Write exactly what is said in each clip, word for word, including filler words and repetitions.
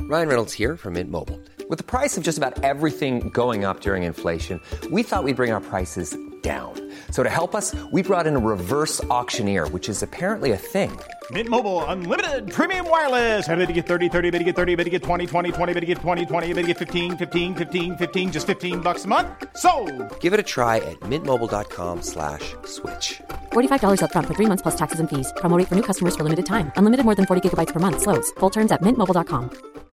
Ryan Reynolds here from Mint Mobile. With the price of just about everything going up during inflation, we thought we'd bring our prices down. So to help us, we brought in a reverse auctioneer, which is apparently a thing. Mint Mobile Unlimited Premium Wireless. How to get thirty, thirty, how to get thirty, how to get twenty, twenty, twenty, how to get twenty, twenty, how to get fifteen, fifteen, fifteen, fifteen, just fifteen bucks a month? Sold! Give it a try at mintmobile.com slash switch. forty-five dollars up front for three months plus taxes and fees. Promo rate for new customers for limited time. Unlimited more than forty gigabytes per month. Slows full terms at mint mobile dot com.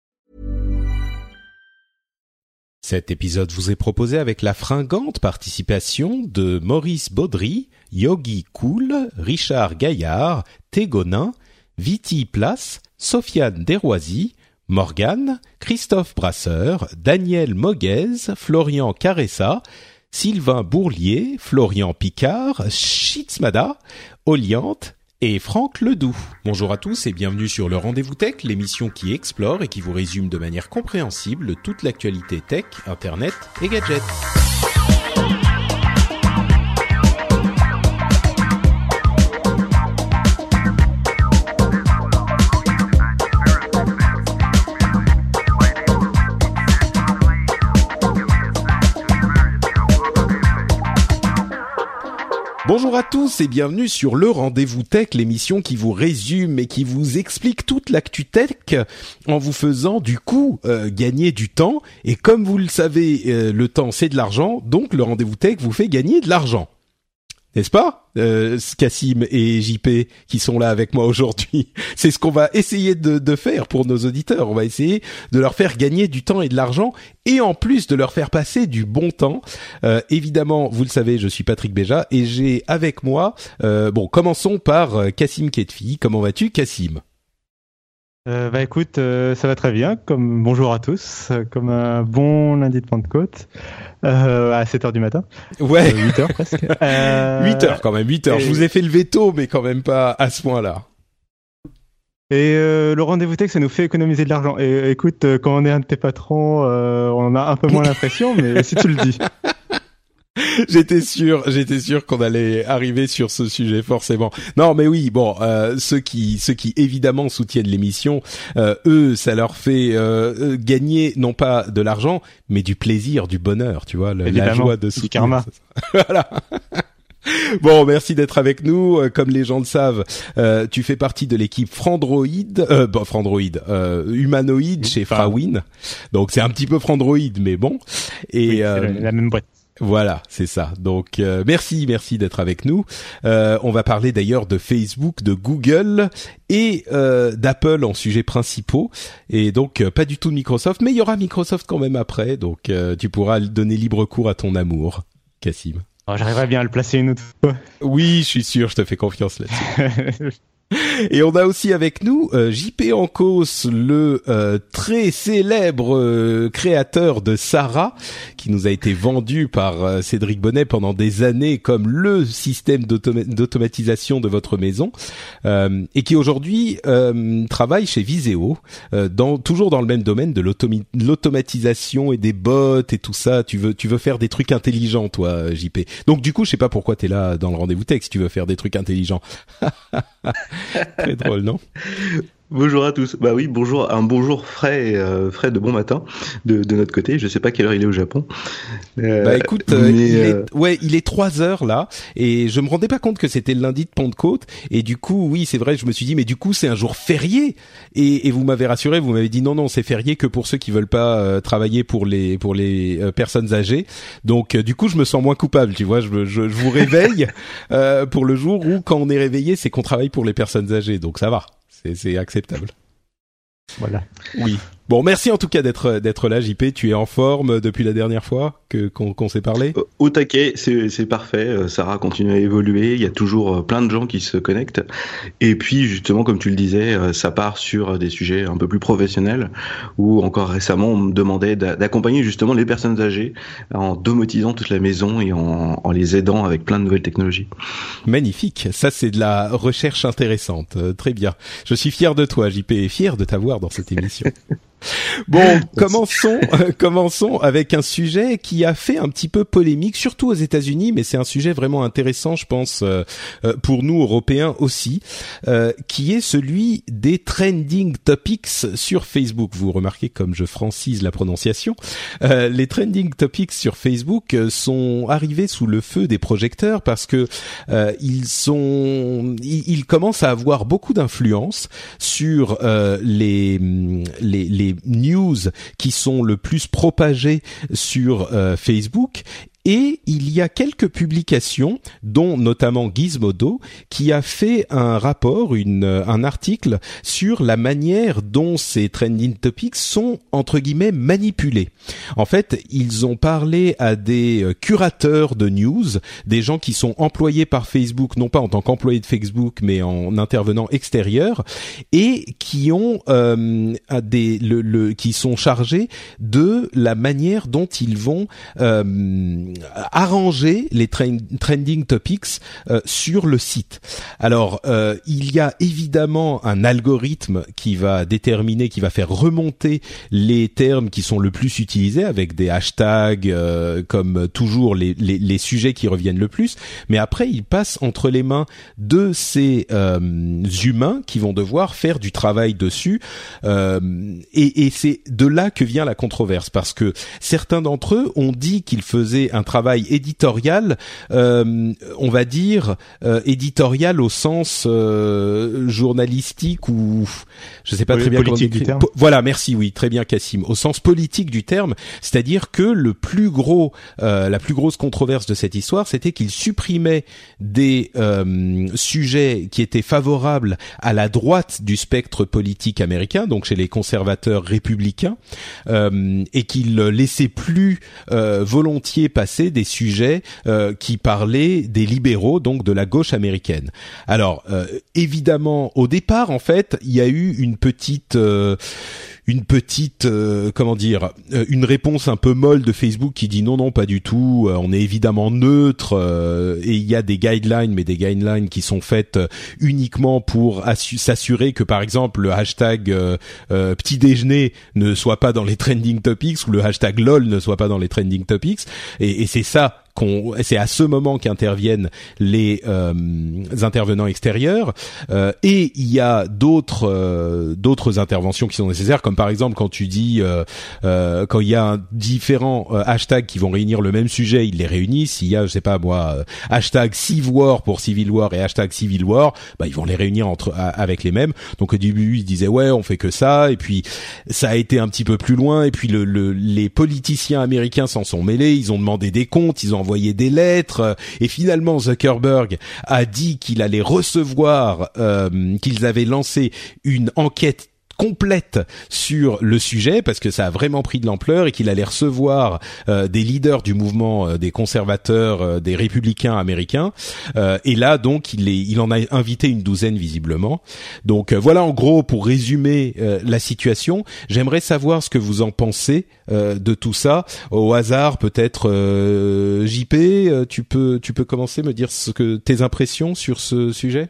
Cet épisode vous est proposé avec la fringante participation de Maurice Baudry, Yogi Cool, Richard Gaillard, Tégonin, Viti Place, Sofiane Desroisy, Morgane, Christophe Brasseur, Daniel Moguez, Florian Caressa, Sylvain Bourlier, Florian Picard, Schizmada, Oliante et Franck Ledoux. Bonjour à tous et bienvenue sur le Rendez-vous Tech, l'émission qui explore et qui vous résume de manière compréhensible toute l'actualité tech, internet et gadgets. Bonjour à tous et bienvenue sur le Rendez-vous Tech, l'émission qui vous résume et qui vous explique toute l'actu tech en vous faisant du coup euh, gagner du temps. Et comme vous le savez, euh, le temps c'est de l'argent, donc le Rendez-vous Tech vous fait gagner de l'argent. N'est-ce pas, euh, Cassim et J P qui sont là avec moi aujourd'hui? C'est ce qu'on va essayer de, de faire pour nos auditeurs. On va essayer de leur faire gagner du temps et de l'argent et en plus de leur faire passer du bon temps. Euh, évidemment, vous le savez, je suis Patrick Béja et j'ai avec moi... Euh, bon, commençons par Cassim Ketfi. Comment vas-tu, Cassim? Euh, bah écoute, euh, ça va très bien. Comme bonjour à tous, euh, comme un bon lundi de Pentecôte euh, à sept heures du matin. Ouais, euh, huit heures presque. Euh, huit heures quand même, huit heures. Et... Je vous ai fait lever tôt, mais quand même pas à ce point-là. Et euh, le Rendez-vous Tech, ça nous fait économiser de l'argent. Et écoute, euh, quand on est un de tes patrons, euh, on en a un peu moins l'impression, mais si tu le dis. J'étais sûr, j'étais sûr qu'on allait arriver sur ce sujet forcément. Non, mais oui, bon, euh, ceux qui, ceux qui évidemment soutiennent l'émission, euh, eux, ça leur fait euh, gagner non pas de l'argent, mais du plaisir, du bonheur, tu vois, le, la joie de soutenir. Du karma. Voilà. Bon, merci d'être avec nous. Comme les gens le savent, euh, tu fais partie de l'équipe Frandroid, euh, bon, Frandroid, euh, humanoïde chez Frawin. Donc c'est un petit peu Frandroid, mais bon. Et oui, euh, c'est la même boîte. Voilà, c'est ça. Donc euh, merci, merci d'être avec nous. Euh, on va parler d'ailleurs de Facebook, de Google et euh, d'Apple en sujets principaux. Et donc euh, pas du tout de Microsoft, mais il y aura Microsoft quand même après. Donc euh, tu pourras donner libre cours à ton amour, Cassim. Oh, j'arriverai bien à le placer une autre fois. Oui, je suis sûr, je te fais confiance là-dessus. Et on a aussi avec nous euh, J P Ancos, le euh, très célèbre euh, créateur de Sarah, qui nous a été vendu par euh, Cédric Bonnet pendant des années comme le système d'automa- d'automatisation de votre maison, euh, et qui aujourd'hui euh, travaille chez Viséo, euh, dans, toujours dans le même domaine de l'automi- l'automatisation et des bots et tout ça. Tu veux, tu veux faire des trucs intelligents, toi, J P. Donc du coup, je sais pas pourquoi t'es là dans le Rendez-vous Tech si tu veux faire des trucs intelligents. Très drôle, non? Bonjour à tous. Bah oui, bonjour, un bonjour frais, euh, frais de bon matin de, de notre côté. Je sais pas quelle heure il est au Japon. Euh, bah écoute, euh, mais, il euh... est, ouais, il est trois heures là, et je me rendais pas compte que c'était le lundi de Pentecôte. Et du coup, oui, c'est vrai, je me suis dit, mais du coup, c'est un jour férié. Et, et vous m'avez rassuré, vous m'avez dit non, non, c'est férié que pour ceux qui veulent pas euh, travailler pour les pour les euh, personnes âgées. Donc, euh, du coup, je me sens moins coupable, tu vois. Je, je, je vous réveille euh, pour le jour où, quand on est réveillé, c'est qu'on travaille pour les personnes âgées. Donc, ça va. C'est, c'est acceptable. Voilà. Oui. Bon, merci en tout cas d'être d'être là, J P. Tu es en forme depuis la dernière fois que qu'on, qu'on s'est parlé? Au taquet, c'est c'est parfait. Sarah continue à évoluer. Il y a toujours plein de gens qui se connectent. Et puis justement, comme tu le disais, ça part sur des sujets un peu plus professionnels. Où encore récemment, on me demandait d'accompagner justement les personnes âgées en domotisant toute la maison et en, en les aidant avec plein de nouvelles technologies. Magnifique. Ça, c'est de la recherche intéressante. Euh, très bien. Je suis fier de toi, J P, et fier de t'avoir dans cette émission. Bon, commençons, euh, commençons avec un sujet qui a fait un petit peu polémique, surtout aux États-Unis, mais c'est un sujet vraiment intéressant, je pense, euh, euh, pour nous Européens aussi, euh, qui est celui des trending topics sur Facebook. Vous remarquez comme je francise la prononciation. Euh, les trending topics sur Facebook sont arrivés sous le feu des projecteurs parce que euh, ils sont, ils, ils commencent à avoir beaucoup d'influence sur euh, les les les news qui sont le plus propagées sur euh, Facebook. Et il y a quelques publications, dont notamment Gizmodo, qui a fait un rapport, une, un article sur la manière dont ces trending topics sont, entre guillemets, manipulés. En fait, ils ont parlé à des curateurs de news, des gens qui sont employés par Facebook, non pas en tant qu'employés de Facebook, mais en intervenant extérieur, et qui ont euh, des, le, le, qui sont chargés de la manière dont ils vont euh, arranger les trend, trending topics euh, sur le site. Alors, euh, il y a évidemment un algorithme qui va déterminer, qui va faire remonter les termes qui sont le plus utilisés avec des hashtags euh, comme toujours les, les, les sujets qui reviennent le plus. Mais après, il passe entre les mains de ces euh, humains qui vont devoir faire du travail dessus. Euh, et, et c'est de là que vient la controverse, parce que certains d'entre eux ont dit qu'ils faisaient un travail éditorial, euh, on va dire euh, éditorial au sens euh, journalistique ou je sais pas oui, très bien comment politique du terme. Po- voilà, merci, oui, très bien Cassim, au sens politique du terme, c'est-à-dire que le plus gros, euh, la plus grosse controverse de cette histoire, c'était qu'ils supprimaient des euh, sujets qui étaient favorables à la droite du spectre politique américain, donc chez les conservateurs républicains, euh, et qu'ils laissaient plus euh, volontiers passer des sujets euh, qui parlaient des libéraux, donc de la gauche américaine. Alors, euh, évidemment, au départ, en fait, il y a eu une petite... Euh, une petite euh, comment dire euh, une réponse un peu molle de Facebook qui dit non non pas du tout, euh, on est évidemment neutre euh, et il y a des guidelines, mais des guidelines qui sont faites euh, uniquement pour assu- s'assurer que par exemple le hashtag euh, euh, petit déjeuner ne soit pas dans les trending topics ou le hashtag lol ne soit pas dans les trending topics, et, et c'est ça qu'on, c'est à ce moment qu'interviennent les euh, intervenants extérieurs, euh, et il y a d'autres euh, d'autres interventions qui sont nécessaires, comme par exemple quand tu dis euh, euh, quand il y a un, différents euh, hashtags qui vont réunir le même sujet, ils les réunissent. Il y a, je sais pas moi, euh, hashtag Civ War pour Civil War et hashtag Civil War, bah ils vont les réunir entre à, avec les mêmes. Donc au début ils disaient ouais on fait que ça, et puis ça a été un petit peu plus loin, et puis le, le les politiciens américains s'en sont mêlés, ils ont demandé des comptes, ils ont envoyé des lettres, et finalement Zuckerberg a dit qu'il allait recevoir, euh, qu'ils avaient lancé une enquête complète sur le sujet parce que ça a vraiment pris de l'ampleur, et qu'il allait recevoir euh, des leaders du mouvement euh, des conservateurs, euh, des républicains américains, euh, et là donc il, est, il en a invité une douzaine visiblement. Donc euh, voilà en gros pour résumer euh, la situation. J'aimerais savoir ce que vous en pensez euh, de tout ça. Au hasard peut-être euh, J P, euh, tu peux tu peux commencer me dire ce que tes impressions sur ce sujet.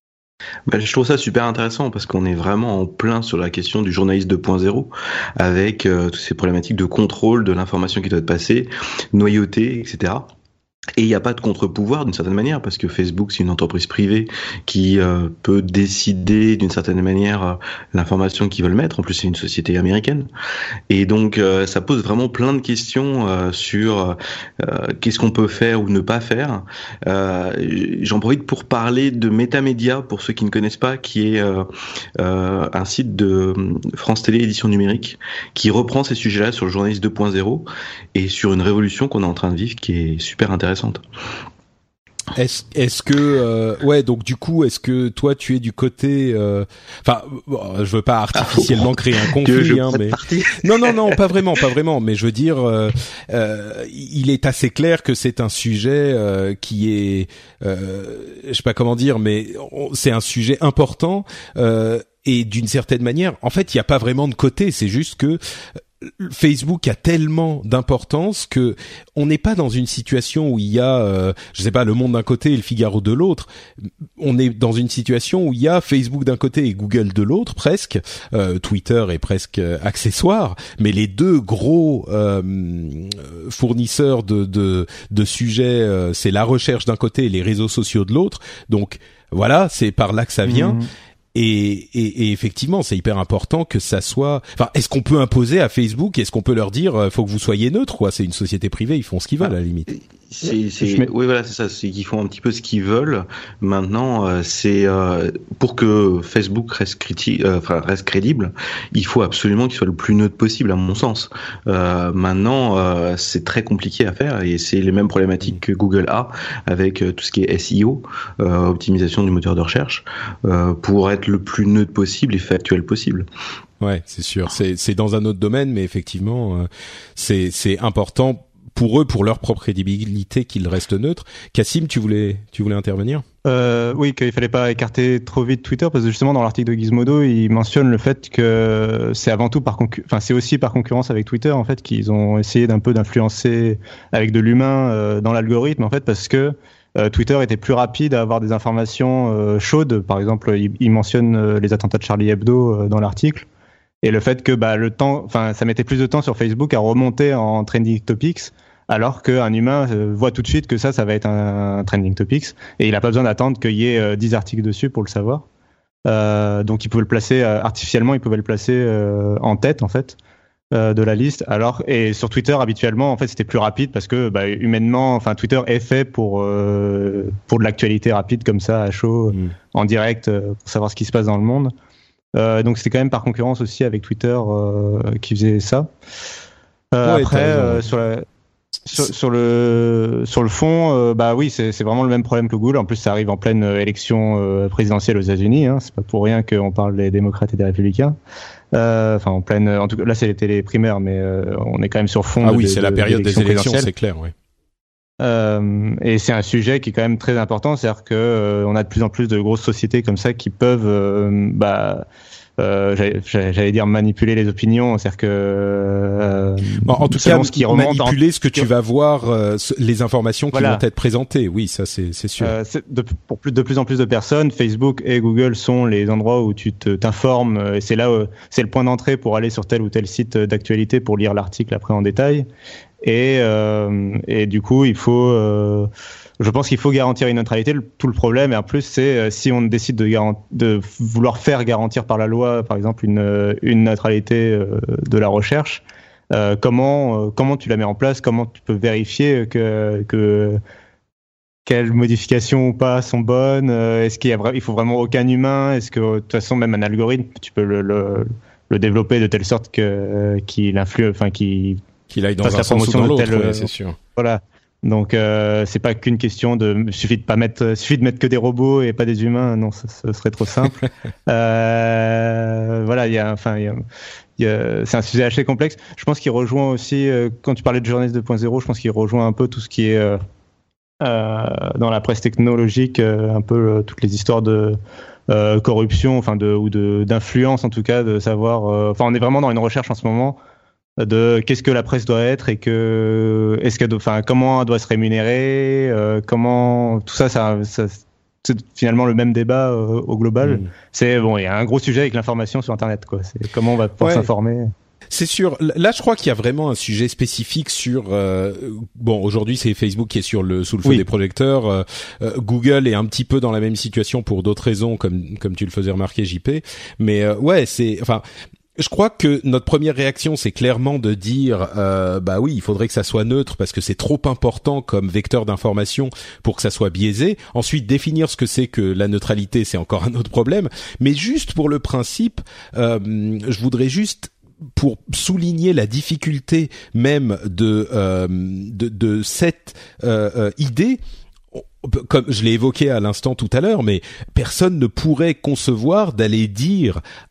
Bah, je trouve ça super intéressant parce qu'on est vraiment en plein sur la question du journaliste deux point zéro avec euh, toutes ces problématiques de contrôle de l'information qui doit être passée, noyauté, et cetera. Et il n'y a pas de contre-pouvoir d'une certaine manière, parce que Facebook, c'est une entreprise privée qui euh, peut décider d'une certaine manière euh, l'information qu'ils veulent mettre. En plus, c'est une société américaine. Et donc, euh, ça pose vraiment plein de questions euh, sur euh, qu'est-ce qu'on peut faire ou ne pas faire. Euh, j'en profite pour parler de Métamédia, pour ceux qui ne connaissent pas, qui est euh, euh, un site de France Télé Édition Numérique, qui reprend ces sujets-là sur le journaliste deux point zéro et sur une révolution qu'on est en train de vivre qui est super intéressante. Est-ce, est-ce que euh, ouais donc du coup est-ce que toi tu es du côté enfin euh, bon, je veux pas artificiellement créer un conflit hein, mais non non non pas vraiment pas vraiment mais je veux dire euh, euh, il est assez clair que c'est un sujet euh, qui est euh, je sais pas comment dire mais on, c'est un sujet important euh, et d'une certaine manière en fait il y a pas vraiment de côté, c'est juste que Facebook a tellement d'importance que on n'est pas dans une situation où il y a, euh, je sais pas, Le Monde d'un côté et Le Figaro de l'autre. On est dans une situation où il y a Facebook d'un côté et Google de l'autre, presque. Euh, Twitter est presque accessoire, mais les deux gros euh, fournisseurs de de, de sujets, euh, c'est la recherche d'un côté et les réseaux sociaux de l'autre. Donc voilà, c'est par là que ça vient. Mmh. Et, et, et effectivement, c'est hyper important que ça soit. Enfin, est-ce qu'on peut imposer à Facebook? Est-ce qu'on peut leur dire, euh, faut que vous soyez neutre, quoi? C'est une société privée, ils font ce qu'ils veulent à la limite. C'est, c'est, mets... oui, voilà, c'est ça. C'est qu'ils font un petit peu ce qu'ils veulent. Maintenant, euh, c'est euh, pour que Facebook reste criti- euh, enfin, reste crédible, il faut absolument qu'il soit le plus neutre possible, à mon sens. Euh, maintenant, euh, c'est très compliqué à faire et c'est les mêmes problématiques que Google a avec euh, tout ce qui est S E O, euh, optimisation du moteur de recherche, euh, pour être le plus neutre possible et factuel possible. Ouais, c'est sûr. C'est, c'est dans un autre domaine, mais effectivement, euh, c'est, c'est important pour eux, pour leur propre crédibilité, qu'ils restent neutres. Cassim, tu voulais, tu voulais intervenir? Euh, oui, qu'il fallait pas écarter trop vite Twitter, parce que justement dans l'article de Gizmodo, il mentionne le fait que c'est avant tout par concu- enfin c'est aussi par concurrence avec Twitter en fait qu'ils ont essayé d'un peu d'influencer avec de l'humain euh, dans l'algorithme en fait, parce que euh, Twitter était plus rapide à avoir des informations euh, chaudes. Par exemple, il, il mentionne euh, les attentats de Charlie Hebdo euh, dans l'article. Et le fait que bah le temps, enfin ça mettait plus de temps sur Facebook à remonter en trending topics, alors qu'un humain euh, voit tout de suite que ça, ça va être un, un trending topics, et il n'a pas besoin d'attendre qu'il y ait euh, dix articles dessus pour le savoir. Euh, donc il pouvait le placer euh, artificiellement, il pouvait le placer euh, en tête en fait euh, de la liste. Alors et sur Twitter habituellement en fait c'était plus rapide parce que bah, humainement, enfin Twitter est fait pour euh, pour de l'actualité rapide comme ça à chaud, mmh. en direct euh, pour savoir ce qui se passe dans le monde. Euh, donc c'était quand même par concurrence aussi avec Twitter euh, qui faisait ça. Euh, ouais, après euh, sur, la, sur, sur le sur le fond, euh, bah oui c'est c'est vraiment le même problème que Google. En plus ça arrive en pleine élection euh, présidentielle aux États-Unis. Hein. C'est pas pour rien qu'on parle des démocrates et des républicains. Euh, enfin en pleine, en tout cas là c'était les primaires, mais euh, on est quand même sur fond. Ah de, oui de, c'est la période de, des élections, c'est clair, oui. Euh, et c'est un sujet qui est quand même très important, c'est-à-dire que euh, on a de plus en plus de grosses sociétés comme ça qui peuvent, euh, bah, euh, j'allais, j'allais dire manipuler les opinions, c'est-à-dire que euh, bon, en tout cas, ce qui remonte manipuler en... ce que tu vas voir, euh, les informations qui voilà. vont être présentées. Oui, ça c'est c'est sûr. Euh, c'est de, pour plus de plus en plus de personnes, Facebook et Google sont les endroits où tu te, t'informes. Et c'est là, où, c'est le point d'entrée pour aller sur tel ou tel site d'actualité pour lire l'article après en détail. Et, euh, et du coup, il faut, euh, je pense qu'il faut garantir une neutralité. Le, tout le problème, et en plus, c'est euh, si on décide de, garant- de vouloir faire garantir par la loi, par exemple, une, une neutralité euh, de la recherche, euh, comment, euh, comment tu la mets en place? Comment tu peux vérifier que, que quelles modifications ou pas sont bonnes? Est-ce qu'il y a, il faut vraiment aucun humain? Est-ce que de toute façon, même un algorithme, tu peux le, le, le développer de telle sorte que qu'il influe, enfin, qu'il qu'il aille dans un sens ou dans l'autre, ouais, c'est sûr. Voilà. Donc euh, c'est pas qu'une question de suffit de pas mettre suffit de mettre que des robots et pas des humains, non, ça, ça serait trop simple. euh, voilà, il y a enfin il y a, il y a, c'est un sujet assez complexe. Je pense qu'il rejoint aussi euh, quand tu parlais de journaliste deux point zéro, je pense qu'il rejoint un peu tout ce qui est euh, euh, dans la presse technologique, euh, un peu euh, toutes les histoires de euh, corruption, enfin de ou de d'influence en tout cas, de savoir euh, enfin on est vraiment dans une recherche en ce moment de qu'est-ce que la presse doit être et que est-ce qu'elle doit, enfin comment elle doit se rémunérer, euh, comment tout ça, ça, ça c'est finalement le même débat euh, au global. Mmh. C'est bon, il y a un gros sujet avec l'information sur Internet, quoi. C'est comment on va pouvoir ouais. s'informer. C'est sûr. Là, je crois qu'il y a vraiment un sujet spécifique sur. Euh, bon, aujourd'hui, c'est Facebook qui est sur le sous le feu oui. des projecteurs. Euh, euh, Google est un petit peu dans la même situation pour d'autres raisons, comme comme tu le faisais remarquer, J P. Mais euh, ouais, c'est enfin. Je crois que notre première réaction, c'est clairement de dire, euh, bah oui, il faudrait que ça soit neutre parce que c'est trop important comme vecteur d'information pour que ça soit biaisé. Ensuite, définir ce que c'est que la neutralité, c'est encore un autre problème. Mais juste pour le principe, euh, je voudrais juste pour souligner la difficulté même de euh, de, de cette euh, euh, idée. Comme je l'ai évoqué à l'instant tout à l'heure, mais personne ne pourrait concevoir d'aller dire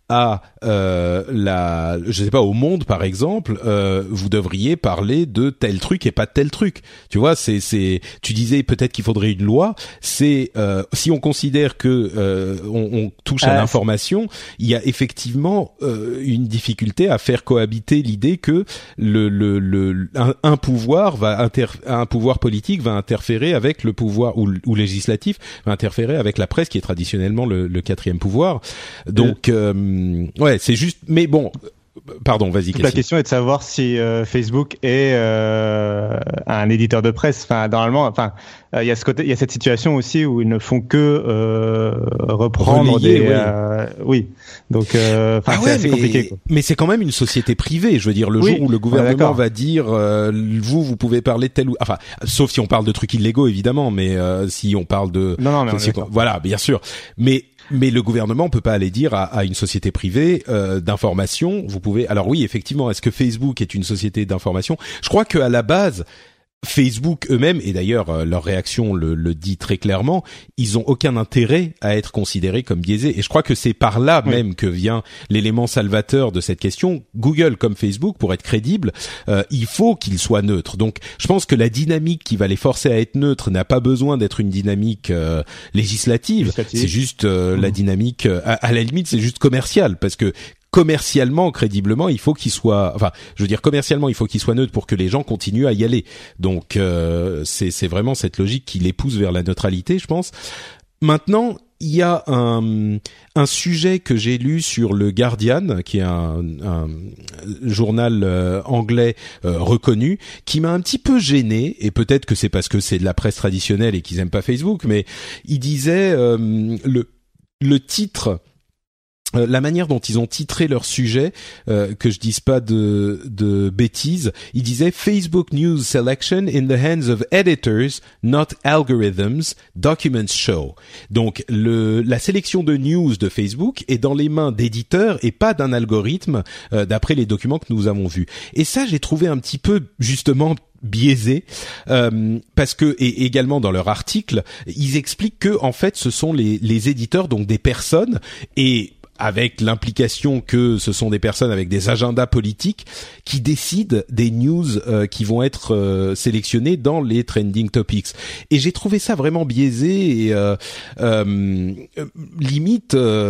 à euh, la, je sais pas, au Monde par exemple, euh, vous devriez parler de tel truc et pas de tel truc. Tu vois, c'est c'est. Tu disais peut-être qu'il faudrait une loi. C'est euh, si on considère que euh, on, on touche à ah, l'information, il y a effectivement euh, une difficulté à faire cohabiter l'idée que le le le un, un pouvoir va inter, un pouvoir politique va interférer avec le pouvoir ou, ou législatif va interférer avec la presse qui est traditionnellement le, le quatrième pouvoir. Donc euh, ouais, c'est juste. Mais bon, pardon, vas-y. Toute la question est de savoir si euh, Facebook est euh, un éditeur de presse. Enfin, normalement, enfin, il euh, y a ce côté, il y a cette situation aussi où ils ne font que euh, reprendre Relayer, des. Oui. Euh, oui. Donc, euh, ah c'est ouais, assez mais, compliqué. Quoi. Mais c'est quand même une société privée. Je veux dire, le oui, jour où le gouvernement va dire, euh, vous, vous pouvez parler de tel ou, enfin, sauf si on parle de trucs illégaux, évidemment. Mais euh, si on parle de, non, non, mais on si on, voilà, bien sûr. Mais Mais le gouvernement peut pas aller dire à, à une société privée euh, d'information. Vous pouvez. Alors oui, effectivement, est-ce que Facebook est une société d'information ? Je crois que à la base, Facebook eux-mêmes, et d'ailleurs euh, leur réaction le, le dit très clairement, ils ont aucun intérêt à être considérés comme biaisés. Et je crois que c'est par là oui. même que vient l'élément salvateur de cette question. Google comme Facebook, pour être crédible, euh, il faut qu'ils soient neutres. Donc je pense que la dynamique qui va les forcer à être neutres n'a pas besoin d'être une dynamique euh, législative. législative. C'est juste euh, mmh. la dynamique, euh, à, à la limite, c'est juste commercial, parce que commercialement, crédiblement, il faut qu'il soit, enfin, je veux dire commercialement, il faut qu'il soit neutre pour que les gens continuent à y aller. Donc, euh, c'est, c'est vraiment cette logique qui les pousse vers la neutralité, je pense. Maintenant, il y a un, un sujet que j'ai lu sur le Guardian, qui est un, un journal euh, anglais euh, reconnu, qui m'a un petit peu gêné, et peut-être que c'est parce que c'est de la presse traditionnelle et qu'ils aiment pas Facebook, mais il disait euh, le le titre. Euh, la manière dont ils ont titré leur sujet, euh, que je dise pas de, de bêtises, ils disaient Facebook News Selection in the hands of editors, not algorithms, documents show. Donc le, la sélection de news de Facebook est dans les mains d'éditeurs et pas d'un algorithme, euh, d'après les documents que nous avons vus. Et ça, j'ai trouvé un petit peu justement biaisé euh, parce que et également dans leur article, ils expliquent que en fait ce sont les, les éditeurs, donc des personnes, et avec l'implication que ce sont des personnes avec des agendas politiques qui décident des news euh, qui vont être euh, sélectionnées dans les trending topics. Et j'ai trouvé ça vraiment biaisé et euh, euh, limite,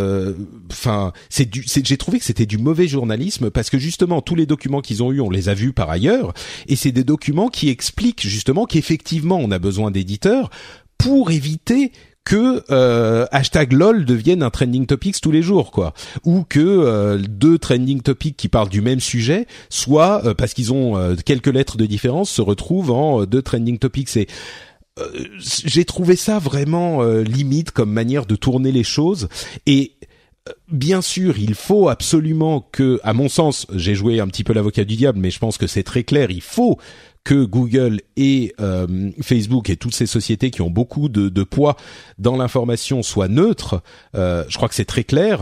enfin, euh, c'est du, c'est, j'ai trouvé que c'était du mauvais journalisme parce que justement tous les documents qu'ils ont eus, on les a vus par ailleurs, et c'est des documents qui expliquent justement qu'effectivement on a besoin d'éditeurs pour éviter que euh, hashtag lol devienne un trending topics tous les jours, quoi, ou que euh, deux trending topics qui parlent du même sujet, soit euh, parce qu'ils ont euh, quelques lettres de différence, se retrouvent en euh, deux trending topics. Et euh, j'ai trouvé ça vraiment euh, limite comme manière de tourner les choses. Et euh, bien sûr, il faut absolument que, à mon sens, j'ai joué un petit peu l'avocat du diable, mais je pense que c'est très clair, il faut que Google et euh, Facebook et toutes ces sociétés qui ont beaucoup de, de poids dans l'information soient neutres. Euh, je crois que c'est très clair.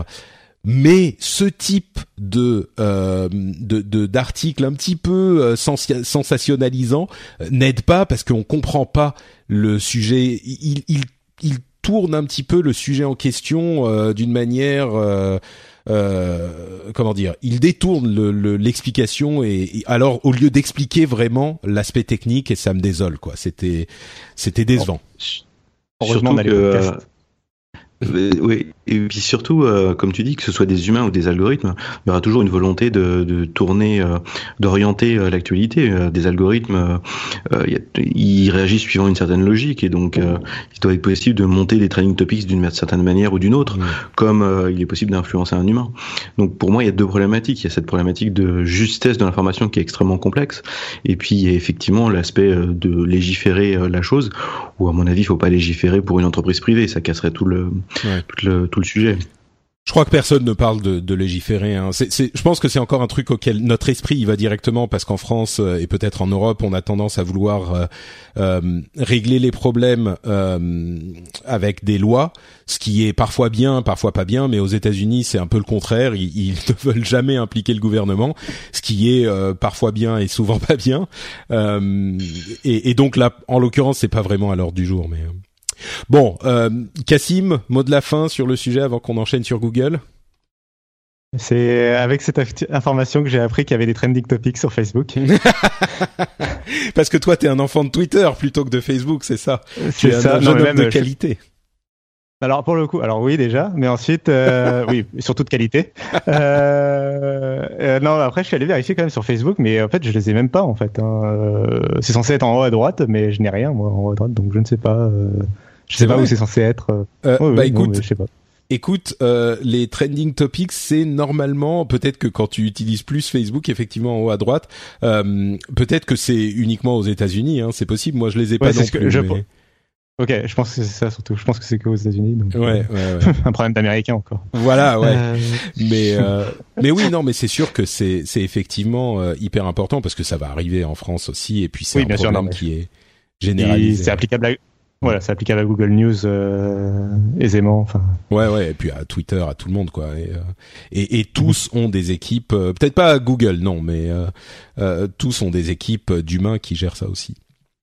Mais ce type de euh, de, de d'article un petit peu euh, sensationnalisant euh, n'aide pas parce qu'on comprend pas le sujet. Il il il tourne un petit peu le sujet en question euh, d'une manière. Euh, Euh, comment dire, il détourne le, le, l'explication et, et alors au lieu d'expliquer vraiment l'aspect technique, et ça me désole, quoi. C'était c'était décevant. Heureusement on a les podcasts. Euh, oui, et puis surtout, euh, comme tu dis, que ce soit des humains ou des algorithmes, il y aura toujours une volonté de, de tourner, euh, d'orienter euh, l'actualité. Euh, des algorithmes, euh, y a, ils réagissent suivant une certaine logique, et donc euh, il doit être possible de monter des trending topics d'une certaine manière ou d'une autre, mmh. comme euh, il est possible d'influencer un humain. Donc pour moi, il y a deux problématiques. Il y a cette problématique de justesse de l'information qui est extrêmement complexe, et puis il y a effectivement l'aspect de légiférer la chose, où à mon avis, il faut pas légiférer pour une entreprise privée, ça casserait tout le Ouais. Tout le tout le sujet. Je crois que personne ne parle de, de légiférer. Hein. C'est, c'est, je pense que c'est encore un truc auquel notre esprit y va directement, parce qu'en France euh, et peut-être en Europe, on a tendance à vouloir euh, euh, régler les problèmes euh, avec des lois, ce qui est parfois bien, parfois pas bien. Mais aux États-Unis, c'est un peu le contraire. Ils, ils ne veulent jamais impliquer le gouvernement, ce qui est euh, parfois bien et souvent pas bien. Euh, et, et donc là, en l'occurrence, c'est pas vraiment à l'ordre du jour, mais. Bon, euh, Cassim, mot de la fin sur le sujet avant qu'on enchaîne sur Google. C'est avec cette acti- information que j'ai appris qu'il y avait des trending topics sur Facebook. Parce que toi, t'es un enfant de Twitter plutôt que de Facebook, c'est ça? C'est tu es ça. un, Non, un homme même, de je... qualité. Alors pour le coup, alors oui déjà, mais ensuite, euh, oui, surtout de qualité. Euh, euh, non, après je suis allé vérifier quand même sur Facebook, mais en fait je les ai même pas en fait. Hein. Euh, c'est censé être en haut à droite, mais je n'ai rien moi en haut à droite, donc je ne sais pas. Euh, je sais c'est pas vrai où c'est censé être. Euh, oh, bah oui, écoute. non, je sais pas. Écoute, euh, les trending topics, c'est normalement, peut-être que quand tu utilises plus Facebook, effectivement en haut à droite, euh, peut-être que c'est uniquement aux États-Unis, hein, c'est possible. Moi, je les ai pas ouais, non c'est ce plus. Que je... Mais... Ok, je pense que c'est ça surtout. Je pense que c'est qu'aux États-Unis. Donc, ouais, euh... ouais, ouais. un problème d'Américains encore. Voilà, ouais. Euh... Mais euh, mais oui, non, mais c'est sûr que c'est c'est effectivement euh, hyper important parce que ça va arriver en France aussi, et puis c'est oui, un bien problème sûr, non, mais... qui est généralisé. Et c'est applicable à Voilà, c'est applicable à Google News euh, aisément. Enfin. Ouais, ouais, et puis à Twitter, à tout le monde, quoi. Et, euh, et, et tous ont des équipes, euh, peut-être pas à Google, non, mais euh, euh, tous ont des équipes d'humains qui gèrent ça aussi.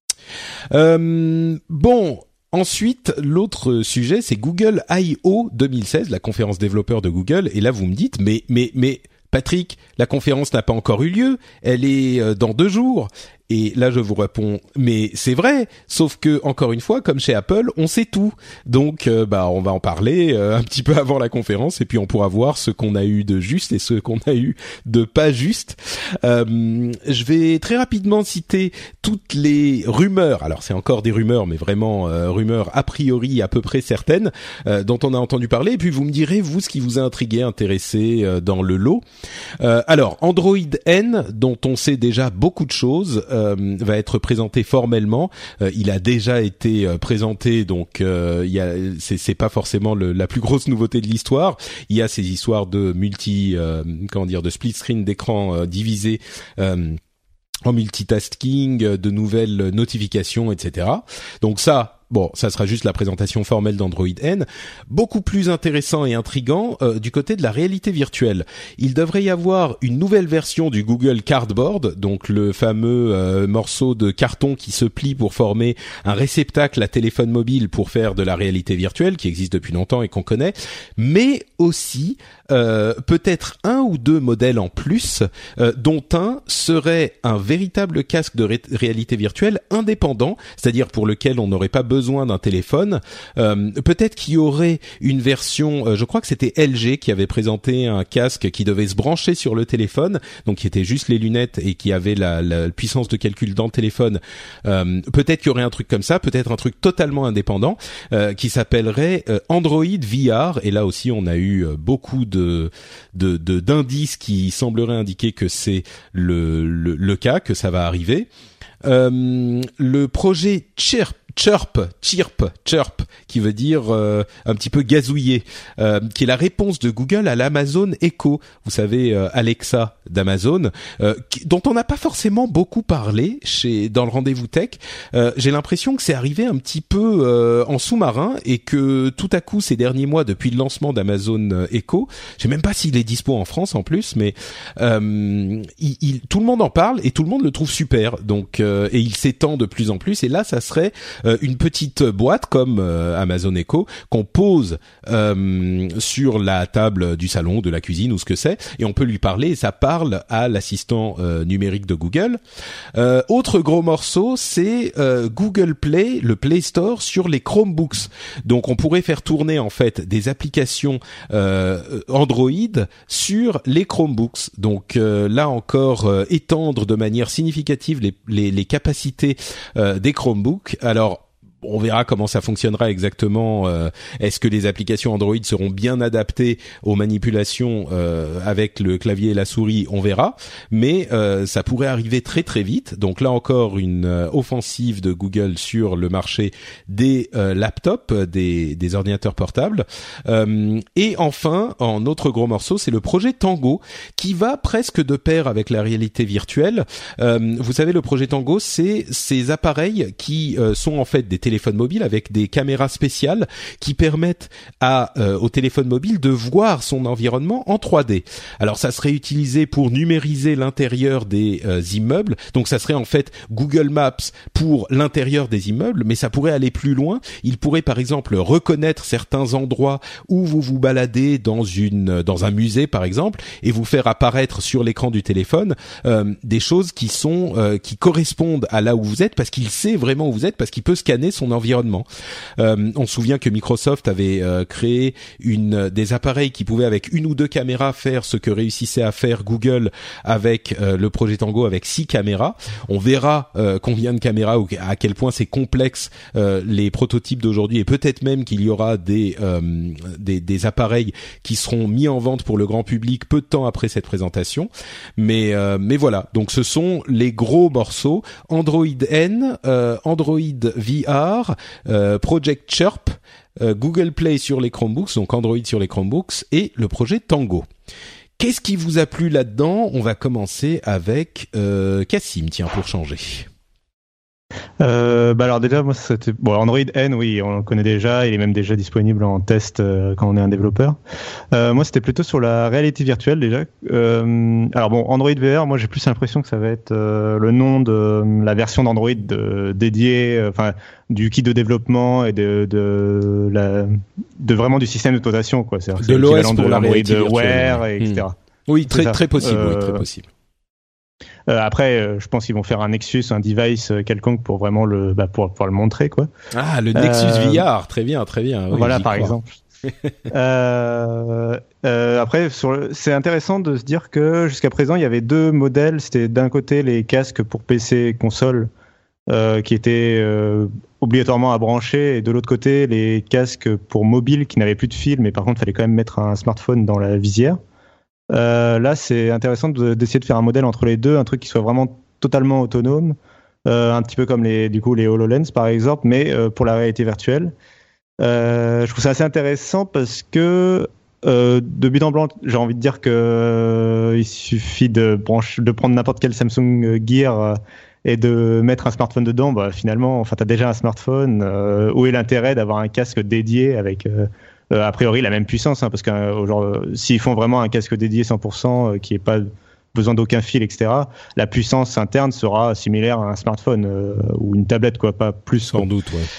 Euh, bon. Ensuite, l'autre sujet, c'est Google I O deux mille seize, la conférence développeur de Google. Et là, vous me dites, mais, mais, mais, Patrick, la conférence n'a pas encore eu lieu. Elle est dans deux jours. Et là, je vous réponds, mais c'est vrai, sauf que, encore une fois, comme chez Apple, on sait tout. Donc, euh, bah, on va en parler euh, un petit peu avant la conférence, et puis on pourra voir ce qu'on a eu de juste et ce qu'on a eu de pas juste. Euh, je vais très rapidement citer toutes les rumeurs. Alors, c'est encore des rumeurs, mais vraiment euh, rumeurs a priori à peu près certaines, euh, dont on a entendu parler. Et puis, vous me direz, vous, ce qui vous a intrigué, intéressé euh, dans le lot. Euh, alors, Android N, dont on sait déjà beaucoup de choses, euh, va être présenté formellement. Euh, il a déjà été euh, présenté, donc euh, il y a, c'est, c'est pas forcément le, la plus grosse nouveauté de l'histoire. Il y a ces histoires de multi, euh, comment dire, de split screen d'écran euh, divisé. Euh, en multitasking, de nouvelles notifications, et cetera. Donc ça, bon, ça sera juste la présentation formelle d'Android N. Beaucoup plus intéressant et intriguant euh, du côté de la réalité virtuelle. Il devrait y avoir une nouvelle version du Google Cardboard, donc le fameux euh, morceau de carton qui se plie pour former un réceptacle à téléphone mobile pour faire de la réalité virtuelle, qui existe depuis longtemps et qu'on connaît, mais aussi euh, peut-être un ou deux modèles en plus, euh, dont un serait un véritable casque de ré- réalité virtuelle indépendant, c'est-à-dire pour lequel on n'aurait pas besoin d'un téléphone. Euh, peut-être qu'il y aurait une version, euh, je crois que c'était L G qui avait présenté un casque qui devait se brancher sur le téléphone, donc qui était juste les lunettes et qui avait la, la puissance de calcul dans le téléphone. Euh, peut-être qu'il y aurait un truc comme ça, peut-être un truc totalement indépendant euh, qui s'appellerait euh, Android V R. Et là aussi, on a eu euh, beaucoup de, de, de d'indices qui sembleraient indiquer que c'est le, le, le cas, que ça va arriver. Euh, le projet Chirp, Chirp, Chirp, Chirp, qui veut dire euh, un petit peu gazouiller, euh, qui est la réponse de Google à l'Amazon Echo. Vous savez, euh, Alexa d'Amazon, euh, qui, dont on n'a pas forcément beaucoup parlé chez dans le rendez-vous tech. Euh, j'ai l'impression que c'est arrivé un petit peu euh, en sous-marin et que tout à coup ces derniers mois, depuis le lancement d'Amazon Echo, je sais même pas s'il est dispo en France en plus, mais euh, il, il, tout le monde en parle et tout le monde le trouve super. Donc euh, et il s'étend de plus en plus. Et là, ça serait Euh, une petite boîte comme euh, Amazon Echo qu'on pose euh, sur la table du salon, de la cuisine ou ce que c'est, et on peut lui parler et ça parle à l'assistant euh, numérique de Google. Euh, autre gros morceau, c'est euh, Google Play, le Play Store sur les Chromebooks. Donc on pourrait faire tourner en fait des applications euh, Android sur les Chromebooks. Donc euh, là encore euh, étendre de manière significative les, les, les capacités euh, des Chromebooks. Alors on verra comment ça fonctionnera exactement. Euh, est-ce que les applications Android seront bien adaptées aux manipulations euh, avec le clavier et la souris? On verra. Mais euh, ça pourrait arriver très très vite. Donc là encore une euh, offensive de Google sur le marché des euh, laptops, des, des ordinateurs portables. Euh, et enfin, en autre gros morceau, c'est le projet Tango qui va presque de pair avec la réalité virtuelle. Euh, vous savez, le projet Tango, c'est ces appareils qui euh, sont en fait des téléphones téléphone mobile avec des caméras spéciales qui permettent à euh, au téléphone mobile de voir son environnement en trois D. Alors ça serait utilisé pour numériser l'intérieur des euh, immeubles. Donc ça serait en fait Google Maps pour l'intérieur des immeubles, mais ça pourrait aller plus loin. Il pourrait par exemple reconnaître certains endroits où vous vous baladez dans une dans un musée par exemple et vous faire apparaître sur l'écran du téléphone euh, des choses qui sont euh, qui correspondent à là où vous êtes parce qu'il sait vraiment où vous êtes, parce qu'il peut scanner son environnement. Euh, on se souvient que Microsoft avait euh, créé une des appareils qui pouvaient avec une ou deux caméras faire ce que réussissait à faire Google avec euh, le projet Tango avec six caméras. On verra euh, combien de caméras ou à quel point c'est complexe euh, les prototypes d'aujourd'hui, et peut-être même qu'il y aura des, euh, des des appareils qui seront mis en vente pour le grand public peu de temps après cette présentation. Mais euh, mais voilà, donc ce sont les gros morceaux: Android N, euh, Android V R, euh, Project Chirp, euh, Google Play sur les Chromebooks, donc Android sur les Chromebooks, et le projet Tango. Qu'est-ce qui vous a plu là-dedans ? On va commencer avec euh, Cassim, tiens, pour changer. Euh, bah alors déjà, moi, c'était bon. Android N, oui, on le connaît déjà. Il est même déjà disponible en test euh, quand on est un développeur. Euh, moi, c'était plutôt sur la réalité virtuelle déjà. Euh, alors bon, Android V R, moi, j'ai plus l'impression que ça va être euh, le nom de la version d'Android de, dédiée, enfin, euh, du kit de développement et de de la de vraiment du système d'exploitation, quoi. C'est de l'O S pour la réalité virtuelle, Wear, et etc. Mmh. Oui, très très possible. Euh, oui, très possible. Euh, après, euh, je pense qu'ils vont faire un Nexus, un device euh, quelconque pour vraiment le, bah, pour pouvoir le montrer, quoi. Ah, le Nexus euh, V R, très bien, très bien. Oui, voilà, par crois. exemple. euh, euh, après, sur le, c'est intéressant de se dire que jusqu'à présent, il y avait deux modèles. C'était d'un côté les casques pour P C et console euh, qui étaient euh, obligatoirement à brancher, et de l'autre côté les casques pour mobile qui n'avaient plus de fil, mais par contre, il fallait quand même mettre un smartphone dans la visière. Euh, là, c'est intéressant de, d'essayer de faire un modèle entre les deux, un truc qui soit vraiment totalement autonome, euh, un petit peu comme les, du coup, les HoloLens par exemple, mais euh, pour la réalité virtuelle. Euh, je trouve ça assez intéressant parce que euh, de but en blanc, j'ai envie de dire que euh, il suffit de, branche, de prendre n'importe quel Samsung Gear euh, et de mettre un smartphone dedans. Bah, finalement, enfin, t'as déjà un smartphone. Euh, où est l'intérêt d'avoir un casque dédié avec euh, Euh, a priori la même puissance, hein, parce que euh, genre, s'ils font vraiment un casque dédié cent pour cent euh, qui n'ait pas besoin d'aucun fil, et cetera, la puissance interne sera similaire à un smartphone euh, ou une tablette, quoi, pas plus. Sans quoi. doute, ouais.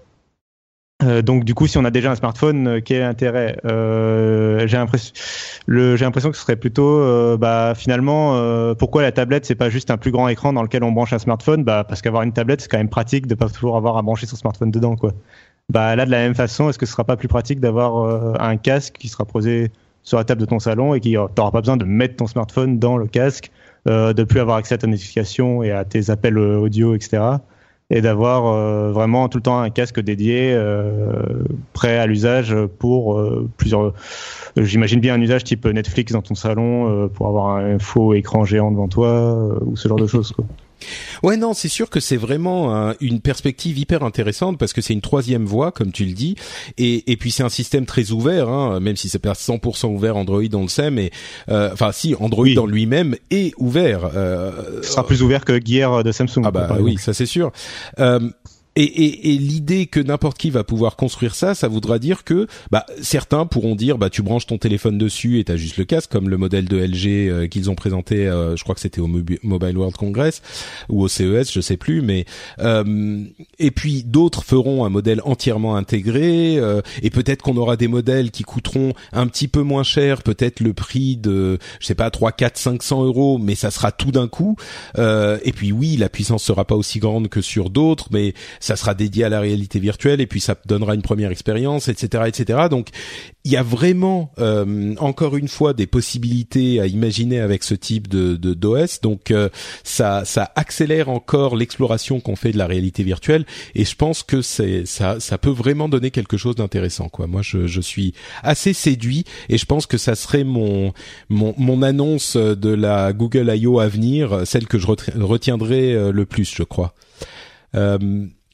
Euh, donc du coup, si on a déjà un smartphone, euh, quel est l'intérêt ? euh, J'ai l'impression, le, j'ai l'impression que ce serait plutôt, euh, bah finalement, euh, pourquoi la tablette c'est pas juste un plus grand écran dans lequel on branche un smartphone ? Bah parce qu'avoir une tablette c'est quand même pratique de pas toujours avoir à brancher son smartphone dedans, quoi. Bah là, de la même façon, est-ce que ce sera pas plus pratique d'avoir euh, un casque qui sera posé sur la table de ton salon et qui t'aura pas besoin de mettre ton smartphone dans le casque, euh, de plus avoir accès à ta notification et à tes appels audio, et cetera, et d'avoir euh, vraiment tout le temps un casque dédié, euh, prêt à l'usage pour euh, plusieurs. Euh, j'imagine bien un usage type Netflix dans ton salon euh, pour avoir un faux écran géant devant toi euh, ou ce genre de choses, quoi. Ouais, non, c'est sûr que c'est vraiment un, une perspective hyper intéressante parce que c'est une troisième voie, comme tu le dis, et, et puis c'est un système très ouvert, hein, même si c'est pas cent pour cent ouvert Android, on le sait, mais euh, enfin si Android oui. en lui-même est ouvert. Euh, Ce sera plus ouvert que Gear de Samsung. Ah bah oui, ça c'est sûr. Euh, Et, et, et l'idée que n'importe qui va pouvoir construire ça, ça voudra dire que bah, certains pourront dire bah tu branches ton téléphone dessus et t'as juste le casque, comme le modèle de L G euh, qu'ils ont présenté, euh, je crois que c'était au Mobi- Mobile World Congress ou au C E S, je sais plus, mais euh, et puis d'autres feront un modèle entièrement intégré, euh, et peut-être qu'on aura des modèles qui coûteront un petit peu moins cher, peut-être le prix de je sais pas trois, quatre, cinq cents euros, mais ça sera tout d'un coup. Euh, et puis oui, la puissance sera pas aussi grande que sur d'autres, mais ça sera dédié à la réalité virtuelle et puis ça donnera une première expérience, et cetera, et cetera. Donc il y a vraiment euh, encore une fois des possibilités à imaginer avec ce type de, de d'O S. Donc euh, ça ça accélère encore l'exploration qu'on fait de la réalité virtuelle et je pense que c'est ça ça peut vraiment donner quelque chose d'intéressant, quoi. Moi je je suis assez séduit et je pense que ça serait mon mon mon annonce de la Google I O à venir, celle que je retiendrai le plus, je crois. Euh,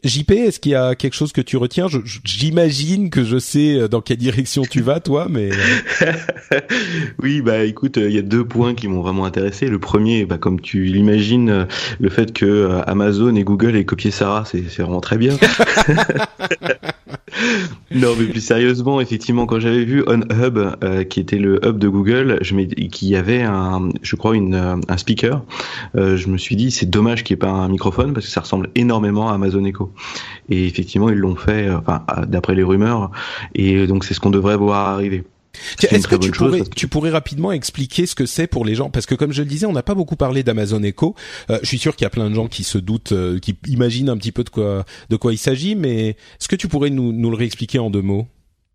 J P, est-ce qu'il y a quelque chose que tu retiens? je, J'imagine que je sais dans quelle direction tu vas, toi, mais... Oui, bah écoute, il y a deux points qui m'ont vraiment intéressé. Le premier, bah, comme tu l'imagines, le fait que Amazon et Google aient copié Sarah, c'est, c'est vraiment très bien. Non, mais plus sérieusement, effectivement, quand j'avais vu OnHub, euh, qui était le hub de Google, je m'ai dit qu'il y avait un, je crois, une, un speaker. Euh, je me suis dit, c'est dommage qu'il n'y ait pas un microphone parce que ça ressemble énormément à Amazon Echo. Et effectivement, ils l'ont fait, euh, enfin, d'après les rumeurs. Et donc, c'est ce qu'on devrait voir arriver. Tiens, est-ce que tu pourrais, que... tu pourrais rapidement expliquer ce que c'est pour les gens, parce que comme je le disais, on n'a pas beaucoup parlé d'Amazon Echo. Euh, je suis sûr qu'il y a plein de gens qui se doutent, euh, qui imaginent un petit peu de quoi, de quoi il s'agit, mais est-ce que tu pourrais nous, nous le réexpliquer en deux mots?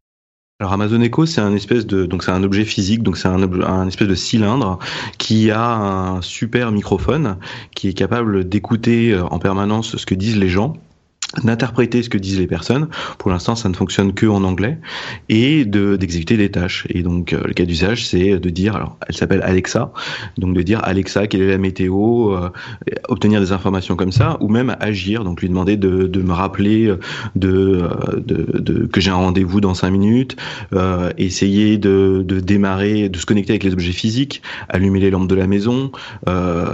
Alors Amazon Echo, c'est un espèce de, donc c'est un objet physique, donc c'est un, un espèce de cylindre qui a un super microphone qui est capable d'écouter en permanence ce que disent les gens, d'interpréter ce que disent les personnes. Pour l'instant, ça ne fonctionne que en anglais, et de d'exécuter des tâches. Et donc, euh, le cas d'usage, c'est de dire, alors, elle s'appelle Alexa, donc de dire Alexa, quelle est la météo, euh, obtenir des informations comme ça, ou même agir, donc lui demander de de me rappeler de de, de que j'ai un rendez-vous dans cinq minutes, euh, essayer de de démarrer, de se connecter avec les objets physiques, allumer les lampes de la maison, euh,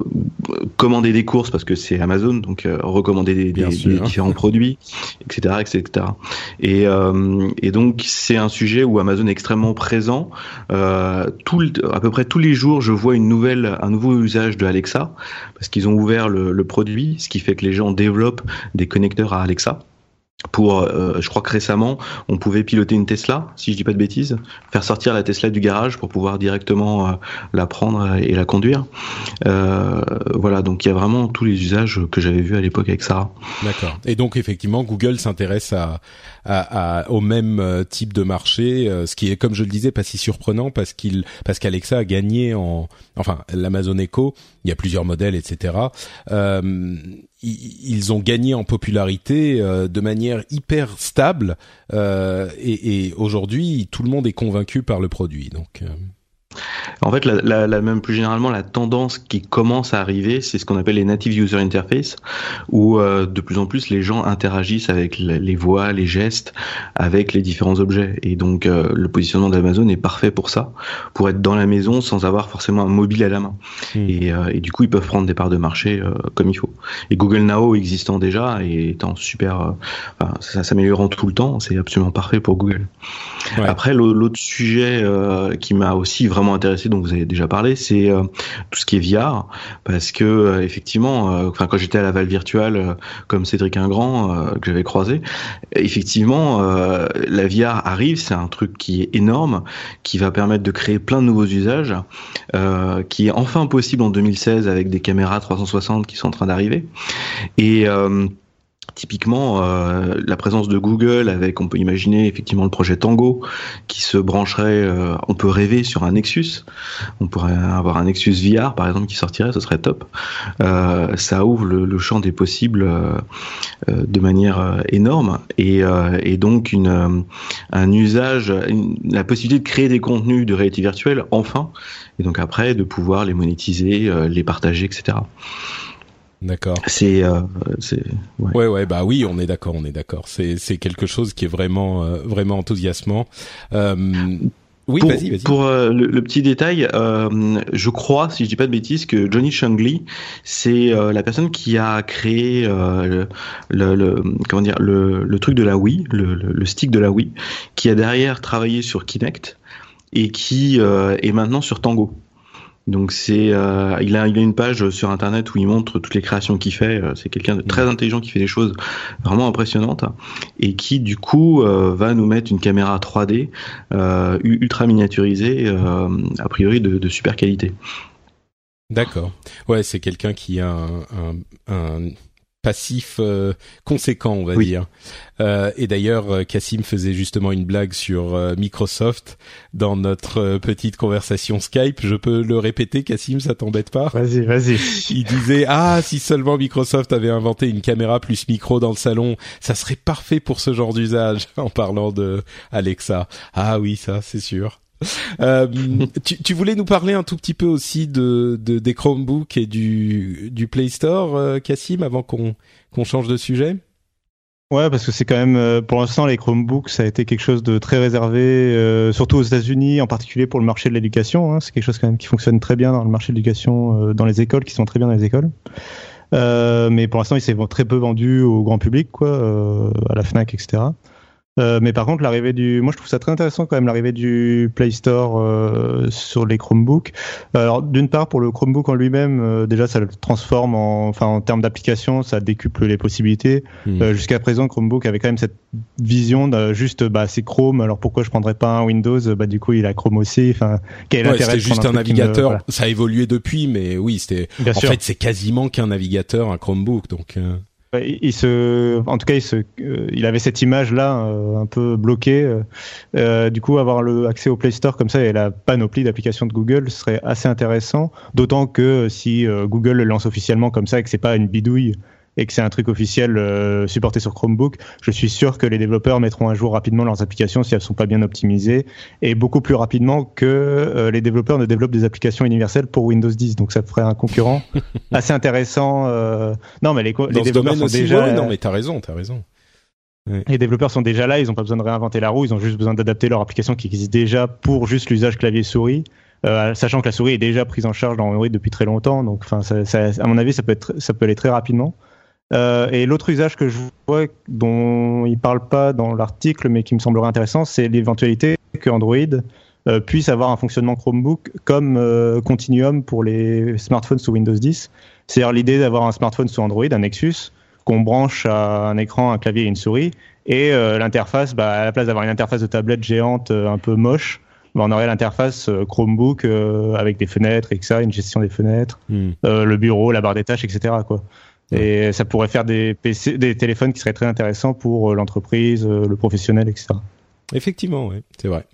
commander des courses parce que c'est Amazon, donc euh, recommander des, des, des différents produits, et cetera, et cetera. Et, euh, et donc c'est un sujet où Amazon est extrêmement présent. Euh, tout le, à peu près tous les jours, je vois une nouvelle, un nouveau usage de Alexa parce qu'ils ont ouvert le, le produit, ce qui fait que les gens développent des connecteurs à Alexa. Pour, euh, je crois que récemment, on pouvait piloter une Tesla, si je dis pas de bêtises, faire sortir la Tesla du garage pour pouvoir directement euh, la prendre et la conduire. Euh, voilà, donc il y a vraiment tous les usages que j'avais vus à l'époque avec Sarah. D'accord. Et donc effectivement, Google s'intéresse à, à, à au même type de marché, ce qui est, comme je le disais, pas si surprenant parce qu'il, parce qu'Alexa a gagné en, enfin, l'Amazon Echo, il y a plusieurs modèles, et cetera. Euh, ils ont gagné en popularité euh, de manière hyper stable euh, et, et aujourd'hui tout le monde est convaincu par le produit. Donc euh... En fait, la, la, la, même plus généralement, la tendance qui commence à arriver, c'est ce qu'on appelle les native user interface, où euh, de plus en plus les gens interagissent avec les voix, les gestes, avec les différents objets. Et donc, euh, le positionnement d'Amazon est parfait pour ça, pour être dans la maison sans avoir forcément un mobile à la main. Mmh. Et, euh, et du coup, ils peuvent prendre des parts de marché euh, comme il faut. Et Google Now existant déjà et étant super, euh, enfin, ça s'améliorant tout le temps, c'est absolument parfait pour Google. Ouais. Après, l'autre sujet euh, qui m'a aussi vraiment intéressé, dont vous avez déjà parlé, c'est euh, tout ce qui est V R, parce que euh, effectivement, euh, enfin quand j'étais à la Valve Virtual, euh, comme Cédric Ingrand euh, que j'avais croisé, effectivement, euh, la V R arrive, c'est un truc qui est énorme, qui va permettre de créer plein de nouveaux usages, euh, qui est enfin possible en deux mille seize avec des caméras trois cent soixante qui sont en train d'arriver, et euh, typiquement, euh, la présence de Google avec, on peut imaginer effectivement le projet Tango qui se brancherait, euh, on peut rêver sur un Nexus, on pourrait avoir un Nexus V R par exemple qui sortirait, ce serait top. Euh, ça ouvre le, le champ des possibles euh, euh, de manière euh, énorme et, euh, et donc une, euh, un usage, une, la possibilité de créer des contenus de réalité virtuelle enfin, et donc après de pouvoir les monétiser, euh, les partager, et cetera. D'accord. C'est, euh, c'est, ouais. ouais, ouais, bah oui, on est d'accord, on est d'accord. C'est, c'est quelque chose qui est vraiment, euh, vraiment enthousiasmant. Euh, oui, pour, vas-y, vas-y. Pour euh, le, le petit détail, euh, je crois, si je dis pas de bêtises, que Johnny Chang-Li, c'est euh, la personne qui a créé euh, le, le, le, comment dire, le, le truc de la Wii, le, le, le stick de la Wii, qui a derrière travaillé sur Kinect et qui euh, est maintenant sur Tango. Donc c'est, euh, il a, il a une page sur internet où il montre toutes les créations qu'il fait. C'est quelqu'un de très intelligent qui fait des choses vraiment impressionnantes et qui du coup euh, va nous mettre une caméra trois D euh, ultra miniaturisée, euh, a priori de, de super qualité. D'accord. Ouais, c'est quelqu'un qui a un, un, un passif euh, conséquent, on va oui. dire. Euh, et d'ailleurs, Cassim faisait justement une blague sur euh, Microsoft dans notre euh, petite conversation Skype. Je peux le répéter, Cassim, ça t'embête pas ? Vas-y, vas-y. Il disait « Ah, si seulement Microsoft avait inventé une caméra plus micro dans le salon, ça serait parfait pour ce genre d'usage », en parlant de Alexa. Ah oui, ça, c'est sûr. Euh, tu, tu voulais nous parler un tout petit peu aussi de, de des Chromebooks et du, du Play Store, euh, Cassim, avant qu'on, qu'on change de sujet ? Ouais, parce que c'est quand même, euh, pour l'instant, les Chromebooks, ça a été quelque chose de très réservé, euh, surtout aux États-Unis, en particulier pour le marché de l'éducation. Hein. C'est quelque chose quand même qui fonctionne très bien dans le marché de l'éducation, euh, dans les écoles, qui sont très bien dans les écoles. Euh, mais pour l'instant, il s'est très peu vendu au grand public, quoi, euh, à la Fnac, et cetera. Euh, mais par contre, l'arrivée du, moi je trouve ça très intéressant quand même l'arrivée du Play Store euh, sur les Chromebooks. Alors d'une part pour le Chromebook en lui-même, euh, déjà ça le transforme en, enfin en termes d'application, ça décuple les possibilités. Mmh. Euh, jusqu'à présent, Chromebook avait quand même cette vision de juste, bah c'est Chrome, alors pourquoi je prendrais pas un Windows? Bah du coup il a Chrome aussi. Enfin, quel est ouais, l'intérêt? C'était juste un, un navigateur. Me, voilà. Ça a évolué depuis, mais oui, c'était. Bien en sûr. fait, c'est quasiment qu'un navigateur, un Chromebook, donc. Euh... Il se, en tout cas, il se, euh, il avait cette image-là euh, un peu bloquée. Euh, du coup, avoir le accès au Play Store comme ça et la panoplie d'applications de Google serait assez intéressant. D'autant que si euh, Google le lance officiellement comme ça et que c'est pas une bidouille et que c'est un truc officiel euh, supporté sur Chromebook, je suis sûr que les développeurs mettront à jour rapidement leurs applications si elles sont pas bien optimisées et beaucoup plus rapidement que euh, les développeurs ne développent des applications universelles pour Windows dix. Donc ça ferait un concurrent assez intéressant. Euh... Non, mais les, co- les développeurs sont aussi, déjà. Ouais, non, mais t'as raison, t'as raison. Ouais. Les développeurs sont déjà là, ils n'ont pas besoin de réinventer la roue, ils ont juste besoin d'adapter leur application qui existe déjà pour juste l'usage clavier-souris. Euh, sachant que la souris est déjà prise en charge dans Android depuis très longtemps, donc enfin, ça, ça, à mon avis, ça peut être, ça peut aller très rapidement. Euh, et l'autre usage que je vois, dont il parle pas dans l'article, mais qui me semblerait intéressant, c'est l'éventualité que Android euh, puisse avoir un fonctionnement Chromebook comme euh, Continuum pour les smartphones sous Windows dix. C'est-à-dire l'idée d'avoir un smartphone sous Android, un Nexus, qu'on branche à un écran, un clavier et une souris, et euh, l'interface, bah, à la place d'avoir une interface de tablette géante euh, un peu moche, bah, on aurait l'interface euh, Chromebook euh, avec des fenêtres et que ça, une gestion des fenêtres, mm. euh, le bureau, la barre des tâches, et cetera, quoi. Et ça pourrait faire des P C, des téléphones qui seraient très intéressants pour l'entreprise, le professionnel, et cetera. Effectivement, oui, c'est vrai.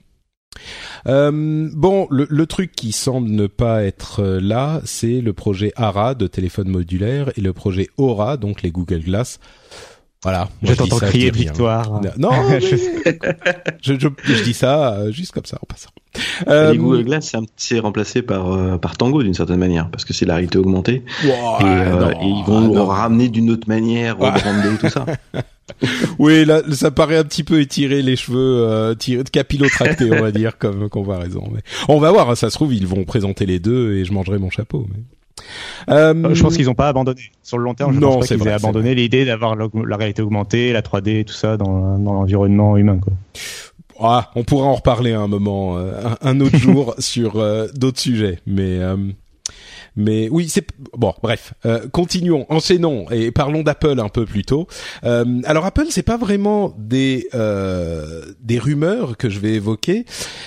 Euh, bon, le, le truc qui semble ne pas être là, c'est le projet Ara de téléphone modulaire et le projet Aura, donc les Google Glass. Voilà. Je t'entends crier de victoire. Non, mais je, je, je, je dis ça euh, juste comme ça en passant. Euh, les Google Glass, c'est, un, c'est remplacé par euh, par Tango d'une certaine manière, parce que c'est la réalité augmentée. Wow, et, euh, non, et ils vont non. le ramener d'une autre manière, rebrander tout ça. Oui, là, ça paraît un petit peu étirer les cheveux, euh, tiré de capillotracté, on va dire, comme comparaison. Mais on va voir, hein, ça se trouve, ils vont présenter les deux et je mangerai mon chapeau. Mais... Euh, je pense qu'ils n'ont pas abandonné. Sur le long terme, je non, pense pas qu'ils vrai, aient abandonné l'idée d'avoir la réalité augmentée, la trois D, tout ça dans, dans l'environnement humain, quoi. Ah, on pourra en reparler à un moment, euh, un, un autre jour sur euh, d'autres sujets, mais euh, mais oui, c'est bon. Bref, euh, continuons, enchaînons et parlons d'Apple un peu plus tôt. Euh, alors Apple, c'est pas vraiment des euh, des rumeurs que je vais évoquer.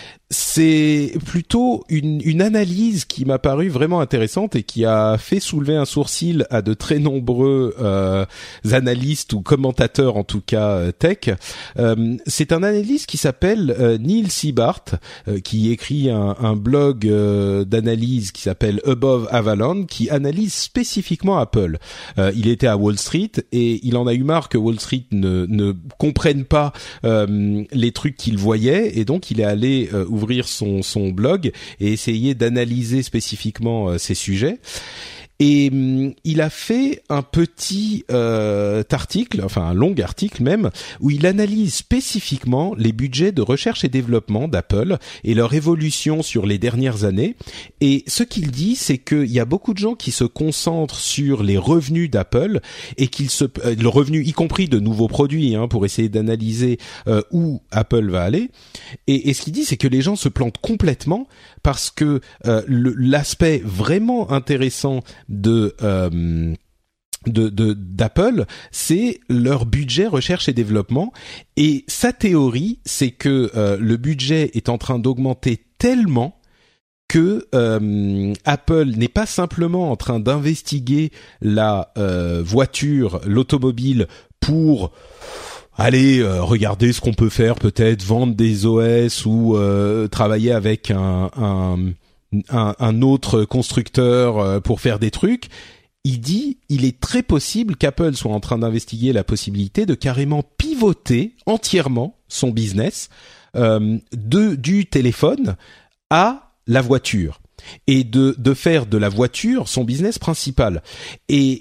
C'est plutôt une, une analyse qui m'a paru vraiment intéressante et qui a fait soulever un sourcil à de très nombreux euh, analystes ou commentateurs, en tout cas tech. Euh, c'est un analyste qui s'appelle euh, Neil Seibart, euh, qui écrit un, un blog euh, d'analyse qui s'appelle Above Avalon, qui analyse spécifiquement Apple. Euh, il était à Wall Street et il en a eu marre que Wall Street ne, ne comprenne pas euh, les trucs qu'il voyait, et donc il est allé euh, ouvrir son son blog et essayer d'analyser spécifiquement euh, ces sujets. Et hum, il a fait un petit euh, article, enfin un long article même, où il analyse spécifiquement les budgets de recherche et développement d'Apple et leur évolution sur les dernières années. Et ce qu'il dit, c'est qu'il y a beaucoup de gens qui se concentrent sur les revenus d'Apple et qu'ils se, euh, le revenu y compris de nouveaux produits, hein, pour essayer d'analyser euh, où Apple va aller. Et, et ce qu'il dit, c'est que les gens se plantent complètement parce que euh, le, l'aspect vraiment intéressant de euh, de, de d'Apple, c'est leur budget recherche et développement, et sa théorie, c'est que euh, le budget est en train d'augmenter tellement que euh, Apple n'est pas simplement en train d'investiguer la euh, voiture, l'automobile pour Allez, euh, regardez ce qu'on peut faire, peut-être vendre des O S ou euh, travailler avec un, un, un, un autre constructeur euh, pour faire des trucs. Il dit, il est très possible qu'Apple soit en train d'investiguer la possibilité de carrément pivoter entièrement son business euh, de du téléphone à la voiture et de de faire de la voiture son business principal. Et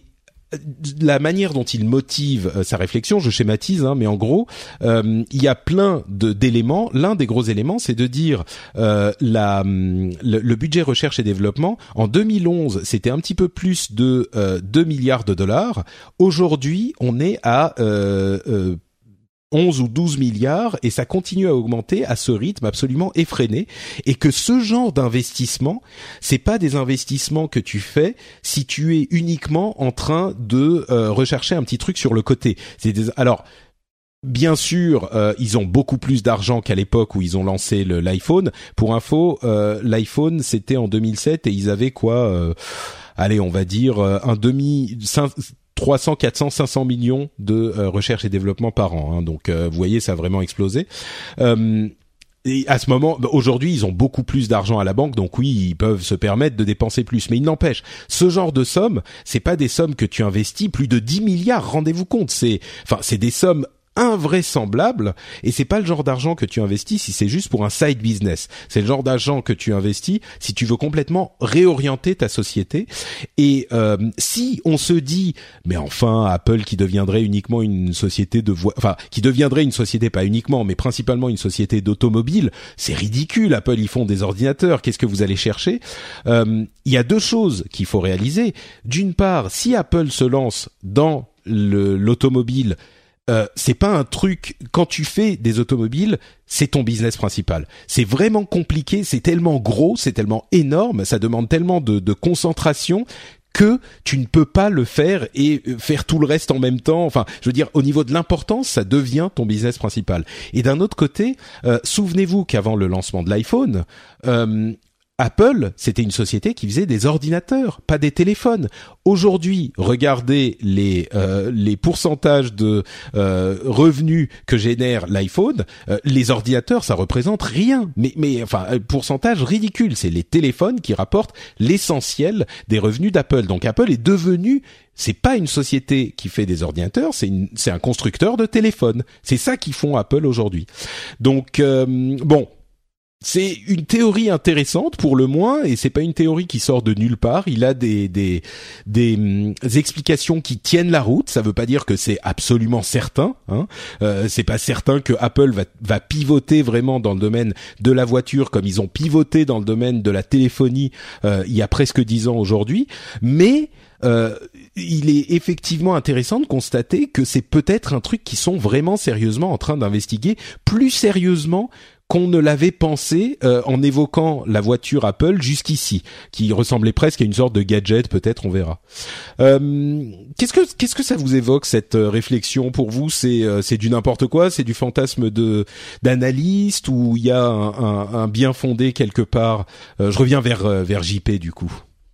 la manière dont il motive euh, sa réflexion, je schématise, hein, mais en gros, euh, il y a plein de d'éléments. L'un des gros éléments, c'est de dire euh, la le, le budget recherche et développement en deux mille onze, c'était un petit peu plus de euh, deux milliards de dollars. Aujourd'hui, on est à euh, euh, onze ou douze milliards et ça continue à augmenter à ce rythme absolument effréné, et que ce genre d'investissement, c'est pas des investissements que tu fais si tu es uniquement en train de euh, rechercher un petit truc sur le côté. C'est des... alors bien sûr, euh, ils ont beaucoup plus d'argent qu'à l'époque où ils ont lancé le, l'iPhone. Pour info, euh, l'iPhone c'était en deux mille sept et ils avaient quoi euh, allez, on va dire euh, un demi cinq, trois cents, quatre cents, cinq cents millions de euh, recherche et développement par an. Hein. Donc, euh, vous voyez, ça a vraiment explosé. Euh, et à ce moment, aujourd'hui, ils ont beaucoup plus d'argent à la banque, donc oui, ils peuvent se permettre de dépenser plus. Mais il n'empêche, ce genre de sommes, c'est pas des sommes que tu investis plus de dix milliards. Rendez-vous compte, c'est, enfin, c'est des sommes invraisemblable, et c'est pas le genre d'argent que tu investis si c'est juste pour un side business. C'est le genre d'argent que tu investis si tu veux complètement réorienter ta société. Et euh, si on se dit mais enfin Apple qui deviendrait uniquement une société de vo- enfin qui deviendrait une société pas uniquement mais principalement une société d'automobile, c'est ridicule. Apple, ils font des ordinateurs, qu'est-ce que vous allez chercher? Euh, il y a deux choses qu'il faut réaliser. D'une part, si Apple se lance dans le, l'automobile, Euh, c'est pas un truc, quand tu fais des automobiles, c'est ton business principal. C'est vraiment compliqué, c'est tellement gros, c'est tellement énorme, ça demande tellement de, de concentration que tu ne peux pas le faire et faire tout le reste en même temps. Enfin, je veux dire, au niveau de l'importance, ça devient ton business principal. Et d'un autre côté, euh, souvenez-vous qu'avant le lancement de l'iPhone, euh, Apple, c'était une société qui faisait des ordinateurs, pas des téléphones. Aujourd'hui, regardez les euh, les pourcentages de euh, revenus que génère l'iPhone. Euh, les ordinateurs, ça représente rien, mais mais enfin pourcentage ridicule. C'est les téléphones qui rapportent l'essentiel des revenus d'Apple. Donc Apple est devenu, c'est pas une société qui fait des ordinateurs, c'est une c'est un constructeur de téléphones. C'est ça qu'ils font Apple aujourd'hui. Donc euh, bon. C'est une théorie intéressante pour le moins, et c'est pas une théorie qui sort de nulle part. Il a des des des, des explications qui tiennent la route. Ça veut pas dire que c'est absolument certain. Hein. Euh, c'est pas certain que Apple va va pivoter vraiment dans le domaine de la voiture comme ils ont pivoté dans le domaine de la téléphonie euh, il y a presque dix ans aujourd'hui. Mais euh, il est effectivement intéressant de constater que c'est peut-être un truc qu'ils sont vraiment sérieusement en train d'investiguer, plus sérieusement qu'on ne l'avait pensé euh, en évoquant la voiture Apple jusqu'ici, qui ressemblait presque à une sorte de gadget, peut-être, on verra. Euh, qu'est-ce que qu'est-ce que ça vous évoque, cette réflexion? Pour vous, c'est euh, c'est du n'importe quoi, c'est du fantasme de d'analyste, ou il y a un, un, un bien fondé quelque part? euh, Je reviens vers euh, vers J P du coup.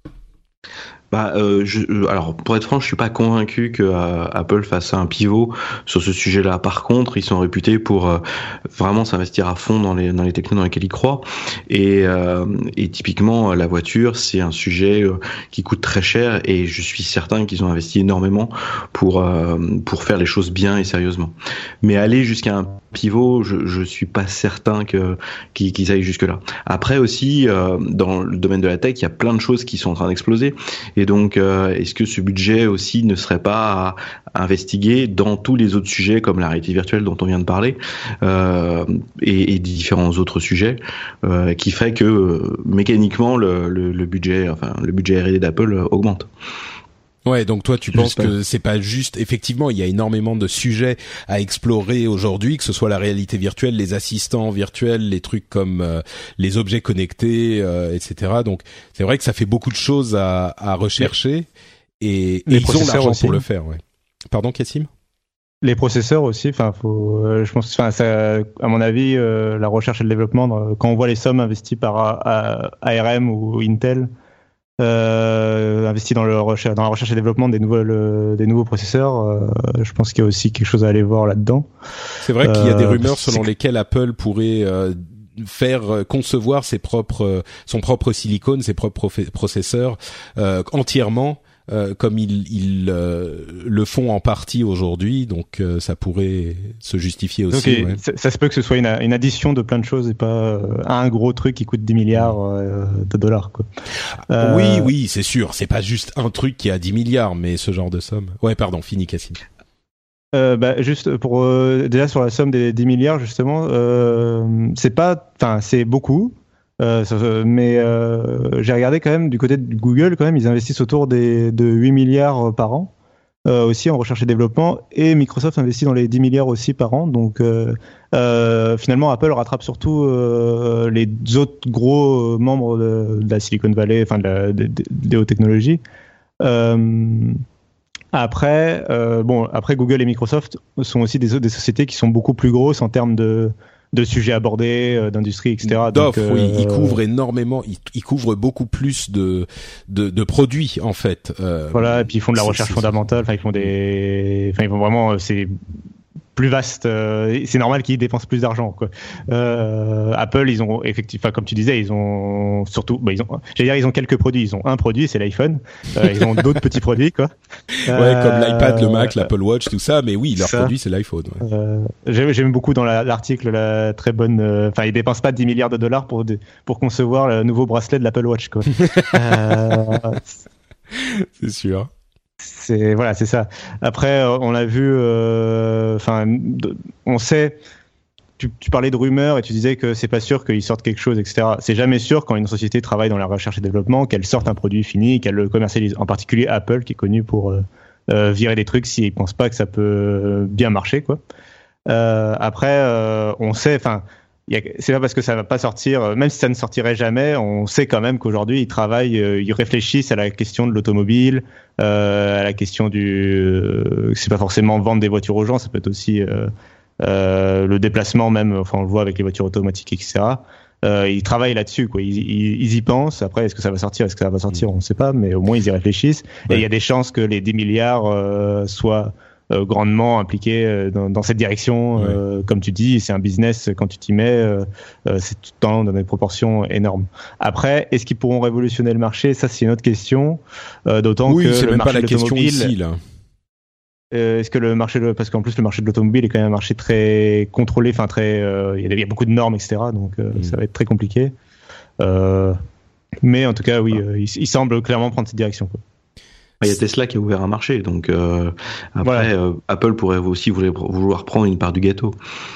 Bah, euh, je, alors pour être franc, je suis pas convaincu que euh, Apple fasse un pivot sur ce sujet-là. Par contre, ils sont réputés pour euh, vraiment s'investir à fond dans les dans les technos dans lesquels ils croient. Et, euh, et typiquement, la voiture, c'est un sujet euh, qui coûte très cher. Et je suis certain qu'ils ont investi énormément pour euh, pour faire les choses bien et sérieusement. Mais aller jusqu'à un pivot, je je suis pas certain que qu'ils, qu'ils aillent jusque là. Après aussi, euh, dans le domaine de la tech, il y a plein de choses qui sont en train d'exploser. Et donc, euh, est-ce que ce budget aussi ne serait pas à investiguer dans tous les autres sujets comme la réalité virtuelle dont on vient de parler, euh, et, et différents autres sujets, euh, qui ferait que euh, mécaniquement le, le, le budget, enfin le budget R et D d'Apple augmente. Ouais, donc toi tu penses que c'est pas juste, effectivement il y a énormément de sujets à explorer aujourd'hui, que ce soit la réalité virtuelle, les assistants virtuels, les trucs comme euh, les objets connectés, euh, et cetera. Donc c'est vrai que ça fait beaucoup de choses à, à rechercher, et, et ils ont l'argent aussi pour le faire. Ouais. Pardon, Kassim? Les processeurs aussi, enfin, faut, euh, je pense, enfin, ça, à mon avis, euh, la recherche et le développement, dans, quand on voit les sommes investies par A R M ou Intel, euh, investis dans, le recherche, dans la recherche et développement des nouveaux, le, des nouveaux processeurs, euh, je pense qu'il y a aussi quelque chose à aller voir là-dedans. C'est vrai qu'il y a des rumeurs selon lesquelles Apple pourrait euh, faire concevoir ses propres, son propre silicone, ses propres processeurs euh, entièrement euh, comme ils, ils euh, le font en partie aujourd'hui, donc euh, ça pourrait se justifier aussi. Okay. Ouais. Ça, ça se peut que ce soit une, une addition de plein de choses et pas euh, un gros truc qui coûte dix milliards euh, de dollars, quoi. Euh... Oui, oui, c'est sûr. C'est pas juste un truc qui a dix milliards, mais ce genre de somme. Ouais, pardon, fini, Cassim. Euh, bah, juste pour euh, déjà sur la somme des dix milliards justement, euh, c'est pas, enfin c'est beaucoup, euh, ça, mais euh, j'ai regardé quand même du côté de Google, quand même ils investissent autour des de huit milliards par an euh, aussi en recherche et développement, et Microsoft investit dans les dix milliards aussi par an, donc euh, euh, finalement Apple rattrape surtout euh, les autres gros membres de, de la Silicon Valley, enfin de la, de, de, des hautes technologies. Euh, Après, euh, bon, après Google et Microsoft sont aussi des, des sociétés qui sont beaucoup plus grosses en termes de, de sujets abordés, euh, d'industrie, et cetera. D'offres, euh, oui, ils couvrent énormément, ils, ils couvrent beaucoup plus de, de, de produits en fait. Euh, voilà, et puis ils font de la recherche c'est, fondamentale. Enfin, ils font des, enfin, ils font vraiment, c'est plus vaste. Euh, c'est normal qu'ils dépensent plus d'argent, quoi. Euh, Apple, ils ont effectivement, comme tu disais, ils ont surtout, bah, ils ont, j'allais dire, ils ont quelques produits. Ils ont un produit, c'est l'iPhone. Euh, ils ont d'autres petits produits, quoi. Ouais, euh, comme l'iPad, le Mac, l'Apple Watch, tout ça. Mais oui, leur ça. produit, c'est l'iPhone. Ouais. Euh, j'aime, j'aime beaucoup dans la, l'article la très bonne. Enfin, euh, ils dépensent pas dix milliards de dollars pour de, pour concevoir le nouveau bracelet de l'Apple Watch, quoi. euh, c'est sûr. C'est voilà, c'est ça. Après, on l'a vu. Enfin, euh, on sait. Tu, tu parlais de rumeurs et tu disais que c'est pas sûr qu'ils sortent quelque chose, et cetera. C'est jamais sûr quand une société travaille dans la recherche et développement qu'elle sorte un produit fini, qu'elle le commercialise. En particulier Apple, qui est connu pour euh, euh, virer des trucs s'ils pensent pas que ça peut bien marcher, quoi. Euh, après, euh, on sait. Enfin. Y a, c'est pas parce que ça va pas sortir, même si ça ne sortirait jamais, on sait quand même qu'aujourd'hui ils travaillent, euh, ils réfléchissent à la question de l'automobile, euh, à la question du, euh, c'est pas forcément vendre des voitures aux gens, ça peut être aussi euh, euh, le déplacement même, enfin on le voit avec les voitures automatiques, et cetera. Euh, ils travaillent là-dessus, quoi. Ils, ils, ils y pensent. Après, est-ce que ça va sortir, est-ce que ça va sortir, on ne sait pas, mais au moins ils y réfléchissent. Ouais. Et il y a des chances que les dix milliards euh, soient Euh, grandement impliqué euh, dans, dans cette direction. Ouais. Euh, comme tu dis, c'est un business, quand tu t'y mets, euh, euh, c'est tout le temps dans des proportions énormes. Après, est-ce qu'ils pourront révolutionner le marché ? Ça, c'est une autre question. Euh, d'autant oui, que c'est le même marché pas la de question l'automobile... ici, là. Euh, est-ce que le marché de... Parce qu'en plus, le marché de l'automobile est quand même un marché très contrôlé, enfin très... Euh, il y a beaucoup de normes, et cetera. Donc, euh, mmh. ça va être très compliqué. Euh, mais en tout cas, oui, euh, il, il semble clairement prendre cette direction, quoi. Il y a Tesla qui a ouvert un marché, donc euh, après voilà. euh, Apple pourrait aussi vouloir prendre une part du gâteau.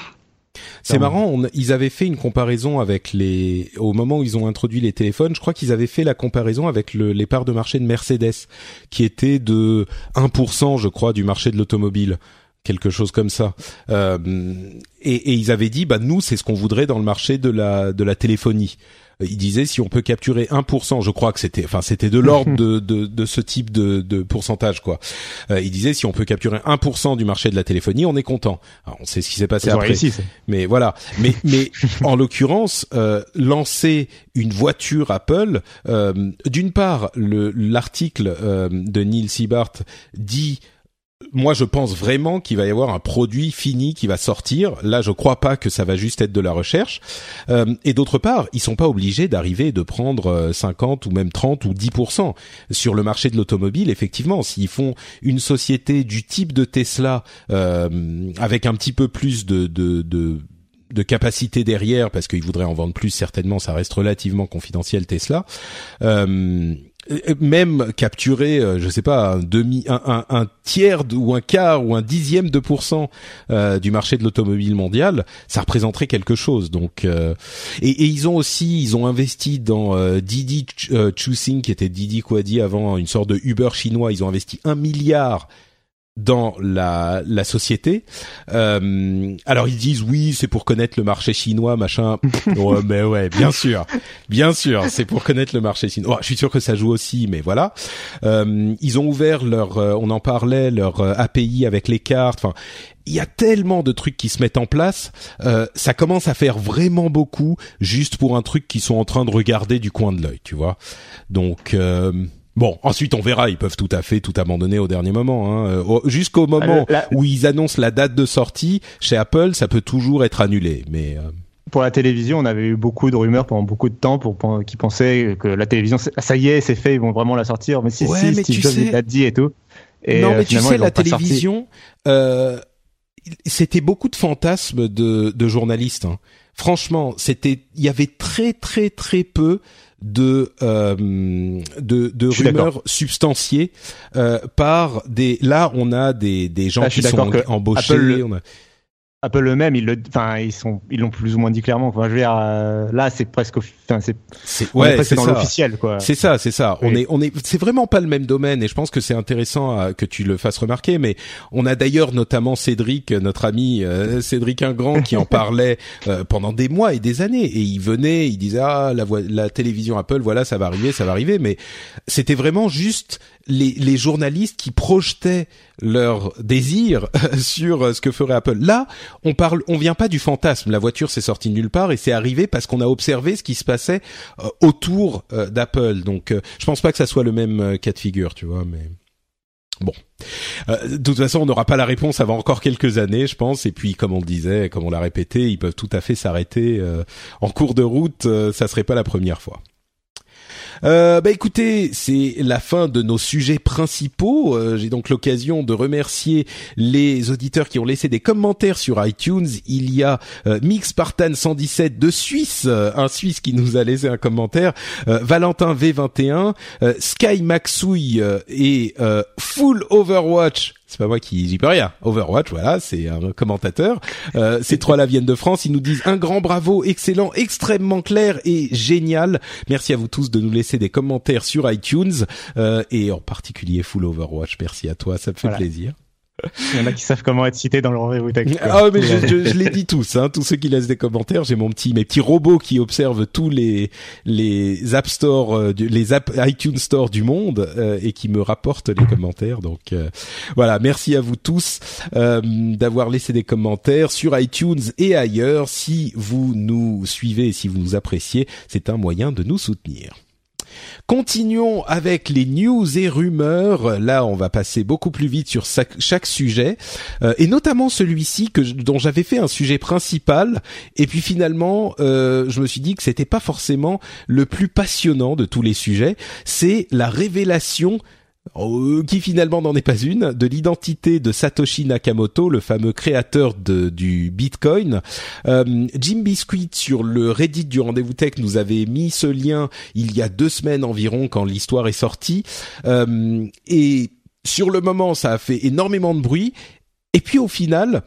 C'est marrant, on, ils avaient fait une comparaison avec les, au moment où ils ont introduit les téléphones, je crois qu'ils avaient fait la comparaison avec le, les parts de marché de Mercedes, qui étaient de un pour cent, je crois, du marché de l'automobile. Quelque chose comme ça. Euh, et, et ils avaient dit, bah nous, c'est ce qu'on voudrait dans le marché de la de la téléphonie. Ils disaient si on peut capturer un pour cent, je crois que c'était, enfin c'était de l'ordre de, de de ce type de, de pourcentage, quoi. Euh, ils disaient si on peut capturer un pour cent du marché de la téléphonie, on est content. Alors, on sait ce qui s'est passé après. Réussi, mais voilà. Mais mais en l'occurrence, euh, lancer une voiture Apple, euh, d'une part, le l'article euh, de Neil Seibart dit. Moi, je pense vraiment qu'il va y avoir un produit fini qui va sortir. Là, je crois pas que ça va juste être de la recherche. Euh, et d'autre part, ils sont pas obligés d'arriver et de prendre cinquante ou même trente ou dix pour cent sur le marché de l'automobile. Effectivement, s'ils font une société du type de Tesla euh, avec un petit peu plus de de, de de capacité derrière, parce qu'ils voudraient en vendre plus, certainement, ça reste relativement confidentiel Tesla. Euh, même capturer, je sais pas, un demi, un, un, un tiers de, ou un quart ou un dixième de pourcent euh, du marché de l'automobile mondial, ça représenterait quelque chose. Donc, euh, et, et ils ont aussi, ils ont investi dans euh, Didi euh, Chuxing, qui était Didi Kuadi avant, une sorte de Uber chinois. Ils ont investi un milliard dans la la société. Euh, alors ils disent oui, c'est pour connaître le marché chinois, machin. Ouais, mais ouais, bien sûr, bien sûr, c'est pour connaître le marché chinois. Oh, je suis sûr que ça joue aussi, mais voilà. Euh, ils ont ouvert leur, euh, on en parlait, leur euh, A P I avec les cartes. Enfin, il y a tellement de trucs qui se mettent en place. Euh, ça commence à faire vraiment beaucoup, juste pour un truc qu'ils sont en train de regarder du coin de l'œil, tu vois. Donc euh, Bon, ensuite on verra, ils peuvent tout à fait tout abandonner au dernier moment, hein. Jusqu'au moment la... où ils annoncent la date de sortie, chez Apple, ça peut toujours être annulé, mais... Euh... pour la télévision, on avait eu beaucoup de rumeurs pendant beaucoup de temps pour, pour qui pensaient que la télévision, ça y est, c'est fait, ils vont vraiment la sortir. Mais si, ouais, si, mais Steve tu Jobs sais... l'a dit et tout. Et non, euh, mais tu sais, la télévision, euh, c'était beaucoup de fantasmes de, de journalistes. Hein. Franchement, c'était, il y avait très très très peu de euh, de, de rumeurs d'accord. substantiées euh, par des. Là, on a des des gens ah, qui sont embauchés. Apple, on a... Apple eux-mêmes, ils le, enfin, ils sont, ils l'ont plus ou moins dit clairement. Enfin, je veux dire, euh, là, c'est presque, enfin, c'est, c'est, ouais, presque c'est dans ça. l'officiel, quoi. C'est ça, c'est ça. Oui. On est, on est, c'est vraiment pas le même domaine, et je pense que c'est intéressant à, que tu le fasses remarquer. Mais on a d'ailleurs notamment Cédric, notre ami euh, Cédric Ingrand, qui en parlait euh, pendant des mois et des années. Et il venait, il disait ah la, vo- la télévision Apple, voilà, ça va arriver, ça va arriver. Mais c'était vraiment juste les, les journalistes qui projetaient leur désir sur ce que ferait Apple. Là, on parle, on vient pas du fantasme. La voiture s'est sortie de nulle part et c'est arrivé parce qu'on a observé ce qui se passait euh, autour euh, d'Apple. Donc, euh, je pense pas que ça soit le même euh, cas de figure, tu vois, mais bon. Euh, de toute façon, on n'aura pas la réponse avant encore quelques années, je pense. Et puis, comme on le disait, comme on l'a répété, ils peuvent tout à fait s'arrêter euh, en cours de route. Euh, ça serait pas la première fois. Euh, bah écoutez, c'est la fin de nos sujets principaux. Euh, j'ai donc l'occasion de remercier les auditeurs qui ont laissé des commentaires sur iTunes. Il y a euh, Mix Spartan cent dix-sept de Suisse, euh, un Suisse qui nous a laissé un commentaire, euh, Valentin V vingt et un, euh, Sky Maxouille euh, et euh, Full Overwatch. C'est pas moi qui j'y peux rien. Overwatch, voilà, c'est un commentateur. Euh, ces trois-là viennent de France. Ils nous disent un grand bravo, excellent, extrêmement clair et génial. Merci à vous tous de nous laisser des commentaires sur iTunes euh, et en particulier Full Overwatch. Merci à toi, ça me fait voilà. plaisir. Il y en a qui savent comment être cités dans le rendez-vous tech. Ah mais je, je, je l'ai dit tous, hein, tous ceux qui laissent des commentaires. J'ai mon petit, mes petits robots qui observent tous les les App Store, euh, les app iTunes Store du monde euh, et qui me rapportent les commentaires. Donc euh, voilà, merci à vous tous euh, d'avoir laissé des commentaires sur iTunes et ailleurs. Si vous nous suivez et si vous nous appréciez, c'est un moyen de nous soutenir. Continuons avec les news et rumeurs. Là, on va passer beaucoup plus vite sur chaque sujet, euh, et notamment celui-ci que dont j'avais fait un sujet principal. Et puis finalement, euh, je me suis dit que c'était pas forcément le plus passionnant de tous les sujets. C'est la révélation, Euh, qui finalement n'en est pas une, de l'identité de Satoshi Nakamoto, le fameux créateur de, du Bitcoin. Euh, Jim Biscuit sur le Reddit du Rendez-vous Tech nous avait mis ce lien il y a deux semaines environ quand l'histoire est sortie. Euh, et sur le moment, ça a fait énormément de bruit. Et puis au final,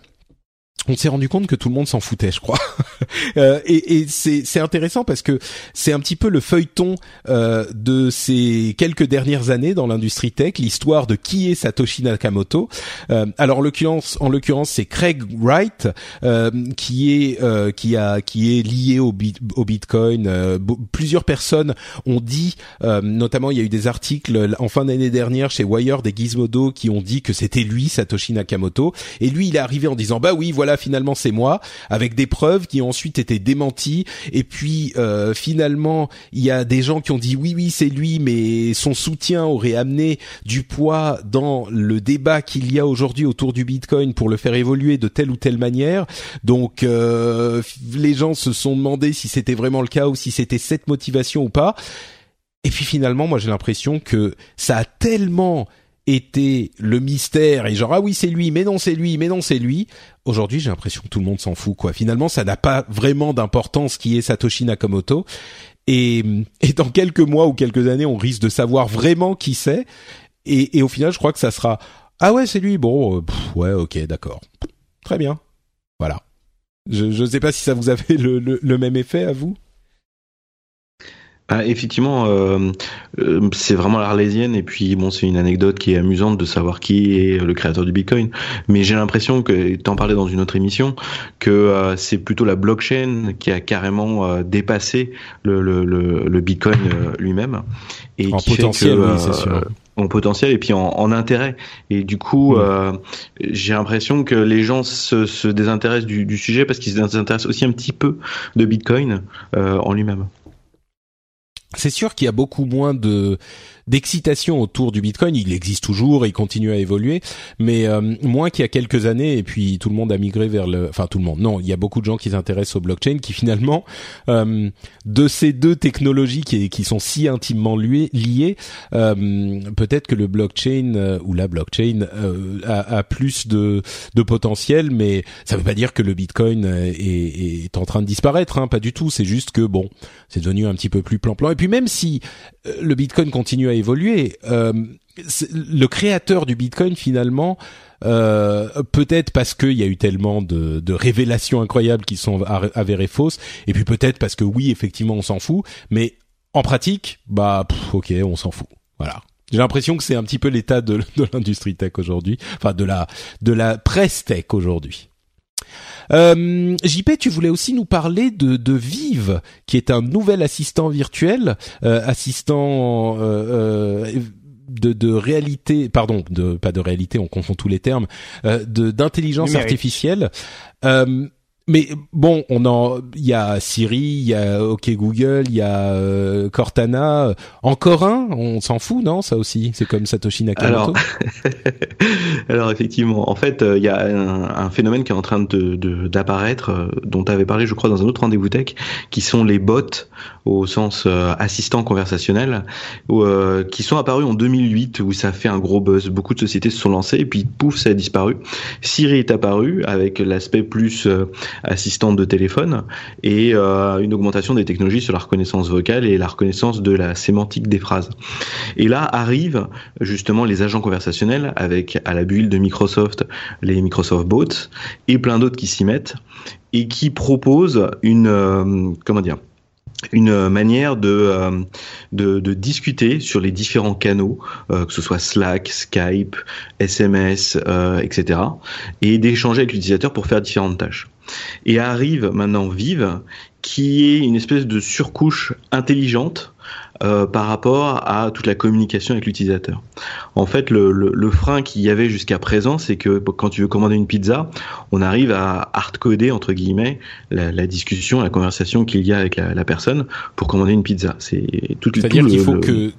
on s'est rendu compte que tout le monde s'en foutait, je crois. euh, et, et c'est, c'est intéressant parce que c'est un petit peu le feuilleton euh, de ces quelques dernières années dans l'industrie tech, l'histoire de qui est Satoshi Nakamoto. Euh, alors en l'occurrence, en l'occurrence, c'est Craig Wright euh, qui est euh, qui a qui est lié au, bit, au Bitcoin. Euh, b- plusieurs personnes ont dit, euh, notamment il y a eu des articles en fin d'année dernière chez Wired et Gizmodo qui ont dit que c'était lui, Satoshi Nakamoto. Et lui, il est arrivé en disant bah oui, voilà. Finalement c'est moi, avec des preuves qui ont ensuite été démenties. Et puis euh, finalement il y a des gens qui ont dit oui oui c'est lui, mais son soutien aurait amené du poids dans le débat qu'il y a aujourd'hui autour du Bitcoin pour le faire évoluer de telle ou telle manière. Donc euh, les gens se sont demandé si c'était vraiment le cas ou si c'était cette motivation ou pas. Et puis finalement moi j'ai l'impression que ça a tellement était le mystère et genre ah oui c'est lui mais non c'est lui mais non c'est lui. Aujourd'hui j'ai l'impression que tout le monde s'en fout quoi. Finalement ça n'a pas vraiment d'importance qui est Satoshi Nakamoto et, et dans quelques mois ou quelques années on risque de savoir vraiment qui c'est et, et au final je crois que ça sera ah ouais c'est lui bon euh, pff, ouais ok d'accord très bien voilà. Je je sais pas si ça vous avait le, le, le même effet à vous. Ah, effectivement, euh, euh, c'est vraiment l'Arlésienne et puis bon, c'est une anecdote qui est amusante de savoir qui est le créateur du Bitcoin. Mais j'ai l'impression que, t'en parlais dans une autre émission, que euh, c'est plutôt la blockchain qui a carrément euh, dépassé le, le, le, le Bitcoin euh, lui-même et en qui potentiel, fait que, oui, c'est sûr. Euh, en potentiel et puis en, en intérêt. Et du coup, mmh. euh, j'ai l'impression que les gens se, se désintéressent du, du sujet parce qu'ils se désintéressent aussi un petit peu de Bitcoin euh, en lui-même. C'est sûr qu'il y a beaucoup moins de d'excitation autour du Bitcoin. Il existe toujours, il continue à évoluer, mais euh, moins qu'il y a quelques années. Et puis tout le monde a migré vers le, enfin tout le monde. Non, il y a beaucoup de gens qui s'intéressent au blockchain, qui finalement, euh, de ces deux technologies qui, qui sont si intimement liées, liées euh, peut-être que le blockchain euh, ou la blockchain euh, a, a plus de, de potentiel, mais ça veut pas dire que le Bitcoin est, est en train de disparaître, hein, pas du tout. C'est juste que bon, c'est devenu un petit peu plus plan-plan. Et puis même si euh, le Bitcoin continue à évoluer, euh, le créateur du Bitcoin finalement, euh, peut-être parce qu'il y a eu tellement de, de révélations incroyables qui sont avérées fausses, et puis peut-être parce que oui, effectivement, on s'en fout, mais en pratique, bah, pff, ok, on s'en fout. Voilà. J'ai l'impression que c'est un petit peu l'état de, de l'industrie tech aujourd'hui, enfin de la de la presse tech aujourd'hui. Euh, J P, tu voulais aussi nous parler de, de Vive, qui est un nouvel assistant virtuel, euh, assistant euh, euh, de, de réalité, pardon, de pas de réalité, on confond tous les termes, euh, de d'intelligence numérique artificielle. Euh, Mais bon, on en, il y a Siri, il y a OK Google, il y a euh, Cortana, encore un, on s'en fout, non? Ça aussi, c'est comme Satoshi Nakamoto. Alors, alors effectivement, en fait, il euh, y a un, un phénomène qui est en train de, de d'apparaître, euh, dont tu avais parlé, je crois, dans un autre rendez-vous tech, qui sont les bots au sens euh, assistant conversationnel, où, euh, qui sont apparus en deux mille huit, où ça a fait un gros buzz. Beaucoup de sociétés se sont lancées, et puis pouf, ça a disparu. Siri est apparu avec l'aspect plus euh, assistante de téléphone et euh, une augmentation des technologies sur la reconnaissance vocale et la reconnaissance de la sémantique des phrases. Et là arrivent justement les agents conversationnels avec à la bulle de Microsoft les Microsoft Bots et plein d'autres qui s'y mettent et qui proposent une euh, comment dire une manière de, euh, de de discuter sur les différents canaux, euh, que ce soit Slack, Skype, S M S, euh, et cetera, et d'échanger avec l'utilisateur pour faire différentes tâches. Et arrive maintenant Vive, qui est une espèce de surcouche intelligente euh, par rapport à toute la communication avec l'utilisateur. En fait, le, le, le frein qu'il y avait jusqu'à présent, c'est que quand tu veux commander une pizza, on arrive à hardcoder, entre guillemets, la, la discussion, la conversation qu'il y a avec la, la personne pour commander une pizza. C'est tout, C'est-à-dire tout qu'il le, faut le... que...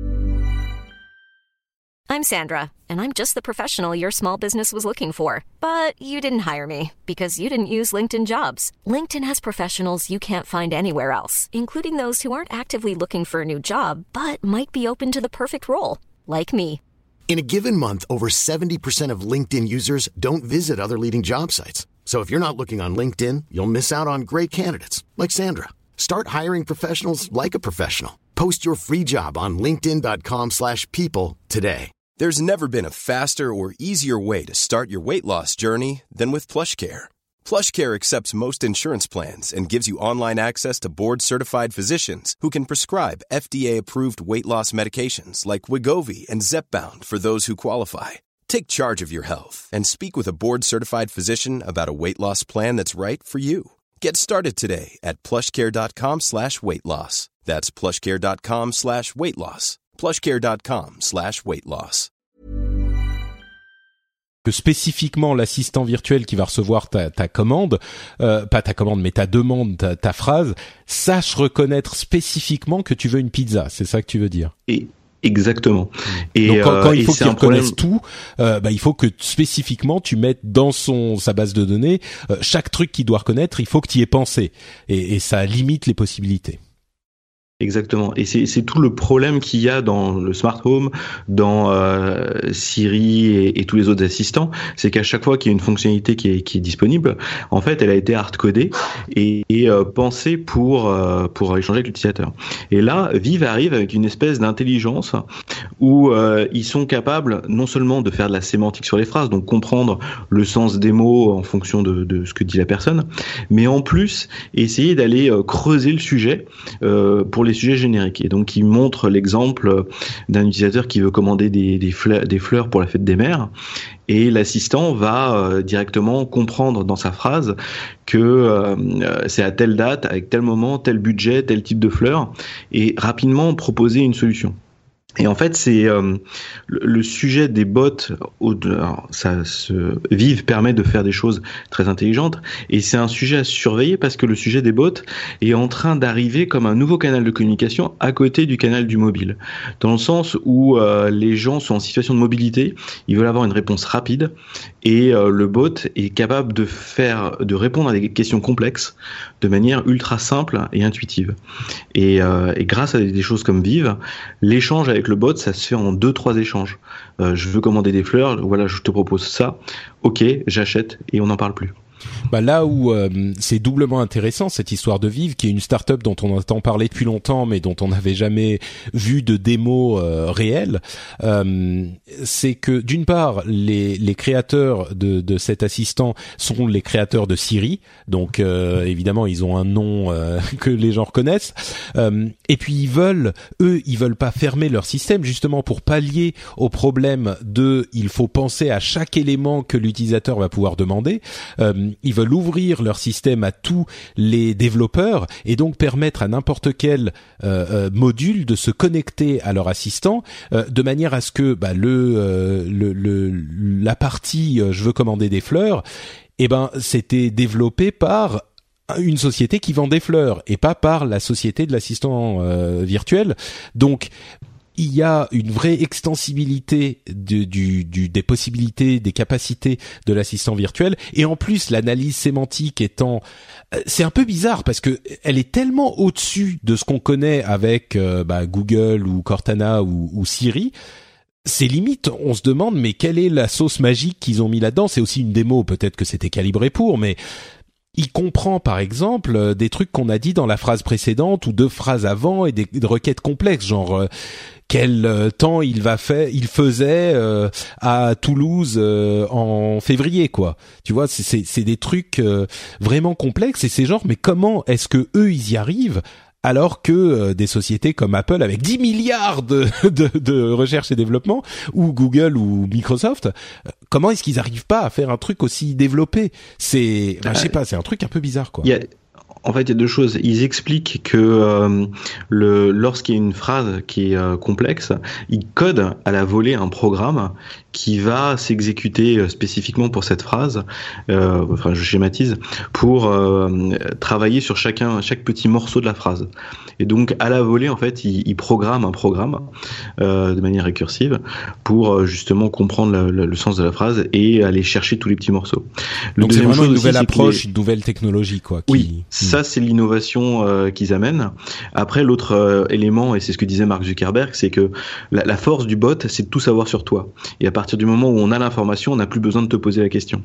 I'm Sandra, and I'm just the professional your small business was looking for. But you didn't hire me, because you didn't use LinkedIn Jobs. LinkedIn has professionals you can't find anywhere else, including those who aren't actively looking for a new job, but might be open to the perfect role, like me. In a given month, over seventy percent of LinkedIn users don't visit other leading job sites. So if you're not looking on LinkedIn, you'll miss out on great candidates, like Sandra. Start hiring professionals like a professional. Post your free job on linkedin.com slash people today. There's never been a faster or easier way to start your weight loss journey than with PlushCare. PlushCare accepts most insurance plans and gives you online access to board-certified physicians who can prescribe F D A-approved weight loss medications like Wegovy and Zepbound for those who qualify. Take charge of your health and speak with a board-certified physician about a weight loss plan that's right for you. Get started today at plushcare.com slash weight loss. That's plushcare.com slash weight loss. plushcare.com slash weight loss. Que spécifiquement l'assistant virtuel qui va recevoir ta, ta commande, euh, pas ta commande mais ta demande, ta, ta phrase, sache reconnaître spécifiquement que tu veux une pizza. C'est ça que tu veux dire? Et exactement. Et donc quand, quand euh, il faut qu'il reconnaisse problème... tout, euh, bah, il faut que spécifiquement tu mettes dans son sa base de données euh, chaque truc qu'il doit reconnaître. Il faut que tu y aies pensé et, et ça limite les possibilités. Exactement, et c'est c'est tout le problème qu'il y a dans le smart home, dans euh, Siri et, et tous les autres assistants, c'est qu'à chaque fois qu'il y a une fonctionnalité qui est qui est disponible, en fait, elle a été hardcodée et, et euh, pensée pour euh, pour échanger avec l'utilisateur. Et là, Vive arrive avec une espèce d'intelligence où euh, ils sont capables non seulement de faire de la sémantique sur les phrases, donc comprendre le sens des mots en fonction de de ce que dit la personne, mais en plus essayer d'aller euh, creuser le sujet euh, pour les les sujets génériques. Et donc, il montre l'exemple d'un utilisateur qui veut commander des, des, fleurs, des fleurs pour la fête des mères. Et l'assistant va euh, directement comprendre dans sa phrase que euh, c'est à telle date, avec tel moment, tel budget, tel type de fleurs, et rapidement proposer une solution. Et en fait, c'est euh, le, le sujet des bots. Au, alors, ça se Vive permet de faire des choses très intelligentes, et c'est un sujet à surveiller parce que le sujet des bots est en train d'arriver comme un nouveau canal de communication à côté du canal du mobile, dans le sens où euh, les gens sont en situation de mobilité, ils veulent avoir une réponse rapide, et euh, le bot est capable de faire, de répondre à des questions complexes de manière ultra simple et intuitive. Et, euh, et grâce à des choses comme Vive, l'échange avec le bot, ça se fait en deux, trois échanges. Euh, je veux commander des fleurs, voilà, je te propose ça. Ok, j'achète, et on n'en parle plus. Bah là où euh, c'est doublement intéressant cette histoire de Vive, qui est une start-up dont on entend parler depuis longtemps, mais dont on n'avait jamais vu de démo euh, réelle, euh, c'est que d'une part les les créateurs de de cet assistant sont les créateurs de Siri, donc euh, évidemment ils ont un nom euh, que les gens reconnaissent, euh, et puis ils veulent eux ils veulent pas fermer leur système justement pour pallier au problème de il faut penser à chaque élément que l'utilisateur va pouvoir demander. Euh, Ils veulent ouvrir leur système à tous les développeurs et donc permettre à n'importe quel euh, euh, module de se connecter à leur assistant euh, de manière à ce que bah, le, euh, le, le la partie euh, je veux commander des fleurs, eh ben c'était développé par une société qui vend des fleurs et pas par la société de l'assistant euh, virtuel. Donc il y a une vraie extensibilité de, du, du, des possibilités, des capacités de l'assistant virtuel, et en plus l'analyse sémantique étant, c'est un peu bizarre parce que elle est tellement au-dessus de ce qu'on connaît avec euh, bah, Google ou Cortana ou, ou Siri. C'est limite, on se demande mais quelle est la sauce magique qu'ils ont mis là-dedans. C'est aussi une démo, peut-être que c'était calibré pour, mais il comprend par exemple des trucs qu'on a dit dans la phrase précédente ou deux phrases avant, et des, des requêtes complexes genre euh, quel euh, temps il va faire, il faisait euh, à Toulouse euh, en février, quoi. Tu vois, c'est c'est, c'est des trucs euh, vraiment complexes, et c'est genre mais comment est-ce que eux ils y arrivent alors que euh, des sociétés comme Apple avec dix milliards de, de, de recherche et développement, ou Google ou Microsoft, euh, comment est-ce qu'ils arrivent pas à faire un truc aussi développé? C'est, ben, je sais pas, c'est un truc un peu bizarre, quoi. Yeah. En fait, il y a deux choses. Ils expliquent que euh, le, lorsqu'il y a une phrase qui est euh, complexe, ils codent à la volée un programme qui va s'exécuter spécifiquement pour cette phrase, euh, enfin je schématise, pour euh, travailler sur chacun, chaque petit morceau de la phrase. Et donc à la volée, en fait, il, il programme un programme euh, de manière récursive pour justement comprendre la, la, le sens de la phrase et aller chercher tous les petits morceaux. Le donc c'est vraiment une nouvelle aussi, approche, les... une nouvelle technologie, quoi. Qui... Oui, ça c'est l'innovation euh, qu'ils amènent. Après l'autre euh, élément, et c'est ce que disait Mark Zuckerberg, c'est que la, la force du bot, c'est de tout savoir sur toi. Et à partir du moment où on a l'information, on n'a plus besoin de te poser la question.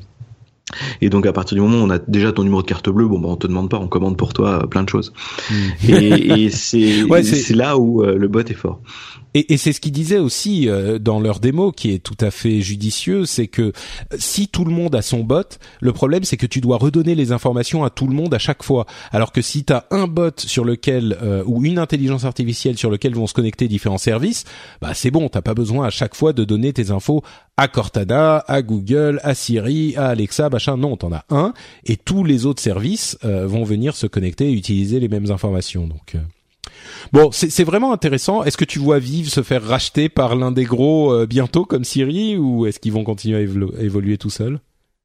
Et donc à partir du moment où on a déjà ton numéro de carte bleue, bon bah on te demande pas, on commande pour toi plein de choses. Mmh. Et, et c'est, ouais, c'est c'est là où euh, le bot est fort. Et, et c'est ce qu'ils disaient aussi euh, dans leur démo, qui est tout à fait judicieux, c'est que si tout le monde a son bot, le problème c'est que tu dois redonner les informations à tout le monde à chaque fois. Alors que si tu as un bot sur lequel euh, ou une intelligence artificielle sur lequel vont se connecter différents services, bah c'est bon, t'as pas besoin à chaque fois de donner tes infos à Cortana, à Google, à Siri, à Alexa, machin. Non, t'en as un, et tous les autres services euh, vont venir se connecter et utiliser les mêmes informations. Donc euh... bon, c'est, c'est vraiment intéressant. Est-ce que tu vois Vive se faire racheter par l'un des gros euh, bientôt comme Siri, ou est-ce qu'ils vont continuer à évolu- évoluer tout seuls?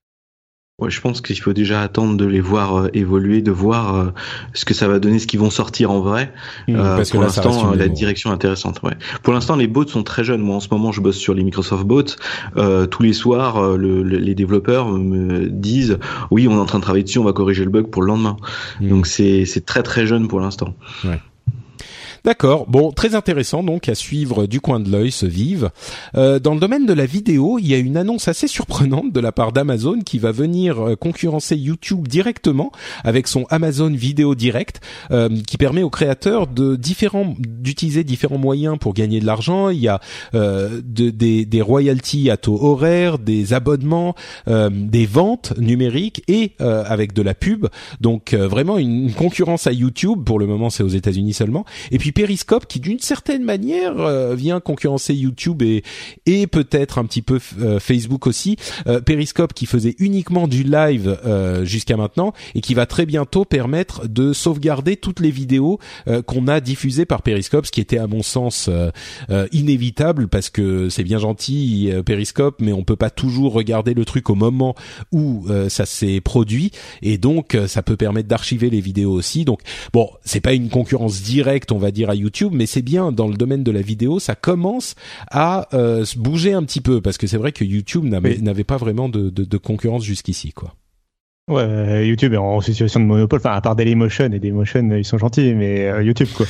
Ouais, je pense qu'il faut déjà attendre de les voir euh, évoluer, de voir euh, ce que ça va donner, ce qu'ils vont sortir en vrai. Mmh, euh, parce pour que là, l'instant, la direction est intéressante. Ouais. Pour l'instant, les bots sont très jeunes. Moi, en ce moment, je bosse sur les Microsoft Bots. Euh, tous les soirs, euh, le, le, les développeurs me disent « Oui, on est en train de travailler dessus, on va corriger le bug pour le lendemain. Mmh. » Donc, c'est, c'est très très jeune pour l'instant. Ouais. D'accord, bon, très intéressant donc à suivre du coin de l'œil ce Vive. Euh, dans le domaine de la vidéo, il y a une annonce assez surprenante de la part d'Amazon qui va venir euh, concurrencer YouTube directement avec son Amazon Vidéo Direct, euh, qui permet aux créateurs de différents d'utiliser différents moyens pour gagner de l'argent. Il y a euh, de, des, des royalties à taux horaire, des abonnements, euh, des ventes numériques et euh, avec de la pub. Donc euh, vraiment une, une concurrence à YouTube. Pour le moment, c'est aux États-Unis seulement. Et puis puis Periscope qui d'une certaine manière euh, vient concurrencer YouTube et et peut-être un petit peu euh, Facebook aussi. Euh, Periscope qui faisait uniquement du live euh, jusqu'à maintenant et qui va très bientôt permettre de sauvegarder toutes les vidéos euh, qu'on a diffusées par Periscope, ce qui était à mon sens euh, euh, inévitable parce que c'est bien gentil euh, Periscope, mais on peut pas toujours regarder le truc au moment où euh, ça s'est produit et donc euh, ça peut permettre d'archiver les vidéos aussi. Donc bon, c'est pas une concurrence directe on va dire à YouTube, mais c'est bien dans le domaine de la vidéo, ça commence à euh, se bouger un petit peu parce que c'est vrai que YouTube n'avait, oui. n'avait pas vraiment de, de, de concurrence jusqu'ici quoi. Ouais, YouTube est en situation de monopole. Enfin, à part Dailymotion et Dailymotion, ils sont gentils, mais euh, YouTube quoi.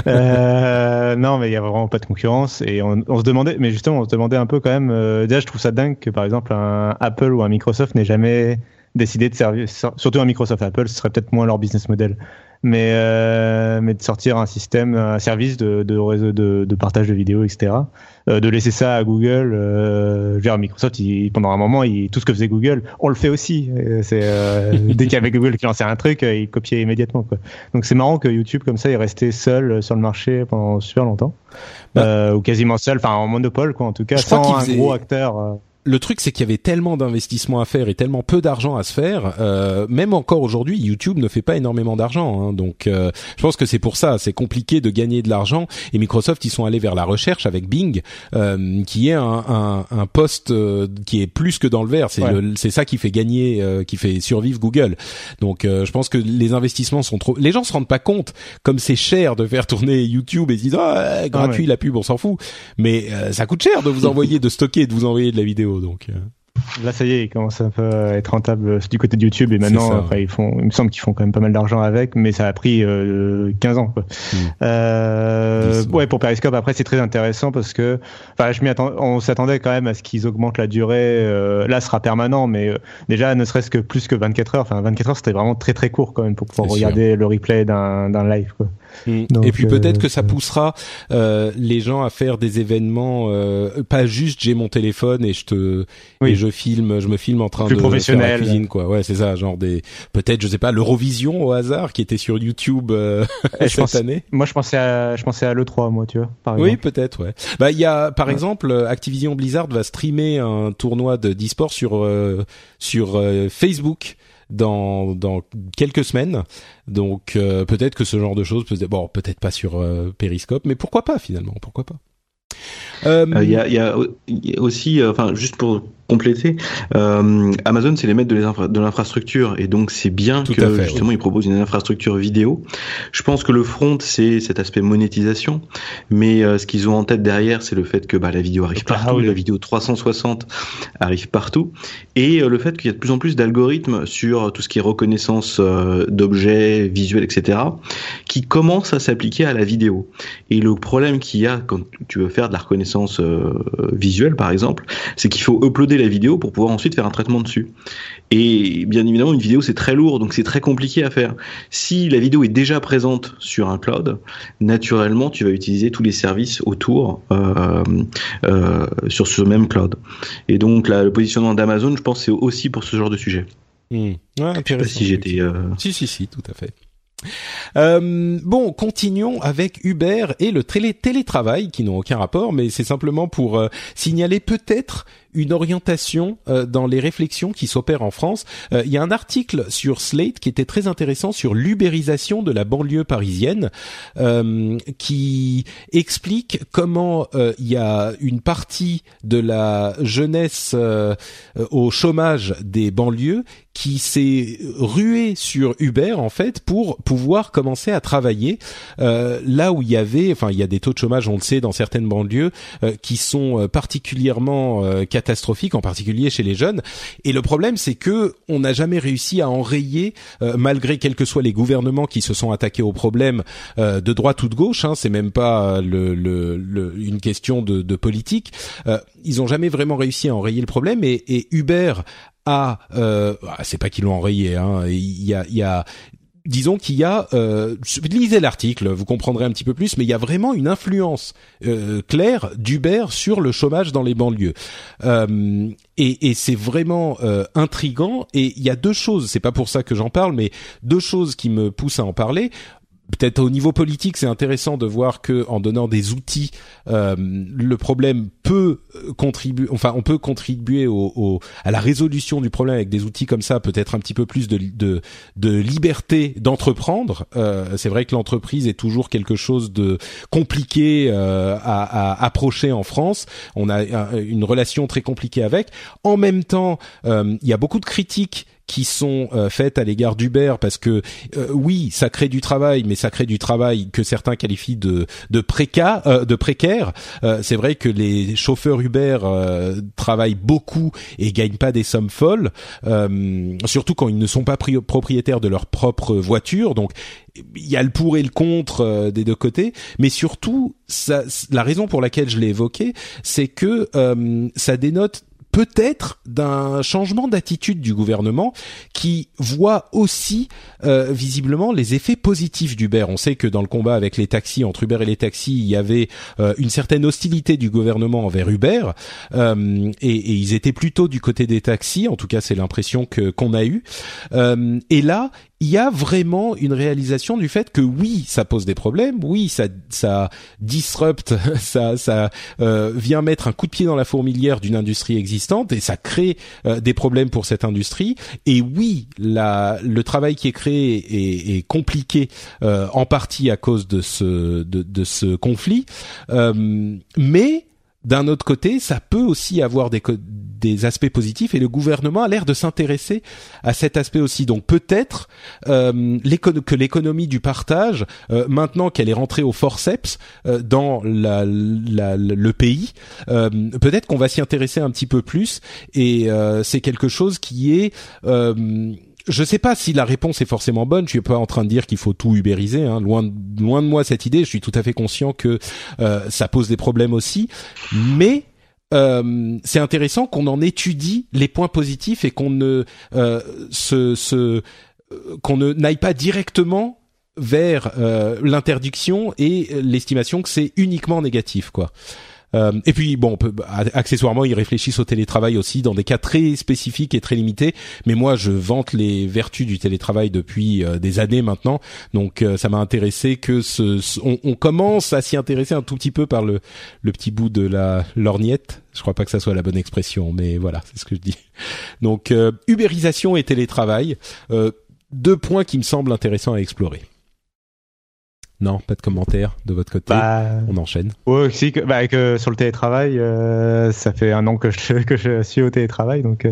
euh, non, mais il y a vraiment pas de concurrence et on, on se demandait, mais justement, on se demandait un peu quand même. Euh, déjà, je trouve ça dingue que par exemple un Apple ou un Microsoft n'ait jamais décidé de servir, surtout un Microsoft, Apple, ce serait peut-être moins leur business model. Mais euh, mais de sortir un système, un service de de réseau de, de partage de vidéos, et cetera. Euh, de laisser ça à Google. Euh, je veux dire, Microsoft, il, pendant un moment, il, tout ce que faisait Google, on le fait aussi. C'est euh, dès qu'il y avait Google qui lançait un truc, il copiait immédiatement quoi. Donc c'est marrant que YouTube comme ça est resté seul sur le marché pendant super longtemps, bah, euh, ou quasiment seul, enfin en monopole quoi en tout cas, sans un faisait... gros acteur. Euh... Le truc, c'est qu'il y avait tellement d'investissements à faire et tellement peu d'argent à se faire. Euh, même encore aujourd'hui, YouTube ne fait pas énormément d'argent. Hein, donc, euh, je pense que c'est pour ça. C'est compliqué de gagner de l'argent. Et Microsoft, ils sont allés vers la recherche avec Bing, euh, qui est un, un, un poste euh, qui est plus que dans le vert. C'est, ouais. le, c'est ça qui fait gagner, euh, qui fait survivre Google. Donc, euh, je pense que les investissements sont trop. Les gens se rendent pas compte comme c'est cher de faire tourner YouTube et ils disent ah gratuit ah ouais. la pub, on s'en fout. Mais euh, ça coûte cher de vous envoyer, de stocker, de vous envoyer de la vidéo. Donc euh... là ça y est, ils commencent un peu à être rentables du côté de YouTube et maintenant enfin, ils font, il me semble qu'ils font quand même pas mal d'argent avec, mais ça a pris euh, quinze ans quoi. Mmh. Euh, ouais, pour Periscope après c'est très intéressant parce que enfin je m'y attends, on s'attendait quand même à ce qu'ils augmentent la durée. Euh, là ce sera permanent, mais euh, déjà ne serait-ce que plus que vingt-quatre heures. Enfin vingt-quatre heures c'était vraiment très très court quand même pour pouvoir c'est regarder sûr. Le replay d'un d'un live quoi. Mmh. Donc, et puis peut-être euh, que ça poussera euh, les gens à faire des événements euh, pas juste j'ai mon téléphone et je te oui. et je filme je me filme en train de faire la cuisine quoi. Ouais, c'est ça, genre des peut-être je sais pas l'Eurovision au hasard qui était sur YouTube euh, cette pense, année. Moi je pensais à je pensais à l'E trois moi, tu vois par exemple. Oui, peut-être ouais. Bah il y a par ouais. exemple Activision Blizzard va streamer un tournoi de d'e-sport sur euh, sur euh, Facebook dans dans quelques semaines. Donc euh, peut-être que ce genre de choses peut se... bon peut-être pas sur euh, Periscope, mais pourquoi pas finalement, pourquoi pas. Il euh, euh, y, a, y, a, y a aussi, euh, enfin juste pour compléter, euh, Amazon c'est les maîtres de, les infra- de l'infrastructure et donc c'est bien Tout que fait, justement oui. ils proposent une infrastructure vidéo. Je pense que le front c'est cet aspect monétisation, mais euh, ce qu'ils ont en tête derrière c'est le fait que bah, la vidéo arrive partout, ah, oui. la vidéo trois cent soixante arrive partout et euh, le fait qu'il y a de plus en plus d'algorithmes sur tout ce qui est reconnaissance euh, d'objets visuels, et cetera, qui commencent à s'appliquer à la vidéo. Et le problème qu'il y a quand tu veux faire de la reconnaissance euh, visuelle par exemple, c'est qu'il faut uploader la vidéo pour pouvoir ensuite faire un traitement dessus. Et bien évidemment, une vidéo c'est très lourd, donc c'est très compliqué à faire. Si la vidéo est déjà présente sur un cloud, naturellement tu vas utiliser tous les services autour euh, euh, sur ce même cloud. Et donc là, le positionnement d'Amazon, je pense, c'est aussi pour ce genre de sujet. Mmh. Ouais, je sais pas si j'étais. Euh... Si si si, tout à fait. Euh, bon, continuons avec Uber et le télé- télétravail qui n'ont aucun rapport, mais c'est simplement pour euh, signaler peut-être une orientation euh, dans les réflexions qui s'opèrent en France. Euh, il y a un article sur Slate qui était très intéressant sur l'ubérisation de la banlieue parisienne, euh, qui explique comment euh, il y a une partie de la jeunesse euh, au chômage des banlieues qui s'est ruée sur Uber en fait pour pouvoir commencer à travailler euh, là où il y avait, enfin il y a des taux de chômage, on le sait, dans certaines banlieues euh, qui sont euh, particulièrement euh, catastrophiques, en particulier chez les jeunes. Et le problème, c'est que on n'a jamais réussi à enrayer, euh, malgré quels que soient les gouvernements qui se sont attaqués au problème euh, de droite ou de gauche. Hein, c'est même pas le, le, le, une question de, de politique. Euh, ils ont jamais vraiment réussi à enrayer le problème. Et, et Uber a, euh, c'est pas qu'ils l'ont enrayé. Hein, il y a, il y a disons qu'il y a, euh, lisez l'article, vous comprendrez un petit peu plus, mais il y a vraiment une influence euh, claire d'Uber sur le chômage dans les banlieues. Euh, et, et c'est vraiment euh, intriguant. Et il y a deux choses, c'est pas pour ça que j'en parle, mais deux choses qui me poussent à en parler. peut-être au niveau politique, c'est intéressant de voir que en donnant des outils, euh, le problème peut contribuer. Enfin, on peut contribuer au, au à la résolution du problème avec des outils comme ça. Peut-être un petit peu plus de de, de liberté d'entreprendre. Euh, c'est vrai que l'entreprise est toujours quelque chose de compliqué euh, à, à approcher en France. On a une relation très compliquée avec. En même temps, euh, il y a beaucoup de critiques qui sont euh, faites à l'égard d'Uber parce que euh, oui, ça crée du travail, mais ça crée du travail que certains qualifient de de précaire, euh, de précaire. Euh, c'est vrai que les chauffeurs Uber euh, travaillent beaucoup et gagnent pas des sommes folles, euh, surtout quand ils ne sont pas pri- propriétaires de leur propre voiture. Donc il y a le pour et le contre euh, des deux côtés, mais surtout ça, la raison pour laquelle je l'ai évoqué, c'est que euh, ça dénote peut-être d'un changement d'attitude du gouvernement qui voit aussi euh, visiblement les effets positifs d'Uber. On sait que dans le combat avec les taxis, entre Uber et les taxis, il y avait euh, une certaine hostilité du gouvernement envers Uber euh, et, et ils étaient plutôt du côté des taxis, en tout cas c'est l'impression que qu'on a eue. Euh, et là, il y a vraiment une réalisation du fait que oui, ça pose des problèmes, oui, ça ça disrupte, ça ça euh, vient mettre un coup de pied dans la fourmilière d'une industrie existante et ça crée euh, des problèmes pour cette industrie. Et oui, la le travail qui est créé est, est compliqué euh, en partie à cause de ce de, de ce conflit, euh, mais d'un autre côté, ça peut aussi avoir des des aspects positifs et le gouvernement a l'air de s'intéresser à cet aspect aussi. Donc peut-être euh, l'écono- que l'économie du partage, euh, maintenant qu'elle est rentrée au forceps euh, dans la, la, le pays, euh, peut-être qu'on va s'y intéresser un petit peu plus et euh, c'est quelque chose qui est... Euh, je sais pas si la réponse est forcément bonne. Je suis pas en train de dire qu'il faut tout ubériser. Hein. Loin, de, loin de moi cette idée. Je suis tout à fait conscient que euh, ça pose des problèmes aussi. Mais euh, c'est intéressant qu'on en étudie les points positifs et qu'on ne euh, se, se euh, qu'on ne n'aille pas directement vers euh, l'interdiction et l'estimation que c'est uniquement négatif, quoi. Euh, et puis bon, on peut, accessoirement, ils réfléchissent au télétravail aussi dans des cas très spécifiques et très limités. Mais moi, je vante les vertus du télétravail depuis euh, des années maintenant. Donc, euh, ça m'a intéressé que ce, ce on, on commence à s'y intéresser un tout petit peu par le, le petit bout de la lorgnette. Je crois pas que ça soit la bonne expression, mais voilà, c'est ce que je dis. Donc, euh, ubérisation et télétravail, euh, deux points qui me semblent intéressants à explorer. Non, pas de commentaires de votre côté. Bah, on enchaîne. Ouais, si, que, bah, que sur le télétravail, euh, ça fait un an que je que je suis au télétravail, donc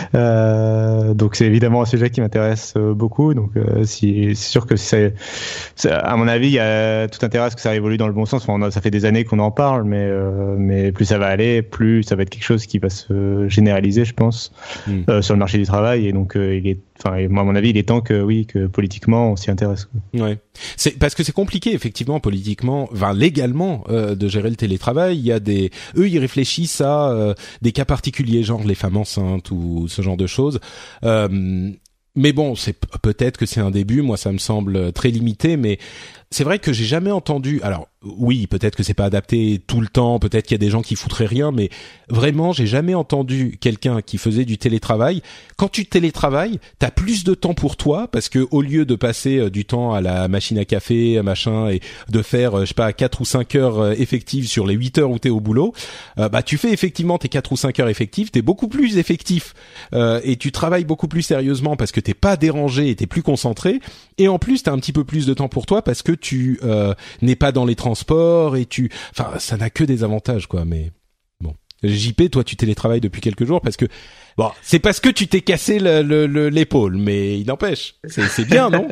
euh, donc c'est évidemment un sujet qui m'intéresse beaucoup. Donc euh, si c'est sûr que c'est, c'est, à mon avis, il y a tout intérêt à ce que ça évolue dans le bon sens. Enfin, on a, ça fait des années qu'on en parle, mais euh, mais plus ça va aller, plus ça va être quelque chose qui va se généraliser, je pense, mm. euh, sur le marché du travail. Et donc euh, il est, enfin, moi à mon avis, il est temps que oui, que politiquement on s'y intéresse, quoi. Ouais. C'est parce que c'est compliqué effectivement politiquement, enfin légalement, euh, de gérer le télétravail. Il y a des, eux ils réfléchissent à euh, des cas particuliers, genre les femmes enceintes ou ce genre de choses. Euh, mais bon, c'est peut-être que c'est un début. Moi, ça me semble très limité, mais c'est vrai que j'ai jamais entendu. Alors oui, peut-être que c'est pas adapté tout le temps, peut-être qu'il y a des gens qui foutraient rien, mais vraiment, j'ai jamais entendu quelqu'un qui faisait du télétravail. Quand tu télétravailles, t'as plus de temps pour toi parce que au lieu de passer du temps à la machine à café, machin, et de faire, je sais pas, quatre ou cinq heures effectives sur les huit heures où t'es au boulot, euh, bah tu fais effectivement tes quatre ou cinq heures effectives, t'es beaucoup plus effectif euh, et tu travailles beaucoup plus sérieusement parce que t'es pas dérangé et t'es plus concentré. Et en plus, t'as un petit peu plus de temps pour toi parce que tu euh, n'es pas dans les transports et tu, enfin, ça n'a que des avantages, quoi. Mais bon, J P, toi, tu télétravailles depuis quelques jours parce que bon, c'est parce que tu t'es cassé le, le, le, l'épaule, mais il n'empêche, c'est, c'est bien, non?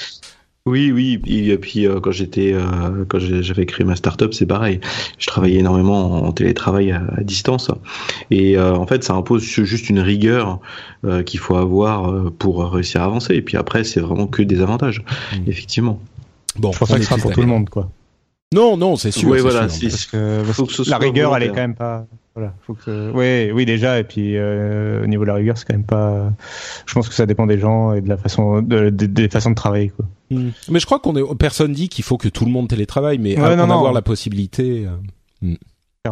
Oui, oui. Et puis euh, quand j'étais, euh, quand j'avais créé ma start-up, c'est pareil. Je travaillais énormément en télétravail à, à distance, et euh, en fait, ça impose juste une rigueur euh, qu'il faut avoir pour réussir à avancer. Et puis après, c'est vraiment que des avantages, mmh. effectivement. Bon, je pense pas que ce sera pour tout le monde, quoi. Non, non, c'est sûr. Oui, c'est voilà. sûr, C'est, parce que, parce que la rigueur, elle est quand même pas. Voilà, faut que. Oui, oui, déjà. Et puis euh, au niveau de la rigueur, c'est quand même pas. Je pense que ça dépend des gens et de la façon, de, de, des façons de travailler, quoi. Mmh. Mais je crois qu'on est. Personne dit qu'il faut que tout le monde télétravaille, mais ouais, non, en non. avoir la possibilité. Euh... Mmh.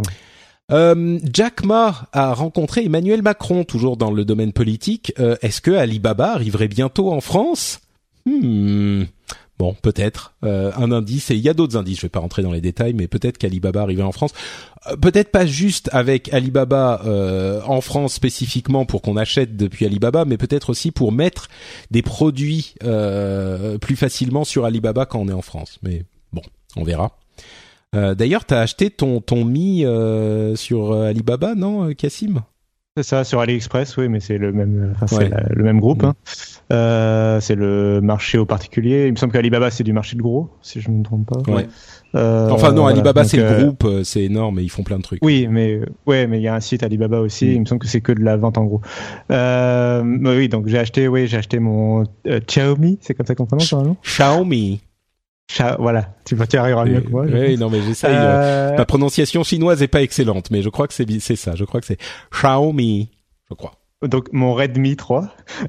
Euh, Jack Ma a rencontré Emmanuel Macron, toujours dans le domaine politique. Euh, est-ce que Alibaba arriverait bientôt en France? Hmm. Bon, peut-être euh, un indice, et il y a d'autres indices, je vais pas rentrer dans les détails, mais peut-être qu'Alibaba arrivait en France, euh, peut-être pas juste avec Alibaba euh, en France spécifiquement pour qu'on achète depuis Alibaba, mais peut-être aussi pour mettre des produits euh, plus facilement sur Alibaba quand on est en France. Mais bon, on verra. Euh, d'ailleurs, t'as acheté ton ton Mi euh, sur Alibaba, non, Cassim ? C'est ça, sur AliExpress, oui, mais c'est le même, enfin, ouais. c'est la, le même groupe. Hein. Euh, c'est le marché au particulier. Il me semble qu'Alibaba, c'est du marché de gros, si je ne me trompe pas. Ouais. Euh, enfin non, Alibaba, voilà. c'est Donc, le euh, groupe, c'est énorme et ils font plein de trucs. Oui, mais ouais, mais il y a un site Alibaba aussi. Mm. Il me semble que c'est que de la vente en gros. Euh, oui, donc j'ai acheté, oui, j'ai acheté mon euh, Xiaomi, c'est comme ça qu'on prononce, non ? Xiaomi. Cha- voilà, tu, tu arriveras mieux que moi. Oui, non, mais j'essaye. Euh... Ma prononciation chinoise est pas excellente, mais je crois que c'est c'est ça. Je crois que c'est Xiaomi. Je crois. Donc mon Redmi trois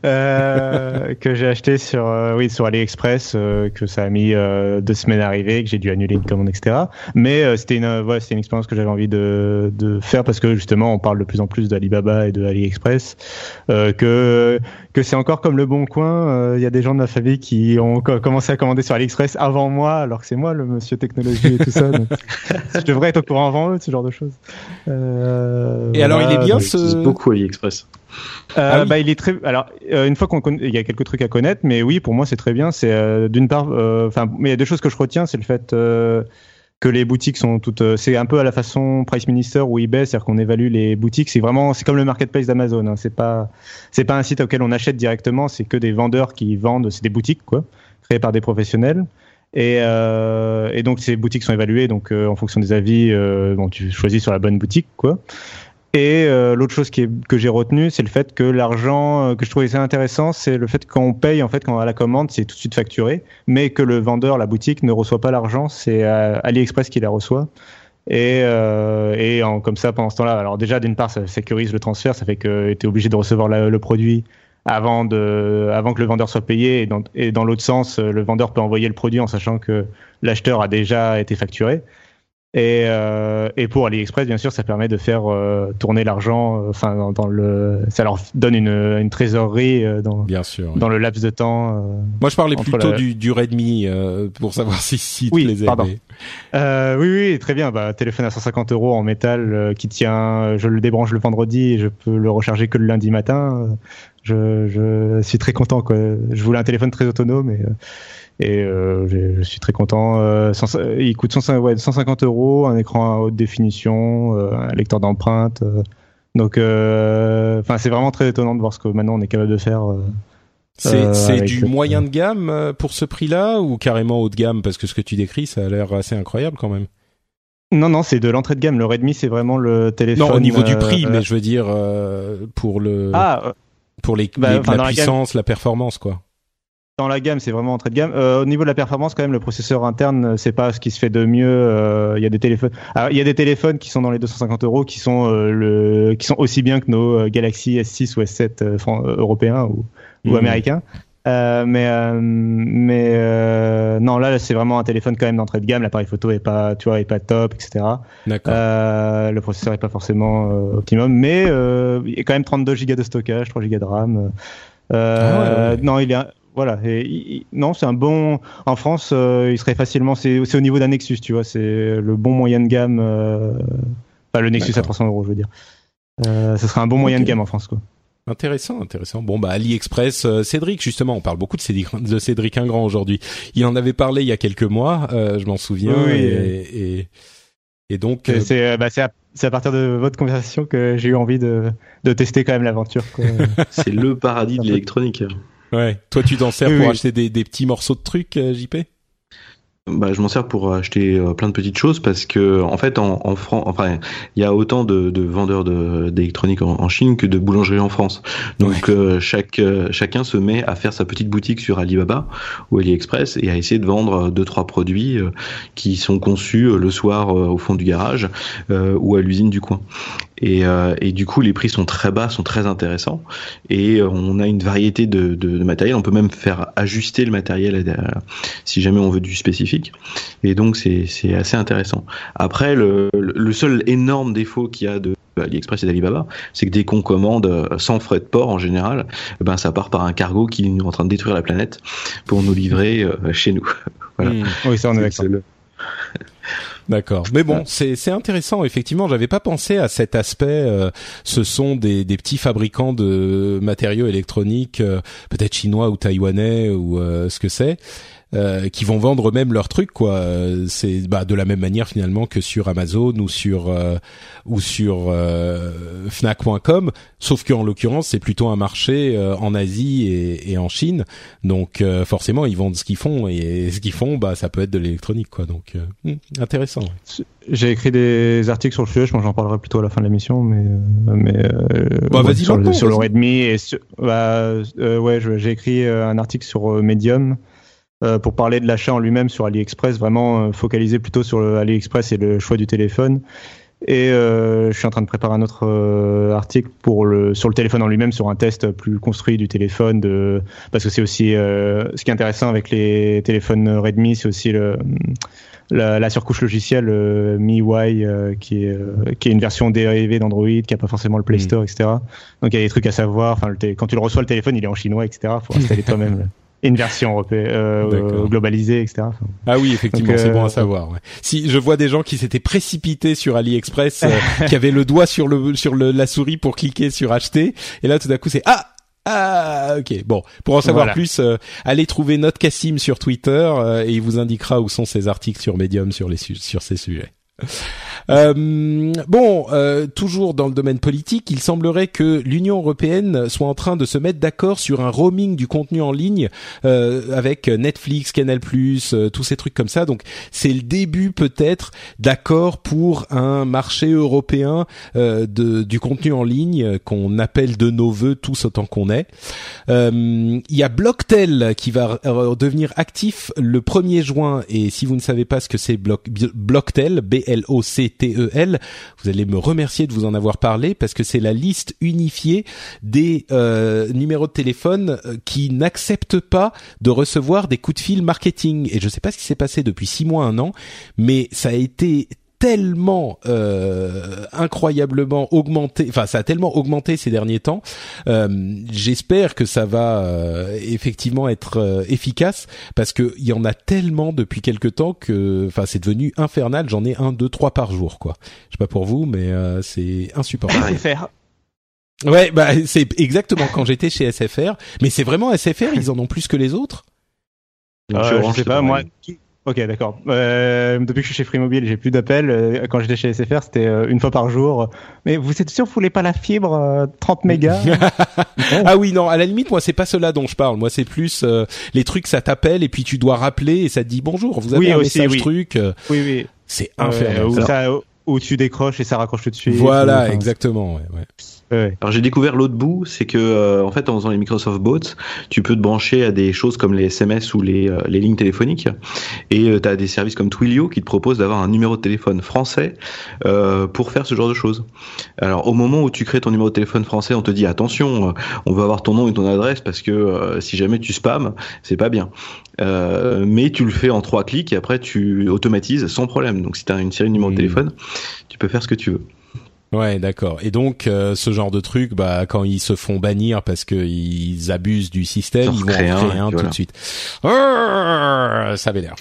euh, que j'ai acheté sur euh, oui sur AliExpress, euh, que ça a mis euh, deux semaines à arriver, que j'ai dû annuler une commande, et cetera. Mais euh, c'était une euh, voilà, c'était une expérience que j'avais envie de de faire parce que justement on parle de plus en plus d'Alibaba et de AliExpress, euh, que que c'est encore comme le Bon Coin. Il euh, y a des gens de ma famille qui ont co- commencé à commander sur AliExpress avant moi, alors que c'est moi le monsieur technologie et tout ça. Donc, je devrais être au courant avant eux de ce genre de choses. Euh, et voilà, alors il est bien ce. ce. Beaucoup AliExpress. Euh, ah oui. Bah, il est très. Alors, euh, une fois qu'on connaît, il y a quelques trucs à connaître, mais oui, pour moi, c'est très bien. C'est euh, d'une part, enfin, euh, mais il y a deux choses que je retiens, c'est le fait euh, que les boutiques sont toutes. Euh, c'est un peu à la façon Price Minister ou eBay, c'est-à-dire qu'on évalue les boutiques. C'est vraiment, c'est comme le marketplace d'Amazon. Hein, c'est pas, c'est pas un site auquel on achète directement. C'est que des vendeurs qui vendent. C'est des boutiques, quoi, créées par des professionnels. Et, euh, et donc ces boutiques sont évaluées. Donc euh, en fonction des avis, euh, bon, tu choisis sur la bonne boutique, quoi. Et euh, l'autre chose qui est, que j'ai retenu, c'est le fait que l'argent, euh, que je trouvais ça intéressant, c'est le fait qu'on paye en fait quand à la commande, c'est tout de suite facturé, mais que le vendeur, la boutique, ne reçoit pas l'argent, c'est euh, AliExpress qui la reçoit. Et, euh, et en, comme ça, pendant ce temps-là, alors déjà d'une part, ça sécurise le transfert, ça fait que tu es obligé de recevoir la, le produit avant de, avant que le vendeur soit payé, et dans, et dans l'autre sens, le vendeur peut envoyer le produit en sachant que l'acheteur a déjà été facturé. Et, euh, et pour AliExpress, bien sûr, ça permet de faire euh, tourner l'argent. Enfin, euh, dans, dans le, ça leur donne une, une trésorerie euh, dans, bien sûr, dans oui. le laps de temps. Euh, Moi, je parlais plutôt la... du, du Redmi euh, pour savoir si si oui, te les pardon. aimais. Euh, oui, oui, très bien. Bah, téléphone à cent cinquante euros en métal euh, qui tient. Je le débranche le vendredi et je peux le recharger que le lundi matin. Je, je suis très content, quoi. Je voulais un téléphone très autonome et. Euh, Et euh, je, je suis très content. Euh, cent, il coûte cent, ouais, cent cinquante euros, un écran à haute définition, euh, un lecteur d'empreintes. Euh, donc, enfin, euh, c'est vraiment très étonnant de voir ce que maintenant on est capable de faire. Euh, c'est euh, c'est du cette... moyen de gamme pour ce prix-là ou carrément haut de gamme, parce que ce que tu décris, ça a l'air assez incroyable quand même. Non, non, c'est de l'entrée de gamme. Le Redmi, c'est vraiment le téléphone. Non, au niveau du euh, prix, euh, mais je veux dire euh, pour le ah, pour les, bah, les enfin, la la puissance, gamme... la performance, quoi. Dans la gamme, c'est vraiment entrée de gamme. Euh, au niveau de la performance, quand même, le processeur interne, c'est pas ce qui se fait de mieux. Il euh, y a des téléphones. Alors, il y a des téléphones qui sont dans les deux cent cinquante euros, qui sont euh, le, qui sont aussi bien que nos euh, Galaxy S six ou S sept euh, euh, européens ou, mmh. ou américains. Euh, mais euh, mais euh, non, là, c'est vraiment un téléphone quand même d'entrée de gamme. L'appareil photo est pas, tu vois, est pas top, et cetera. D'accord. Euh, le processeur est pas forcément euh, optimum, mais euh, il y a quand même trente-deux gigas de stockage, trois gigas de RAM. Euh, ah ouais, ouais. Non, il est Voilà. Et, il, non, c'est un bon. En France, euh, il serait facilement. C'est, c'est au niveau d'un Nexus, tu vois. C'est le bon moyen de gamme. Euh... Enfin, le Nexus D'accord. à trois cents euros, je veux dire. Euh, ce serait un bon okay. moyen de gamme en France, quoi. Intéressant, intéressant. Bon, bah, AliExpress, euh, Cédric, justement, on parle beaucoup de Cédric, de Cédric Ingrand aujourd'hui. Il en avait parlé il y a quelques mois, euh, je m'en souviens. Oui, et, et, et donc. C'est, euh... c'est, bah, c'est, à, c'est à partir de votre conversation que j'ai eu envie de, de tester quand même l'aventure, quoi. C'est le paradis de l'électronique. Ouais. Toi, tu t'en sers oui, pour oui. acheter des, des petits morceaux de trucs, euh, J P ? Bah, je m'en sers pour acheter euh, plein de petites choses parce que en fait en, en France, enfin il y a autant de, de vendeurs de, d'électronique en, en Chine que de boulangeries en France. Donc ouais. euh, chaque euh, chacun se met à faire sa petite boutique sur Alibaba ou AliExpress et à essayer de vendre deux trois produits euh, qui sont conçus euh, le soir euh, au fond du garage euh, ou à l'usine du coin. Et, euh, et du coup, les prix sont très bas, sont très intéressants. Et on a une variété de, de, de matériel. On peut même faire ajuster le matériel euh, si jamais on veut du spécifique. Et donc, c'est, c'est assez intéressant. Après, le, le seul énorme défaut qu'il y a de AliExpress et d'Alibaba, c'est que dès qu'on commande sans frais de port en général, ben ça part par un cargo qui est en train de détruire la planète pour nous livrer euh, chez nous. Voilà. Mmh. Oui, ça on est d'accord. Le... D'accord. Mais bon, c'est c'est intéressant. Effectivement, j'avais pas pensé à cet aspect. Euh, ce sont des des petits fabricants de matériaux électroniques, euh, peut-être chinois ou taïwanais ou euh, ce que c'est. Euh, qui vont vendre eux-mêmes leurs trucs, quoi. C'est bah de la même manière finalement que sur Amazon ou sur euh, ou sur euh, Fnac point com, sauf qu'en l'occurrence c'est plutôt un marché euh, en Asie et, et en Chine, donc euh, forcément ils vendent ce qu'ils font et ce qu'ils font, bah ça peut être de l'électronique, quoi. Donc euh, intéressant. J'ai écrit des articles sur le sujet, je pense que j'en parlerai plutôt à la fin de l'émission, mais mais euh, bah, ouais, vas-y sur, maintenant, le, sur vas-y. le Redmi et sur, bah euh, ouais je, j'ai écrit un article sur euh, Medium. Euh, pour parler de l'achat en lui-même sur AliExpress, vraiment euh, focalisé plutôt sur le AliExpress et le choix du téléphone. Et euh, je suis en train de préparer un autre euh, article pour le sur le téléphone en lui-même, sur un test plus construit du téléphone, de parce que c'est aussi euh, ce qui est intéressant avec les téléphones Redmi, c'est aussi le la, la surcouche logicielle euh, M I U I euh, qui est euh, qui est une version dérivée d'Android, qui a pas forcément le Play Store, mmh. et cetera. Donc il y a des trucs à savoir. Enfin, le té- quand tu le reçois le téléphone, il est en chinois, et cetera. Faut installer toi-même. Là. Une version européenne, euh, globalisée, et cetera. Enfin, ah oui, effectivement, donc, c'est euh, bon à savoir. Ouais. Si je vois des gens qui s'étaient précipités sur AliExpress, euh, qui avaient le doigt sur le sur le, la souris pour cliquer sur acheter, et là tout d'un coup c'est ah ah ok bon. Pour en savoir voilà. plus, euh, allez trouver Note Cassim sur Twitter euh, et il vous indiquera où sont ses articles sur Medium sur les su- sur ces sujets. Euh, bon, euh, toujours dans le domaine politique, il semblerait que l'Union européenne soit en train de se mettre d'accord sur un roaming du contenu en ligne euh, avec Netflix, Canal+, euh, tous ces trucs comme ça. Donc, c'est le début peut-être d'accord pour un marché européen euh, de du contenu en ligne qu'on appelle de nos vœux tous autant qu'on est. Euh, il y a Blocktel qui va euh, devenir actif le premier juin, et si vous ne savez pas ce que c'est Block, Blocktel, B L O C T E L, vous allez me remercier de vous en avoir parlé, parce que c'est la liste unifiée des euh, numéros de téléphone qui n'acceptent pas de recevoir des coups de fil marketing. Et je sais pas ce qui s'est passé depuis six mois, un an, mais ça a été tellement euh, incroyablement augmenté, enfin ça a tellement augmenté ces derniers temps. Euh, j'espère que ça va euh, effectivement être euh, efficace, parce que il y en a tellement depuis quelque temps que, enfin c'est devenu infernal. J'en ai un, deux, trois par jour, quoi. Je sais pas pour vous, mais euh, c'est insupportable. S F R. Ouais, bah c'est exactement quand j'étais chez S F R, mais c'est vraiment S F R, ils en ont plus que les autres. Euh, je sais pas, moi. Ok, d'accord. Euh, depuis que je suis chez Free Mobile, j'ai plus d'appels. Euh, quand j'étais chez S F R, c'était euh, une fois par jour. Mais vous êtes sûr, vous voulez pas la fibre euh, trente mégas? Ah oui, non, à la limite, moi, c'est pas cela dont je parle. Moi, c'est plus euh, les trucs, ça t'appelle et puis tu dois rappeler et ça te dit bonjour, vous avez oui, un aussi, message oui. truc. Euh, oui, oui. C'est infernal. Euh, où, ça, où tu décroches et ça raccroche tout de suite. Voilà, enfin, exactement. Ouais, ouais. Ouais. Alors j'ai découvert l'autre bout, c'est que euh, en fait en faisant les Microsoft Bots, tu peux te brancher à des choses comme les S M S ou les euh, les lignes téléphoniques, et euh, tu as des services comme Twilio qui te proposent d'avoir un numéro de téléphone français euh, pour faire ce genre de choses. Alors au moment où tu crées ton numéro de téléphone français, on te dit attention, on veut avoir ton nom et ton adresse parce que euh, si jamais tu spams, c'est pas bien. Euh, mais tu le fais en trois clics et après tu automatises sans problème. Donc si tu as une série de numéros mmh. de téléphone, tu peux faire ce que tu veux. Ouais, d'accord. Et donc euh, ce genre de truc, bah quand ils se font bannir parce que ils abusent du système, ils vont en créer un, un tout voilà. de suite. Urgh, ça m'énerve.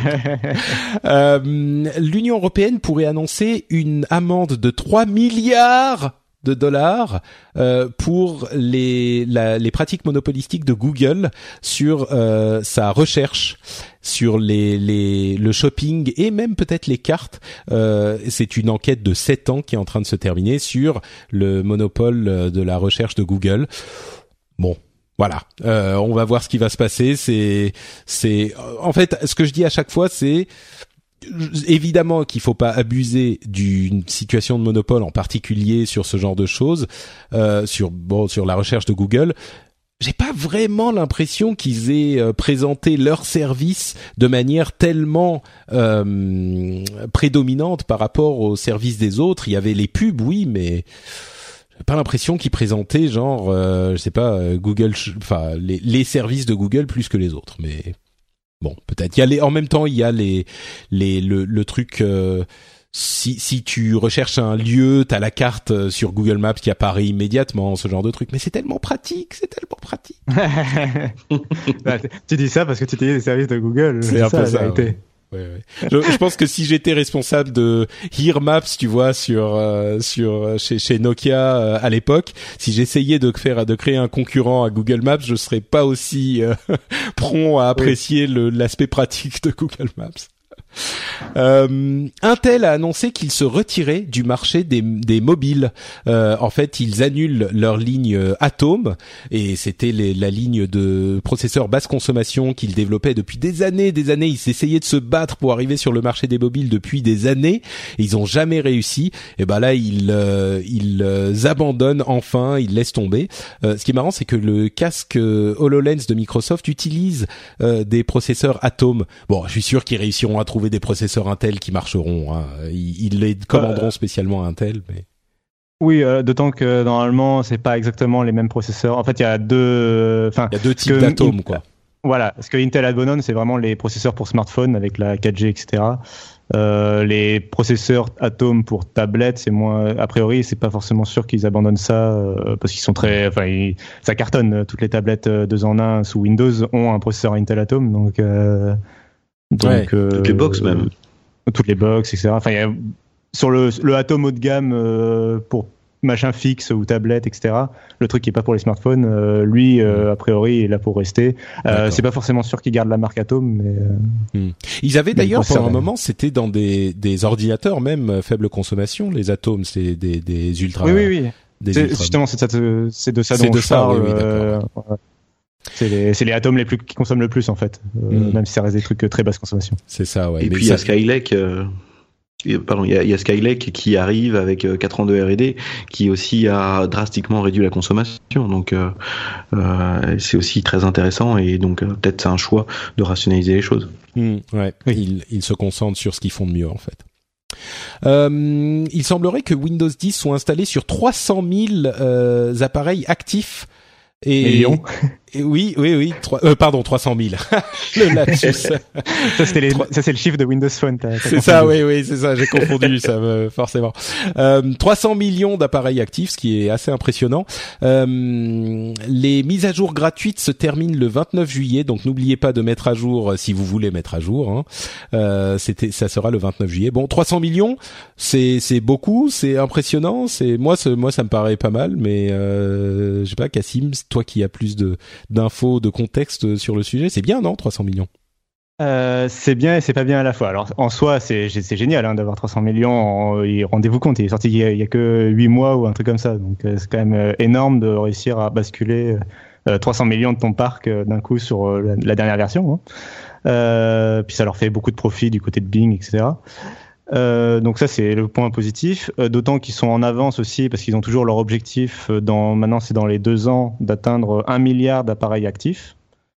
euh, L'Union européenne pourrait annoncer une amende de trois milliards de dollars euh, pour les la, les pratiques monopolistiques de Google sur euh, sa recherche, sur les les le shopping et même peut-être les cartes. Euh, c'est une enquête de sept ans qui est en train de se terminer sur le monopole de la recherche de Google. Bon, voilà, euh, on va voir ce qui va se passer. C'est c'est en fait ce que je dis à chaque fois, c'est évidemment qu'il faut pas abuser d'une situation de monopole, en particulier sur ce genre de choses, euh, sur bon sur la recherche de Google. J'ai pas vraiment l'impression qu'ils aient euh, présenté leur service de manière tellement euh, prédominante par rapport aux services des autres. Il y avait les pubs, oui, mais j'ai pas l'impression qu'ils présentaient genre, euh, je sais pas, Google, enfin les, les services de Google plus que les autres, mais. Bon, peut-être. Il y a les, en même temps, il y a les, les, le, le truc, euh, si si tu recherches un lieu, t'as la carte sur Google Maps qui apparaît immédiatement, ce genre de truc. Mais c'est tellement pratique, c'est tellement pratique. Bah, tu dis ça parce que tu utilises les services de Google. C'est, c'est un ça, peu ça. La vérité. Ouais. Ouais, ouais. Je, je pense que si j'étais responsable de Here Maps, tu vois, sur euh, sur chez, chez Nokia euh, à l'époque, si j'essayais de faire de créer un concurrent à Google Maps, je serais pas aussi euh, prompt à apprécier oui. le, l'aspect pratique de Google Maps. Euh, Intel a annoncé qu'ils se retiraient du marché des, des mobiles. Euh, en fait, ils annulent leur ligne Atom, et c'était les, la ligne de processeurs basse consommation qu'ils développaient depuis des années, des années. Ils essayaient de se battre pour arriver sur le marché des mobiles depuis des années, et ils ont jamais réussi. Et ben là, ils euh, ils euh, abandonnent enfin, ils laissent tomber. Euh, ce qui est marrant, c'est que le casque HoloLens de Microsoft utilise euh, des processeurs Atom. Bon, je suis sûr qu'ils réussiront à trouver des processeurs Intel qui marcheront. Hein. Ils, ils les commanderont euh, spécialement à Intel. Mais... Oui, euh, d'autant que normalement, c'est pas exactement les mêmes processeurs. En fait, il y a deux. Enfin, il y a deux types d'atomes, quoi. Voilà. Ce que Intel abandonne, c'est vraiment les processeurs pour smartphone avec la quatre G, et cetera. Euh, les processeurs Atom pour tablette, c'est moins. A priori, c'est pas forcément sûr qu'ils abandonnent ça euh, parce qu'ils sont très. Enfin, ils, ça cartonne. Toutes les tablettes deux en un sous Windows ont un processeur Intel Atom, donc. Euh, Donc, ouais, euh, toutes les box même. Toutes les box, et cetera. Enfin, il y a, sur le, le Atom haut de gamme euh, pour machin fixe ou tablette, et cetera. Le truc qui est pas pour les smartphones, euh, lui, euh, a priori, est là pour rester. Euh, c'est pas forcément sûr qu'ils gardent la marque Atom, mais. Euh, hmm. Ils avaient d'ailleurs pendant un moment, c'était dans des, des ordinateurs même faible consommation, les Atoms, c'est des, des ultra. Oui, oui, oui. Des c'est, ultra... Justement, c'est de ça, c'est de ça c'est dont de je ça, parle. Oui, oui, euh, C'est les, c'est les atomes les plus qui consomment le plus en fait, euh, mmh. même si ça reste des trucs très basse consommation. C'est ça, ouais. Et mais puis il ça... y a Skylake, euh, pardon, il y a, il y a Skylake qui arrive avec quatre ans de R et D, qui aussi a drastiquement réduit la consommation. Donc euh, euh, c'est aussi très intéressant et donc euh, peut-être c'est un choix de rationaliser les choses. Mmh, ouais. Oui. Ils, ils se concentrent sur ce qu'ils font de mieux en fait. Euh, il semblerait que Windows dix soit installé sur trois cent mille euh, appareils actifs. Et, Millions. Et oui, oui, oui. trois, euh, pardon, trois cent mille. Le lapsus. ça, c'était les, ça, c'est le chiffre de Windows Phone. T'as, t'as c'est confondu. Ça, oui, oui, c'est ça. J'ai confondu, ça, me, forcément. Euh, trois cents millions d'appareils actifs, ce qui est assez impressionnant. Euh, les mises à jour gratuites se terminent le vingt-neuf juillet, donc n'oubliez pas de mettre à jour si vous voulez mettre à jour. Hein. Euh, c'était, ça sera le vingt-neuf juillet. Bon, trois cents millions, c'est, c'est beaucoup, c'est impressionnant. C'est moi, ce, moi, ça me paraît pas mal, mais euh, je sais pas, Cassim, toi qui as plus de d'infos, de contexte sur le sujet, c'est bien, non, trois cents millions? Euh, c'est bien et c'est pas bien à la fois. Alors en soi, c'est, c'est génial hein, d'avoir trois cents millions. En, rendez-vous compte, il est sorti il y, a, il y a que huit mois ou un truc comme ça. Donc euh, c'est quand même euh, énorme de réussir à basculer euh, trois cents millions de ton parc euh, d'un coup sur euh, la, la dernière version. Hein. Euh, puis ça leur fait beaucoup de profit du côté de Bing, et cetera. Euh, donc ça c'est le point positif, euh, d'autant qu'ils sont en avance aussi parce qu'ils ont toujours leur objectif dans, maintenant c'est dans les deux ans d'atteindre un milliard d'appareils actifs.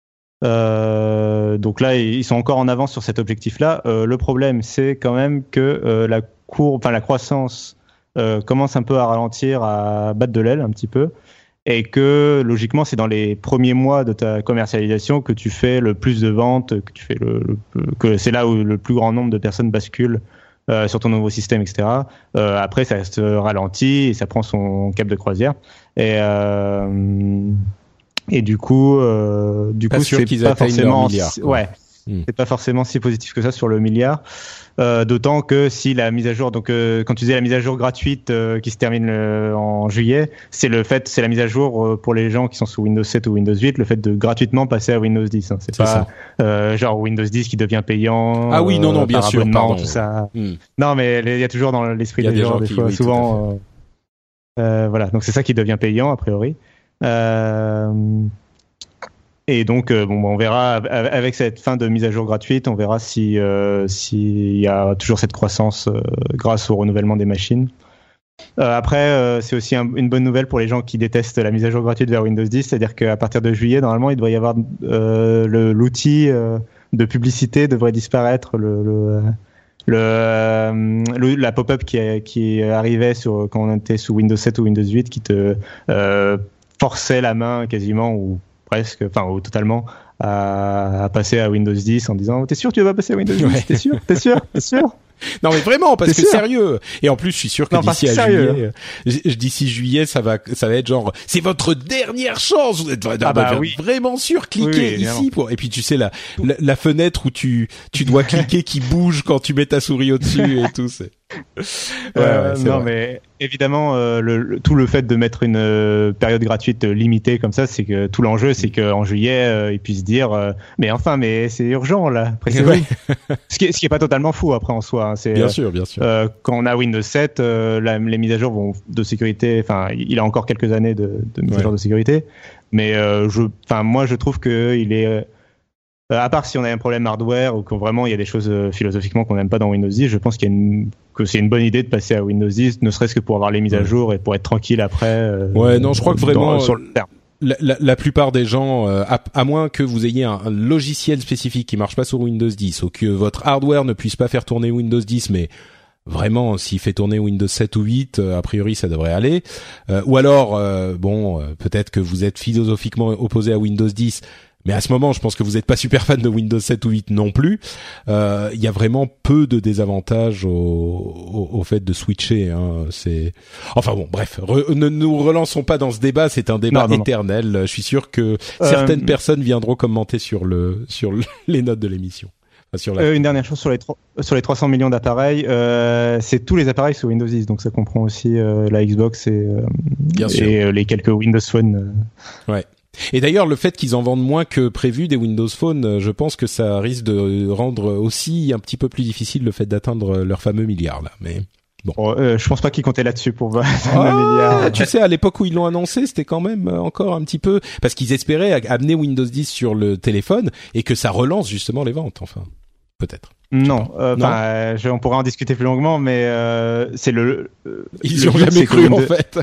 Euh, donc là ils sont encore en avance sur cet objectif-là. Euh, le problème c'est quand même que euh, la courbe, enfin la croissance euh, commence un peu à ralentir, à battre de l'aile un petit peu, et que logiquement c'est dans les premiers mois de ta commercialisation que tu fais le plus de ventes, que tu fais le, le que c'est là où le plus grand nombre de personnes basculent Euh, sur ton nouveau système, et cetera. Euh, après, ça se ralentit et ça prend son cap de croisière. Et, euh, et du coup, euh, du pas coup, sûr c'est qu'ils pas forcément, milliard, si, ouais, mmh. c'est pas forcément si positif que ça sur le milliard. Euh, d'autant que si la mise à jour, donc euh, quand tu disais la mise à jour gratuite euh, qui se termine le, en juillet, c'est le fait, c'est la mise à jour euh, pour les gens qui sont sous Windows sept ou Windows huit, le fait de gratuitement passer à Windows dix. Hein. C'est, c'est pas euh, genre Windows dix qui devient payant. Ah oui, non, non, euh, bien sûr, pardon. Tout ça. Mm. Non, mais il y a toujours dans l'esprit des, des gens, des fois, oui, souvent, euh, euh, voilà. Donc c'est ça qui devient payant a priori. Euh, Et donc, euh, bon, on verra avec cette fin de mise à jour gratuite, on verra si euh, s'il y a toujours cette croissance euh, grâce au renouvellement des machines. Euh, après, euh, c'est aussi un, une bonne nouvelle pour les gens qui détestent la mise à jour gratuite vers Windows dix, c'est-à-dire qu'à partir de juillet, normalement, il devrait y avoir euh, le, l'outil euh, de publicité devrait disparaître, le, le, le, le la pop-up qui, qui arrivait sur, quand on était sous Windows sept ou Windows huit, qui te euh, forçait la main quasiment ou presque, enfin ou totalement, à, à passer à Windows dix en disant « T'es sûr que tu vas passer à Windows dix ? Ouais. T'es sûr ? T'es sûr ? T'es sûr ?» Non mais vraiment, parce c'est que sûr. sérieux. Et en plus, je suis sûr que non, d'ici à sérieux. juillet, euh, d'ici juillet, ça va, ça va être genre, c'est votre dernière chance. Vous êtes ah bah, bah, oui. vraiment sûr, cliquez oui, ici pour. Et puis tu sais la, la la fenêtre où tu tu dois cliquer qui bouge quand tu mets ta souris au-dessus et tout. C'est. Ouais, euh, ouais, non vrai. Mais évidemment euh, le, le, tout le fait de mettre une euh, période gratuite limitée comme ça, c'est que tout l'enjeu c'est qu'en juillet euh, ils puissent dire euh, mais enfin mais c'est urgent là après ouais. ce qui est, ce qui est pas totalement fou après en soi hein, c'est bien euh, sûr bien sûr euh, quand on a Windows sept euh, la, les mises à jour vont de sécurité enfin il a encore quelques années de, de mises ouais. à jour de sécurité mais euh, je enfin moi je trouve que il est euh, à part si on a un problème hardware ou que vraiment il y a des choses euh, philosophiquement qu'on n'aime pas dans Windows dix, je pense qu'il y a une, que c'est une bonne idée de passer à Windows dix, ne serait-ce que pour avoir les mises ouais. à jour et pour être tranquille après. Euh, ouais, non, je crois que vraiment dans, sur le terme. La, la, la plupart des gens, euh, à, à moins que vous ayez un, un logiciel spécifique qui marche pas sur Windows dix ou que votre hardware ne puisse pas faire tourner Windows dix, mais vraiment, s'il fait tourner Windows sept ou huit, euh, a priori, ça devrait aller. Euh, ou alors, euh, bon, euh, peut-être que vous êtes philosophiquement opposé à Windows dix. Mais à ce moment, je pense que vous n'êtes pas super fan de Windows sept ou huit non plus. Euh, il y a vraiment peu de désavantages au, au, au fait de switcher. Hein. C'est, enfin bon, bref, re, ne nous relançons pas dans ce débat. C'est un débat non, non, éternel. Non. Je suis sûr que euh, certaines personnes viendront commenter sur le sur le, les notes de l'émission. Enfin, sur la... euh, une dernière chose sur les tro- sur les trois cents millions d'appareils, euh, c'est tous les appareils sous Windows dix, donc ça comprend aussi euh, la Xbox et euh, Bien sûr. et euh, les quelques Windows Phone. Euh... Ouais. Et d'ailleurs, le fait qu'ils en vendent moins que prévu des Windows Phone, je pense que ça risque de rendre aussi un petit peu plus difficile le fait d'atteindre leur fameux milliard là. Mais bon, oh, euh, je pense pas qu'ils comptaient là-dessus pour atteindre ah, le milliard. Tu sais, à l'époque où ils l'ont annoncé, c'était quand même encore un petit peu parce qu'ils espéraient amener Windows dix sur le téléphone et que ça relance justement les ventes. Enfin, peut-être. Non, euh, non. Euh, je, on pourra en discuter plus longuement, mais euh, c'est le. Euh, ils y ont jamais cru en fait.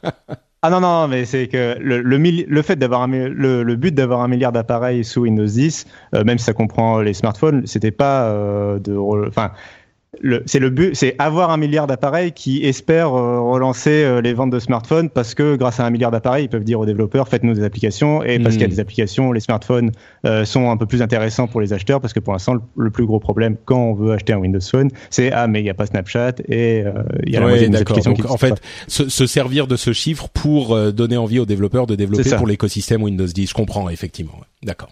Ah non non mais c'est que le le, le fait d'avoir un, le, le but d'avoir un milliard d'appareils sous Windows dix, euh, même si ça comprend les smartphones, c'était pas euh, de enfin le c'est le but c'est avoir un milliard d'appareils qui espèrent euh, relancer euh, les ventes de smartphones parce que grâce à un milliard d'appareils ils peuvent dire aux développeurs faites-nous des applications et parce mmh. qu'il y a des applications les smartphones euh, sont un peu plus intéressants pour les acheteurs parce que pour l'instant le, le plus gros problème quand on veut acheter un Windows Phone c'est ah mais il y a pas Snapchat et euh, il y a ouais, la moitié des applications donc, qui en fait se, se servir de ce chiffre pour euh, donner envie aux développeurs de développer pour l'écosystème Windows dix je comprends effectivement ouais. D'accord.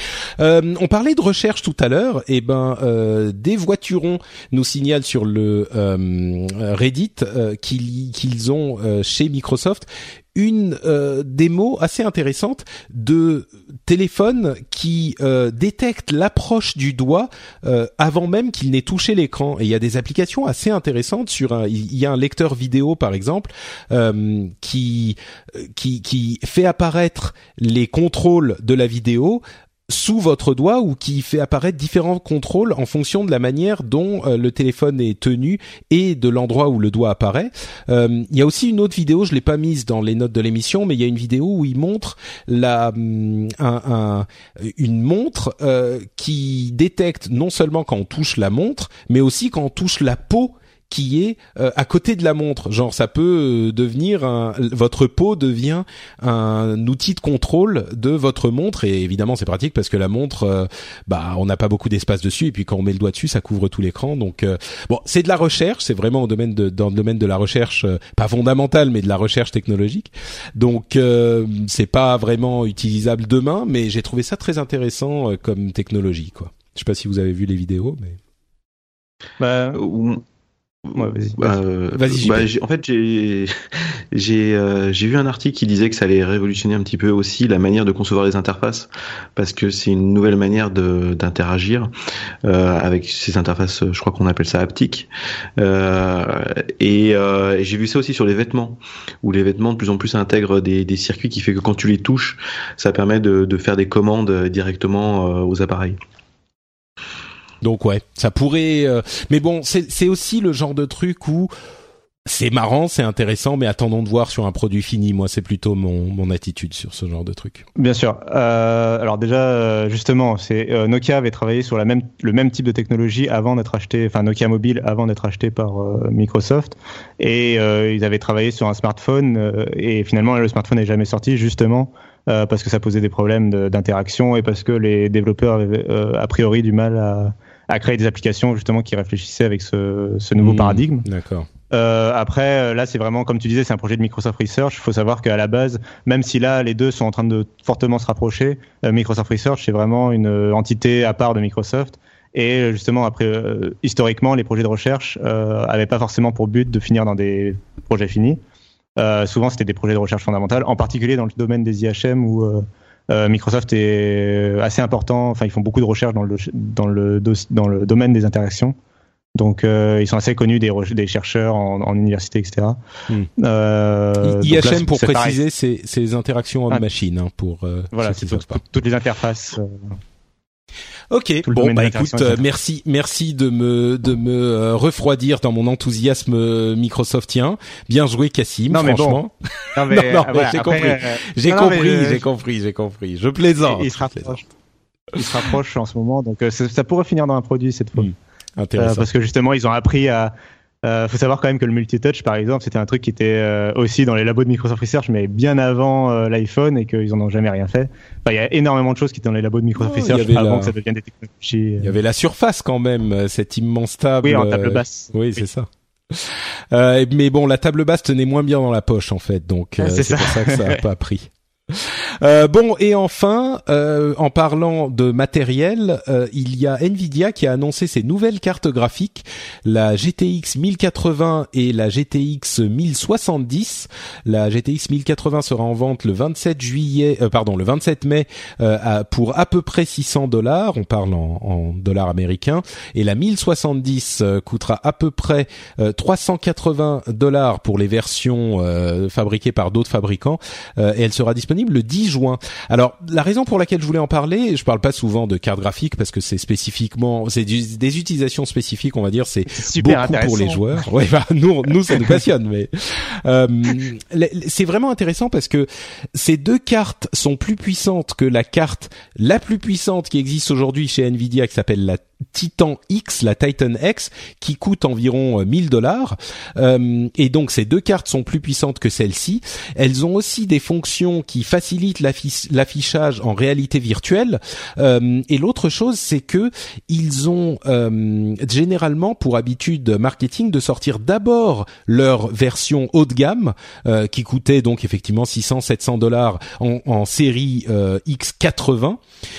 Euh, on parlait de recherche tout à l'heure. Et ben, euh, des voiturons nous signalent sur le euh, Reddit euh, qu'ils, qu'ils ont euh, chez Microsoft une euh, démo assez intéressante de téléphone qui euh, détecte l'approche du doigt euh, avant même qu'il n'ait touché l'écran. Et il y a des applications assez intéressantes sur un. Il y a un lecteur vidéo par exemple euh, qui qui qui fait apparaître les contrôles de la vidéo sous votre doigt ou qui fait apparaître différents contrôles en fonction de la manière dont euh, le téléphone est tenu et de l'endroit où le doigt apparaît. Euh, il y a aussi une autre vidéo, je l'ai pas mise dans les notes de l'émission, mais il y a une vidéo où il montre la un, un une montre euh, qui détecte non seulement quand on touche la montre, mais aussi quand on touche la peau qui est euh, à côté de la montre. Genre, ça peut euh, devenir un, votre peau devient un outil de contrôle de votre montre et évidemment c'est pratique parce que la montre, euh, bah, on n'a pas beaucoup d'espace dessus et puis quand on met le doigt dessus, ça couvre tout l'écran. Donc euh, bon, c'est de la recherche, c'est vraiment au domaine de dans le domaine de la recherche, euh, pas fondamentale, mais de la recherche technologique. Donc euh, c'est pas vraiment utilisable demain, mais j'ai trouvé ça très intéressant euh, comme technologie, quoi. Je sais pas si vous avez vu les vidéos, mais. Bah. Ouais, vas-y. Euh, vas-y bah, j'ai, en fait, j'ai j'ai euh, j'ai vu un article qui disait que ça allait révolutionner un petit peu aussi la manière de concevoir les interfaces parce que c'est une nouvelle manière de d'interagir euh, avec ces interfaces. Je crois qu'on appelle ça haptique. Euh, et, euh, et j'ai vu ça aussi sur les vêtements où les vêtements de plus en plus intègrent des des circuits qui fait que quand tu les touches, ça permet de de faire des commandes directement euh, aux appareils. Donc ouais, ça pourrait. Euh... Mais bon, c'est, c'est aussi le genre de truc où c'est marrant, c'est intéressant, mais attendons de voir sur un produit fini. Moi, c'est plutôt mon mon attitude sur ce genre de truc. Bien sûr. Euh, alors déjà, justement, c'est euh, Nokia avait travaillé sur la même le même type de technologie avant d'être acheté, enfin Nokia Mobile avant d'être acheté par euh, Microsoft, et euh, ils avaient travaillé sur un smartphone euh, et finalement le smartphone n'est jamais sorti justement. Euh, parce que ça posait des problèmes de, d'interaction et parce que les développeurs avaient euh, a priori du mal à, à créer des applications justement qui réfléchissaient avec ce, ce nouveau mmh, paradigme. D'accord. Euh, après, là, c'est vraiment, comme tu disais, c'est un projet de Microsoft Research. Il faut savoir qu'à la base, même si là, les deux sont en train de fortement se rapprocher, euh, Microsoft Research, c'est vraiment une entité à part de Microsoft. Et justement, après, euh, historiquement, les projets de recherche euh, avaient pas forcément pour but de finir dans des projets finis. Euh, souvent, c'était des projets de recherche fondamentale, en particulier dans le domaine des I H M où euh, euh, Microsoft est assez important. Enfin, ils font beaucoup de recherche dans le dans le dans le domaine des interactions. Donc, euh, ils sont assez connus des, des chercheurs en, en université, et cetera. Hmm. Euh, I H M, là, pour c'est préciser, c'est, c'est les interactions homme-machine, hein, pour euh, voilà, ceux qui c'est savent tout, pas. toutes les interfaces. Euh... Ok, bon bah écoute, euh, merci, merci de me de me euh, refroidir dans mon enthousiasme euh, Microsoftien. Bien joué, Cassim. Non, mais franchement. Bon. Non mais, non, non, mais voilà, j'ai après, compris, euh, j'ai non, compris, mais, j'ai compris, j'ai compris. Je plaisante. Il, il se rapproche. Il se rapproche en ce moment, donc euh, ça, ça pourrait finir dans un produit cette fois. Mmh. Intéressant. Euh, parce que justement, ils ont appris à. Euh, faut savoir quand même que le multitouch, par exemple, c'était un truc qui était euh, aussi dans les labos de Microsoft Research, mais bien avant euh, l'iPhone, et qu'ils en ont jamais rien fait. Enfin, il y a énormément de choses qui étaient dans les labos de Microsoft oh, Research avant la... que ça devienne des technologies. Euh... Il y avait la Surface quand même, cette immense table. Oui, en table basse. Euh... Oui, oui, c'est ça. Euh, mais bon, la table basse tenait moins bien dans la poche en fait, donc euh, c'est, c'est pour ça que ça a pas pris. Euh, bon, et enfin, euh, en parlant de matériel, euh, il y a Nvidia qui a annoncé ses nouvelles cartes graphiques, la G T X mille quatre-vingts et la G T X mille soixante-dix. La G T X mille quatre-vingts sera en vente le vingt-sept juillet, euh, pardon, le vingt-sept mai, euh, à, pour à peu près six cents dollars. On parle en, en dollars américains. Et la mille soixante-dix euh, coûtera à peu près euh, trois cent quatre-vingts dollars pour les versions euh, fabriquées par d'autres fabricants. Euh, et elle sera disponible le dix juin. Alors, la raison pour laquelle je voulais en parler, je parle pas souvent de cartes graphiques parce que c'est spécifiquement, c'est du, des utilisations spécifiques, on va dire, c'est, c'est beaucoup pour les joueurs. Ouais, bah, nous, nous, ça nous passionne, mais, euh, c'est vraiment intéressant parce que ces deux cartes sont plus puissantes que la carte la plus puissante qui existe aujourd'hui chez Nvidia, qui s'appelle la Titan X, la Titan X, qui coûte environ mille dollars. Euh, et donc, ces deux cartes sont plus puissantes que celle-ci. Elles ont aussi des fonctions qui facilitent l'affiche, l'affichage en réalité virtuelle. Euh, et l'autre chose, c'est que ils ont euh, généralement pour habitude marketing de sortir d'abord leur version haut de gamme, euh, qui coûtait donc effectivement six cents, sept cents dollars en, en série euh, X quatre-vingts.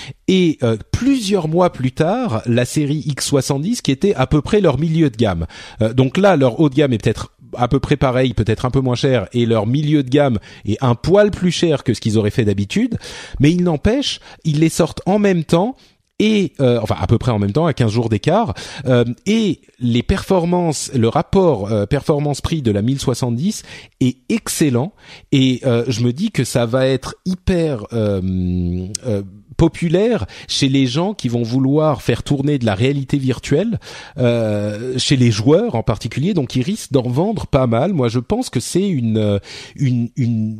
Et euh, plusieurs mois plus tard, la série X soixante-dix qui était à peu près leur milieu de gamme. Euh, donc là, leur haut de gamme est peut-être à peu près pareil, peut-être un peu moins cher, et leur milieu de gamme est un poil plus cher que ce qu'ils auraient fait d'habitude. Mais il n'empêche, ils les sortent en même temps. Et euh, enfin à peu près en même temps, à quinze jours d'écart, euh, et les performances, le rapport euh, performance-prix de la mille soixante-dix est excellent, et euh, je me dis que ça va être hyper euh, euh, populaire chez les gens qui vont vouloir faire tourner de la réalité virtuelle, euh, chez les joueurs en particulier, donc ils risquent d'en vendre pas mal. Moi je pense que c'est une une une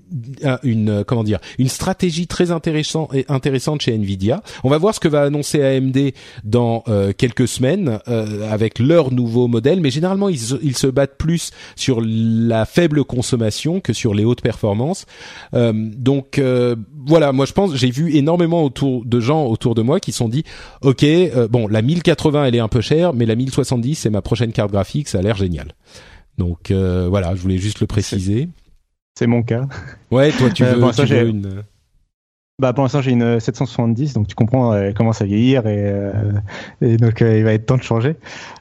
une comment dire une stratégie très intéressante intéressante chez Nvidia. On va voir ce que va annoncer A M D dans euh, quelques semaines euh, avec leur nouveau modèle, mais généralement ils, ils se battent plus sur la faible consommation que sur les hautes performances. Euh, donc euh, voilà, moi je pense, j'ai vu énormément autour de gens autour de moi qui se sont dit OK, euh, bon, la mille quatre-vingts elle est un peu chère, mais la mille soixante-dix c'est ma prochaine carte graphique, ça a l'air génial. Donc euh, voilà, je voulais juste le préciser. C'est... C'est mon cas. Ouais, toi tu veux, euh, bon, tu veux une... Bah pour l'instant j'ai une sept cent soixante-dix, donc tu comprends, elle commence à vieillir et, euh, et donc euh, il va être temps de changer.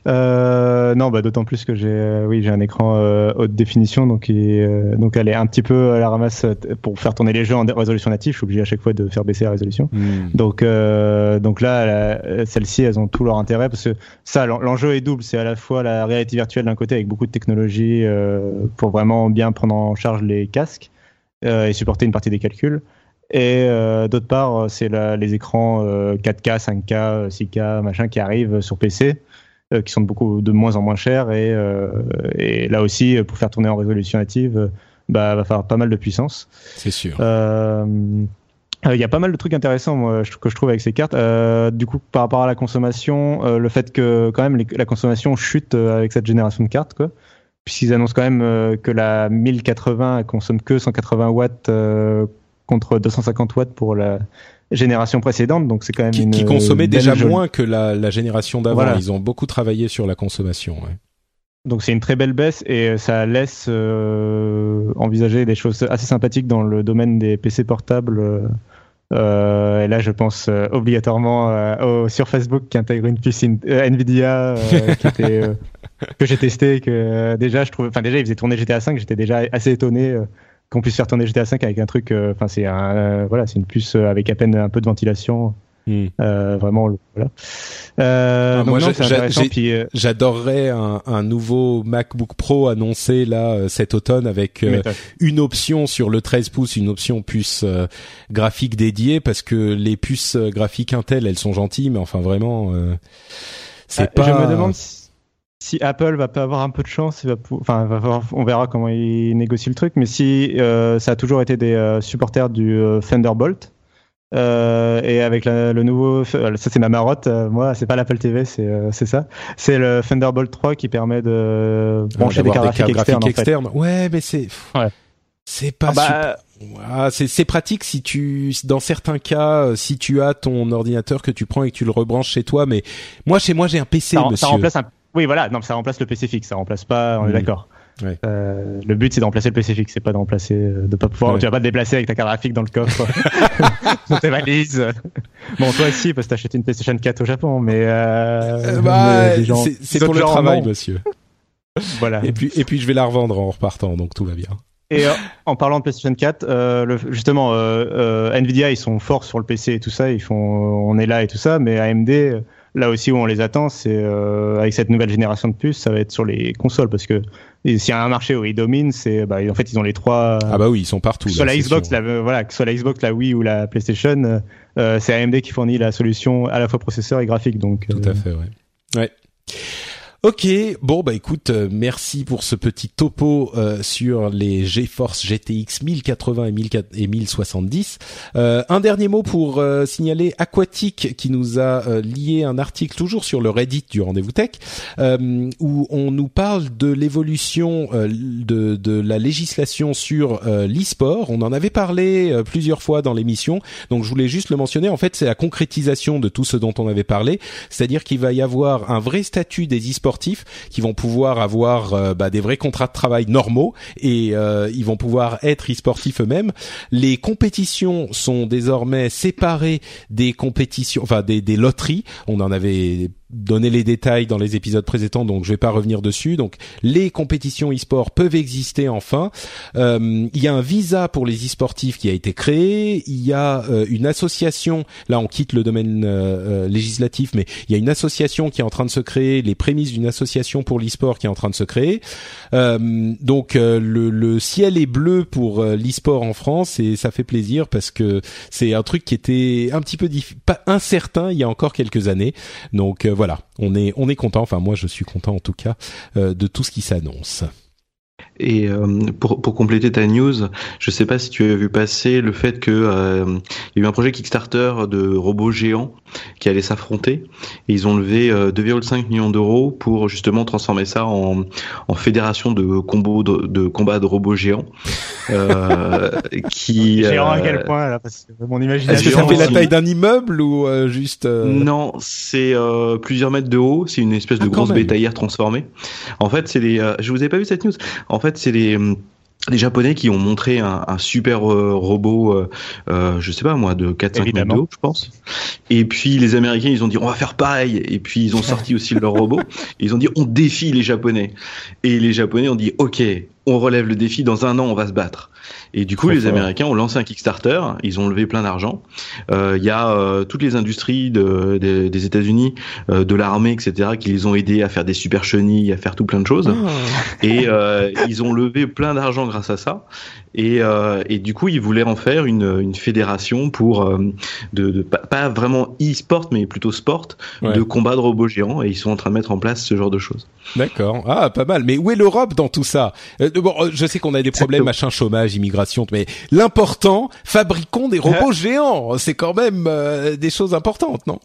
Euh, non, bah d'autant plus que j'ai, euh, oui, j'ai un écran euh, haute définition, donc il, euh, donc elle est un petit peu à la ramasse pour faire tourner les jeux en résolution native. Je suis obligé à chaque fois de faire baisser la résolution. Mm. Donc euh, donc là, la, celles-ci, elles ont tout leur intérêt parce que ça, l'enjeu est double. C'est à la fois la réalité virtuelle d'un côté avec beaucoup de technologies euh, pour vraiment bien prendre en charge les casques euh, et supporter une partie des calculs. Et euh, d'autre part, c'est la, les écrans euh, quatre K, cinq K, six K, machin qui arrivent sur P C, euh, qui sont de beaucoup de moins en moins chers. Et, euh, et là aussi, pour faire tourner en résolution native, bah, va falloir pas mal de puissance. C'est sûr. Il euh, euh, y a pas mal de trucs intéressants, moi, que je trouve avec ces cartes. Euh, du coup, par rapport à la consommation, euh, le fait que quand même les, la consommation chute avec cette génération de cartes, quoi. Puisqu'ils annoncent quand même euh, que la mille quatre-vingts elle consomme que cent quatre-vingts watts. Euh, contre deux cent cinquante watts pour la, génération précédente, donc c'est quand même qui, une qui consommait déjà jolie... moins que la, la génération d'avant. Voilà. Ils ont beaucoup travaillé sur la consommation. Ouais. Donc c'est une très belle baisse et ça laisse euh, envisager des choses assez sympathiques dans le domaine des P C portables. Euh, et là, je pense euh, obligatoirement euh, au, sur Facebook qui intègre une puce in, euh, Nvidia euh, qui était, euh, que j'ai testé. Que euh, déjà, je trouve, enfin déjà, il faisait tourner G T A cinq. J'étais déjà assez étonné euh, qu'on puisse faire tourner G T A cinq avec un truc. Enfin, euh, c'est un, euh, voilà, c'est une puce avec à peine un peu de ventilation. Mmh. Euh, vraiment, voilà. Euh, moi, donc non, j'a, j'ai, puis, euh... j'adorerais un, un nouveau MacBook Pro annoncé là cet automne avec euh, une option sur le treize pouces, une option puce euh, graphique dédiée, parce que les puces graphiques Intel, elles sont gentilles, mais enfin vraiment, euh, c'est euh, pas. Je me demande si, si Apple va pas avoir un peu de chance, il va pou... enfin, va avoir... on verra comment il négocie le truc, mais si euh, ça a toujours été des euh, supporters du euh, Thunderbolt. Euh, et avec la, le nouveau, ça c'est ma marotte, euh, moi c'est pas l'Apple T V, c'est euh, c'est ça, c'est le Thunderbolt trois qui permet de brancher ah, des cartes graphiques, des externes, graphiques externes. En fait. Ouais, mais c'est ouais. c'est pas ah bah, super... ah, c'est c'est pratique si tu dans certains cas si tu as ton ordinateur que tu prends et que tu le rebranches chez toi, mais moi chez moi j'ai un P C, ça, monsieur. Ça remplace un oui voilà, non ça remplace le P C fixe, ça remplace pas, on mmh. est d'accord. Ouais. Euh, le but c'est de remplacer le P C fixe, c'est pas de remplacer, de pas pouvoir, ouais. Tu vas pas te déplacer avec ta carte graphique dans le coffre, dans tes valises. Bon, toi aussi parce que t'as acheté une PlayStation quatre au Japon, mais, euh, bah, mais gens, c'est, c'est pour le travail, non. monsieur. Voilà. Et puis et puis je vais la revendre en repartant, donc tout va bien. Et euh, en parlant de PlayStation quatre, euh, le, justement, euh, euh, Nvidia ils sont forts sur le P C et tout ça, ils font, on est là et tout ça, mais A M D. Là aussi où on les attend, c'est euh, avec cette nouvelle génération de puces, ça va être sur les consoles, parce que s'il y a un marché où ils dominent, c'est bah, en fait ils ont les trois. Ah bah oui, ils sont partout. Que ce soit là, la Xbox, la, voilà, que ce soit la Xbox, la Wii ou la PlayStation, euh, c'est A M D qui fournit la solution à la fois processeur et graphique. Donc. Tout euh... à fait, ouais. Ouais. Ok, bon bah écoute, euh, merci pour ce petit topo euh, sur les GeForce G T X mille quatre-vingts et mille soixante-dix. Euh, un dernier mot pour euh, signaler Aquatic qui nous a euh, lié un article toujours sur le Reddit du Rendez-vous Tech euh, où on nous parle de l'évolution euh, de, de la législation sur euh, l'e-sport. On en avait parlé euh, plusieurs fois dans l'émission, donc je voulais juste le mentionner. En fait, c'est la concrétisation de tout ce dont on avait parlé, c'est-à-dire qu'il va y avoir un vrai statut des e-sportifs qui vont pouvoir avoir euh, bah, des vrais contrats de travail normaux et euh, ils vont pouvoir être e-sportifs eux-mêmes. Les compétitions sont désormais séparées des compétitions, enfin des, des loteries. On en avait donné les détails dans les épisodes précédents, donc je vais pas revenir dessus. Donc les compétitions e-sport peuvent exister enfin. Euh, il y a un visa pour les e-sportifs qui a été créé. Il y a euh, une association. Là, on quitte le domaine euh, euh, législatif, mais il y a une association qui est en train de se créer. Les prémices d'une association pour l'e-sport qui est en train de se créer. Euh, donc euh, le, le ciel est bleu pour euh, l'e-sport en France et ça fait plaisir parce que c'est un truc qui était un petit peu diff- pas incertain il y a encore quelques années. Donc euh, voilà, on est on est content. Enfin moi je suis content en tout cas euh, de tout ce qui s'annonce. Et euh, pour, pour compléter ta news, je sais pas si tu as vu passer le fait que euh, il y a eu un projet Kickstarter de robots géants qui allaient s'affronter et ils ont levé euh, deux virgule cinq millions d'euros pour justement transformer ça en, en fédération de combo de, de combat de robots géants. Euh, qui géant euh, à quel point là, parce que mon imagination. Est-ce que ça fait la taille d'un immeuble ou euh, juste euh... Non, c'est euh, plusieurs mètres de haut. C'est une espèce de ah, grosse bétaillère transformée. En fait, c'est les. Euh, je vous ai pas vu cette news. En fait, c'est les. Les Japonais qui ont montré un, un super euh, robot, euh, euh, je sais pas moi, de quatre à cinq mètres de haut, je pense. Et puis les Américains, ils ont dit on va faire pareil. Et puis ils ont sorti aussi leur robot. Et ils ont dit on défie les Japonais. Et les Japonais ont dit ok, on relève le défi. Dans un an, on va se battre. Et du coup, Trop les fort. Américains ont lancé un Kickstarter. Ils ont levé plein d'argent. Il euh, y a euh, toutes les industries de, de, des États-Unis, euh, de l'armée, et cetera, qui les ont aidés à faire des super chenilles, à faire tout plein de choses. Oh. Et euh, ils ont levé plein d'argent grâce à ça. Et, euh, et du coup, ils voulaient en faire une, une fédération pour euh, de, de pas, pas vraiment e-sport, mais plutôt sport, ouais. de combat de robots géants. Et ils sont en train de mettre en place ce genre de choses. D'accord. Ah, pas mal. Mais où est l'Europe dans tout ça? euh, Bon, je sais qu'on a des problèmes, machin, chômage, immigration, mais l'important, fabriquons des robots géants. C'est quand même euh, des choses importantes, non?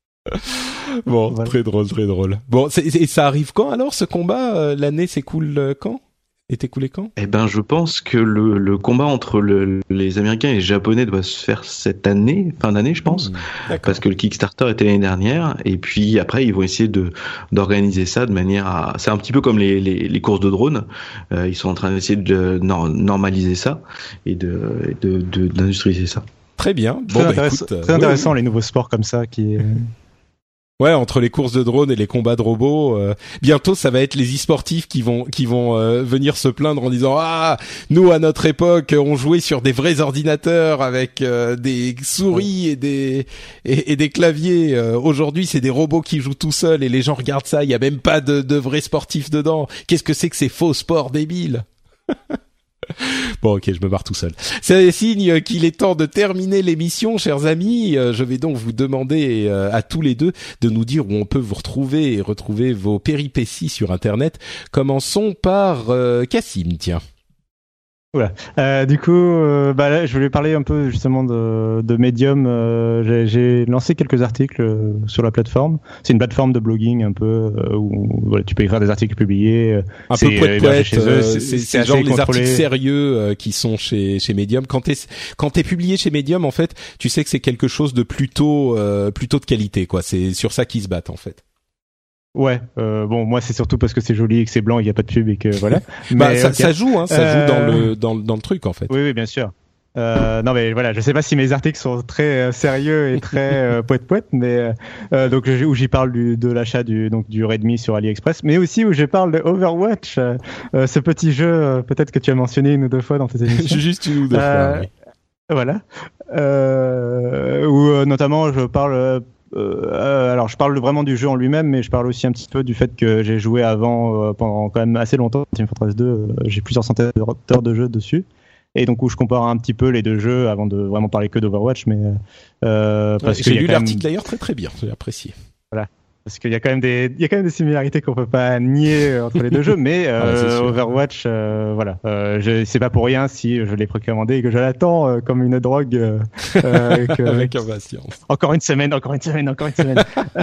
Bon, voilà. Très drôle, très drôle. Bon, c'est, et ça arrive quand alors ce combat? L'année s'écoule quand? est écoulé quand ? Eh ben, je pense que le, le combat entre le, les Américains et les Japonais doit se faire cette année, fin d'année, je pense, mmh, parce que le Kickstarter était l'année dernière. Et puis après, ils vont essayer de d'organiser ça de manière à. C'est un petit peu comme les les, les courses de drones. Euh, ils sont en train d'essayer de nor- normaliser ça et de, de, de d'industrialiser ça. Très bien. Bon, très, bah, intéress- écoute, très euh, intéressant oui, les nouveaux sports comme ça qui. Ouais, entre les courses de drones et les combats de robots, euh, bientôt ça va être les e-sportifs qui vont qui vont euh, venir se plaindre en disant ah nous à notre époque on jouait sur des vrais ordinateurs avec euh, des souris et des et, et des claviers. Euh, aujourd'hui c'est des robots qui jouent tout seuls et les gens regardent ça. Il y a même pas de, de vrais sportifs dedans. Qu'est-ce que c'est que ces faux sports débiles? Bon, ok, je me barre tout seul. C'est un signe qu'il est temps de terminer l'émission, chers amis. Euh, je vais donc vous demander euh, à tous les deux de nous dire où on peut vous retrouver et retrouver vos péripéties sur Internet. Commençons par euh, Cassim, tiens. Voilà. Euh, du coup, euh, bah là, je voulais parler un peu justement de, de Medium. Euh, j'ai, j'ai lancé quelques articles euh, sur la plateforme. C'est une plateforme de blogging un peu euh, où voilà, tu peux écrire des articles publiés. Euh, un c'est, peu poète euh, poète. chez eux. C'est, c'est, c'est, c'est genre les contrôlé. articles sérieux euh, qui sont chez chez Medium. Quand t'es quand t'es publié chez Medium, en fait, tu sais que c'est quelque chose de plutôt euh, plutôt de qualité, quoi. C'est sur ça qu'ils se battent, en fait. Ouais, euh, bon, moi c'est surtout parce que c'est joli et que c'est blanc, il y a pas de pub et que voilà. Mais bah, ça, okay. ça joue, hein, ça euh... joue dans le dans dans le truc en fait. Oui, oui, bien sûr. Euh, non mais voilà, je sais pas si mes articles sont très euh, sérieux et très euh, poète poète, mais euh, donc où j'y parle du, de l'achat du donc du Redmi sur AliExpress, mais aussi où je parle de Overwatch, euh, euh, ce petit jeu euh, peut-être que tu as mentionné une ou deux fois dans tes émissions. Juste une ou deux euh, fois. Oui. Voilà. Euh, où euh, notamment je parle. Euh, Euh, alors, je parle vraiment du jeu en lui-même, mais je parle aussi un petit peu du fait que j'ai joué avant euh, pendant quand même assez longtemps. Team Fortress deux, euh, j'ai plusieurs centaines d'heures de jeu dessus, et donc où je compare un petit peu les deux jeux avant de vraiment parler que d'Overwatch, mais euh, parce ouais, que j'ai lu l'article même... d'ailleurs très très bien, j'ai apprécié. Voilà. Parce qu'il y a quand même des, il y a quand même des similarités qu'on peut pas nier entre les deux jeux, mais euh, ah, Overwatch, euh, voilà, euh, je, c'est pas pour rien si je l'ai précommandé et que je l'attends euh, comme une drogue, euh, avec, euh, avec impatience. Encore une semaine, encore une semaine, encore une semaine.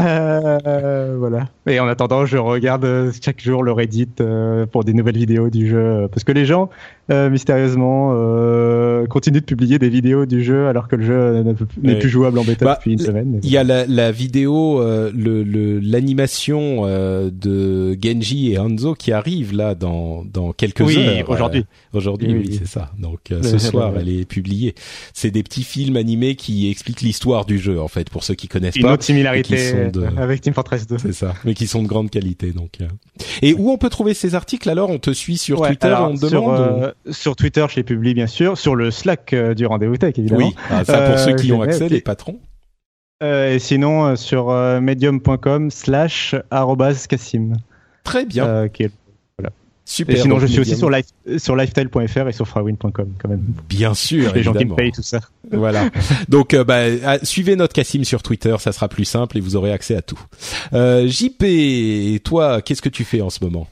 euh, voilà. Et en attendant, je regarde chaque jour le Reddit euh, pour des nouvelles vidéos du jeu, parce que les gens euh, mystérieusement euh, continuent de publier des vidéos du jeu alors que le jeu n'est plus jouable en bêta bah, depuis une semaine. Il y a la, la vidéo, euh, le, le l'animation euh, de Genji et Hanzo qui arrive là dans dans quelques oui, heures. aujourd'hui. Euh, aujourd'hui, oui, oui, oui, c'est ça. Donc euh, ce soir, elle est publiée. C'est des petits films animés qui expliquent l'histoire du jeu en fait pour ceux qui connaissent une pas. Une autre similarité qui sont de... avec Team Fortress deux. C'est ça, mais qui sont de grande qualité donc. Euh... Et où on peut trouver ces articles alors? On te suit sur ouais, Twitter, alors, on te sur, demande euh, ou... sur Twitter, je les publie bien sûr. Sur le Slack euh, du Rendez-vous Tech évidemment. Oui, ah, ça pour euh, ceux qui ont accès, okay. les patrons. Euh, et sinon euh, sur euh, medium.com slash arrobase Cassim. Très bien. Euh, qui est, voilà. Super. Et sinon je suis Medium. aussi sur life, sur lifestyle point f r et sur frawin point com quand même. Bien sûr. Les évidemment. gens qui me payent tout ça. Voilà. Donc euh, bah, suivez notre Cassim sur Twitter, ça sera plus simple et vous aurez accès à tout. Euh, J P, toi, qu'est-ce que tu fais en ce moment?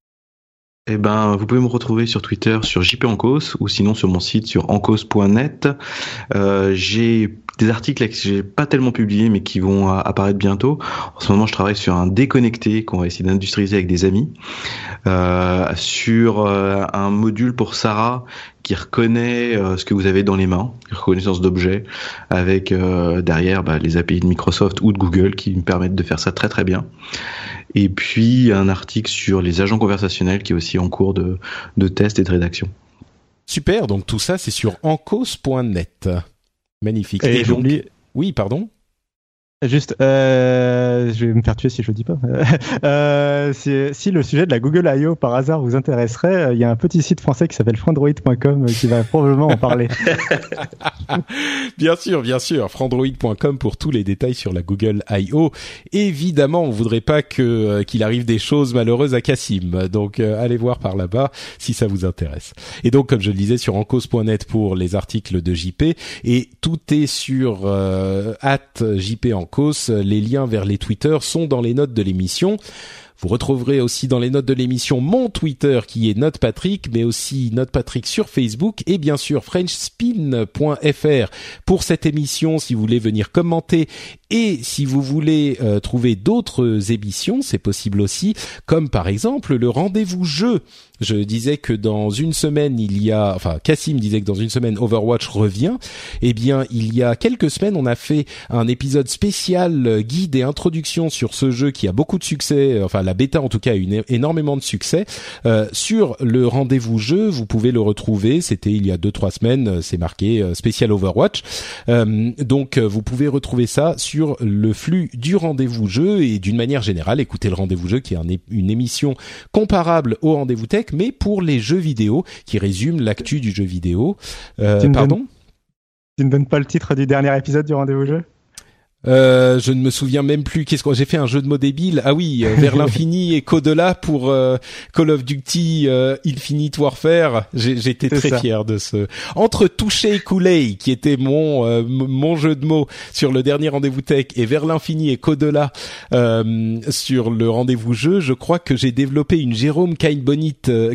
Eh ben, vous pouvez me retrouver sur Twitter sur J P Ancos ou sinon sur mon site sur ancos point net. Euh, j'ai des articles que j'ai pas tellement publiés mais qui vont apparaître bientôt. En ce moment, je travaille sur un déconnecté qu'on va essayer d'industrialiser avec des amis, euh, sur euh, un module pour Sarah qui reconnaît euh, ce que vous avez dans les mains, reconnaissance d'objets, avec euh, derrière bah, les A P I de Microsoft ou de Google qui me permettent de faire ça très très bien. Et puis un article sur les agents conversationnels qui est aussi en cours de, de test et de rédaction. Super, donc tout ça c'est sur ancos point net. Magnifique. Et, et donc, oui, pardon. Juste, euh, je vais me faire tuer si je le dis pas. euh, si, si le sujet de la Google I O par hasard vous intéresserait, il y a un petit site français qui s'appelle frandroid point com qui va probablement en parler. Bien sûr, bien sûr. frandroid point com pour tous les détails sur la Google I O. Évidemment, on voudrait pas que euh, qu'il arrive des choses malheureuses à Cassim. Donc, euh, allez voir par là-bas si ça vous intéresse. Et donc, comme je le disais, sur ancos point net pour les articles de J P. Et tout est sur euh, at J P en cause, les liens vers les Twitter sont dans les notes de l'émission. Vous retrouverez aussi dans les notes de l'émission mon Twitter qui est NotePatrick, mais aussi NotePatrick sur Facebook et bien sûr frenchspin point f r pour cette émission si vous voulez venir commenter. Et si vous voulez euh, trouver d'autres émissions, c'est possible aussi, comme par exemple le rendez-vous jeu. Je disais que dans une semaine, il y a, enfin, Cassim disait que dans une semaine, Overwatch revient. Eh bien, il y a quelques semaines, on a fait un épisode spécial guide et introduction sur ce jeu qui a beaucoup de succès, enfin, la bêta en tout cas a eu énormément de succès, euh, sur le rendez-vous jeu. Vous pouvez le retrouver, c'était il y a deux, trois semaines, c'est marqué euh, spécial Overwatch. Euh, donc, vous pouvez retrouver ça sur le flux du rendez-vous jeu et d'une manière générale, écoutez le rendez-vous jeu qui est un, une émission comparable au rendez-vous tech, mais pour les jeux vidéo, qui résume l'actu du jeu vidéo. Euh, tu pardon donnes, Tu ne donnes pas le titre du dernier épisode du rendez-vous jeu ? Euh, je ne me souviens même plus. Qu'est-ce que j'ai fait, un jeu de mots débile. Ah oui, euh, vers l'infini et qu'au-delà pour euh, Call of Duty euh, Infinite Warfare. J'ai, j'étais très ça. fier de ce. Entre Touché et Kool-Aid, qui était mon euh, mon jeu de mots sur le dernier rendez-vous tech, et vers l'infini et qu'au-delà euh, sur le rendez-vous jeu, je crois que j'ai développé une Jérôme Kainbornite euh,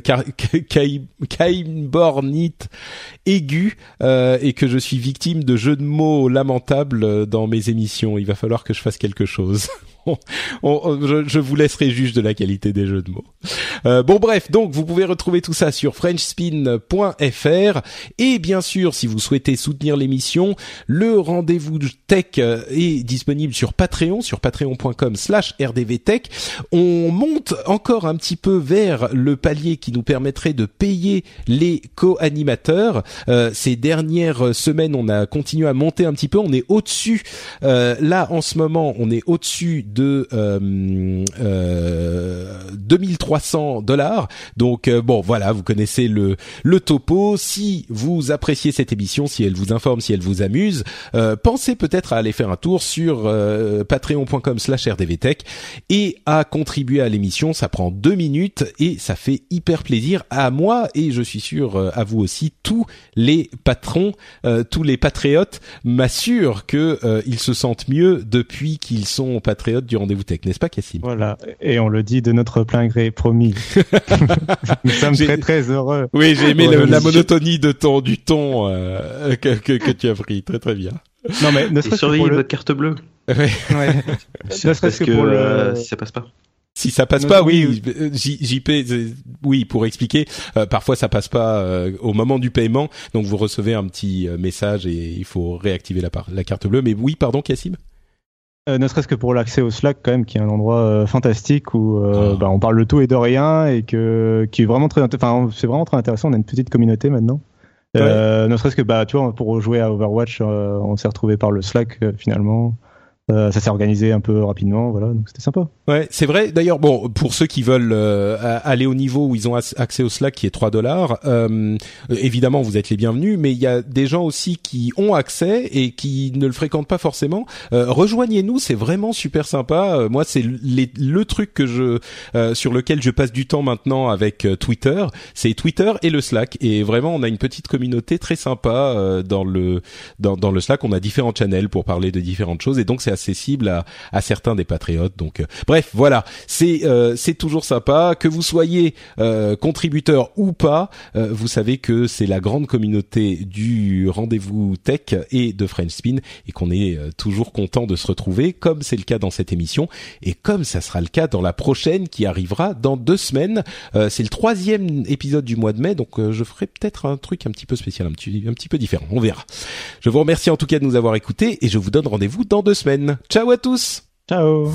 Kainbornite aiguë euh, et que je suis victime de jeux de mots lamentables dans mes émissions. Il va falloir que je fasse quelque chose. On, on, je, je vous laisserai juge de la qualité des jeux de mots. Euh, bon bref, donc vous pouvez retrouver tout ça sur frenchspin point f r et bien sûr, si vous souhaitez soutenir l'émission, le rendez-vous tech est disponible sur Patreon, sur patreon point com slash r d v tech. On monte encore un petit peu vers le palier qui nous permettrait de payer les co-animateurs. Euh, ces dernières semaines, on a continué à monter un petit peu. On est au-dessus. Euh, là, en ce moment, on est au-dessus de euh, euh, deux mille trois cents dollars. Donc euh, bon, voilà, vous connaissez le le topo. Si vous appréciez cette émission, si elle vous informe, si elle vous amuse, euh, pensez peut-être à aller faire un tour sur euh, patreon point com slash r d v tech et à contribuer à l'émission. Ça prend deux minutes et ça fait hyper plaisir à moi et je suis sûr euh, à vous aussi. Tous les patrons, euh, tous les patriotes m'assurent que euh, ils se sentent mieux depuis qu'ils sont patriotes du rendez-vous tech, n'est-ce pas, Cassim ? Voilà, et on le dit de notre plein gré, promis. Nous sommes j'ai... très très heureux. Oui, j'ai aimé le, la monotonie de ton, du ton euh, que, que, que tu as pris, très très bien. Non mais ne serait-ce que pour le... votre carte bleue. Ouais. ouais. ne serait-ce que, que pour le... euh, si ça passe pas. Si ça passe non, pas, oui, J, J P, oui, pour expliquer, euh, parfois ça passe pas euh, au moment du paiement, donc vous recevez un petit euh, message et il faut réactiver la, par- la carte bleue. Mais oui, pardon, Cassim. Euh, ne serait-ce que pour l'accès au Slack quand même, qui est un endroit euh, fantastique où euh, oh. bah, on parle de tout et de rien et que qui est vraiment très, enfin c'est vraiment très intéressant. On a une petite communauté maintenant. Ouais. Euh, ne serait-ce que bah tu vois, pour jouer à Overwatch, euh, on s'est retrouvé par le Slack euh, finalement. Euh, ça s'est organisé un peu rapidement, voilà, donc c'était sympa. Ouais, c'est vrai. D'ailleurs, bon, pour ceux qui veulent euh, aller au niveau où ils ont accès au Slack, qui est trois dollars, euh, évidemment, vous êtes les bienvenus. Mais il y a des gens aussi qui ont accès et qui ne le fréquentent pas forcément. Euh, rejoignez-nous, c'est vraiment super sympa. Euh, moi, c'est les, le truc que je euh, sur lequel je passe du temps maintenant avec euh, Twitter. C'est Twitter et le Slack. Et vraiment, on a une petite communauté très sympa euh, dans le dans, dans le Slack. On a différents channels pour parler de différentes choses. Et donc, c'est accessible à, à certains des patriotes. Donc, euh, bref, voilà, c'est euh, c'est toujours sympa que vous soyez euh, contributeur ou pas. Euh, vous savez que c'est la grande communauté du rendez-vous tech et de French Spin et qu'on est euh, toujours content de se retrouver, comme c'est le cas dans cette émission et comme ça sera le cas dans la prochaine qui arrivera dans deux semaines. Euh, c'est le troisième épisode du mois de mai, donc euh, je ferai peut-être un truc un petit peu spécial, un petit un petit peu différent. On verra. Je vous remercie en tout cas de nous avoir écoutés et je vous donne rendez-vous dans deux semaines. Ciao à tous. Ciao.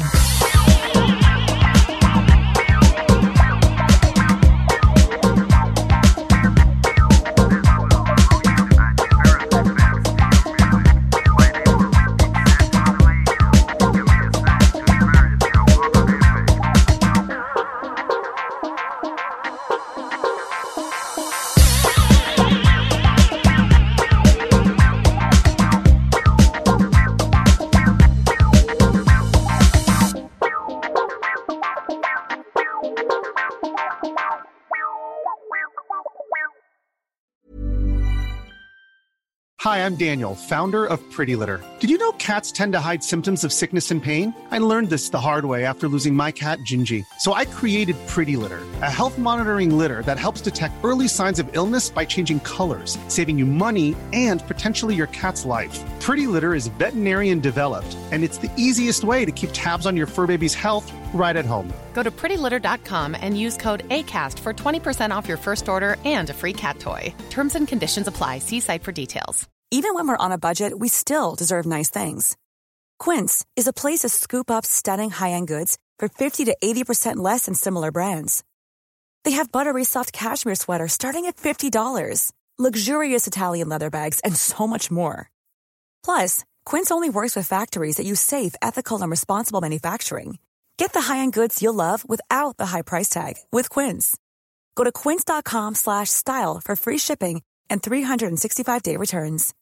Hi, I'm Daniel, founder of Pretty Litter. Did you know cats tend to hide symptoms of sickness and pain? I learned this the hard way after losing my cat, Gingy. So I created Pretty Litter, a health monitoring litter that helps detect early signs of illness by changing colors, saving you money and potentially your cat's life. Pretty Litter is veterinarian developed, and it's the easiest way to keep tabs on your fur baby's health right at home. Go to pretty litter dot com and use code ACAST for twenty percent off your first order and a free cat toy. Terms and conditions apply. See site for details. Even when we're on a budget, we still deserve nice things. Quince is a place to scoop up stunning high-end goods for fifty to eighty percent less than similar brands. They have buttery soft cashmere sweaters starting at fifty dollars, luxurious Italian leather bags, and so much more. Plus, Quince only works with factories that use safe, ethical, and responsible manufacturing. Get the high-end goods you'll love without the high price tag with Quince. Go to quince dot com slash style for free shipping and three sixty-five day returns.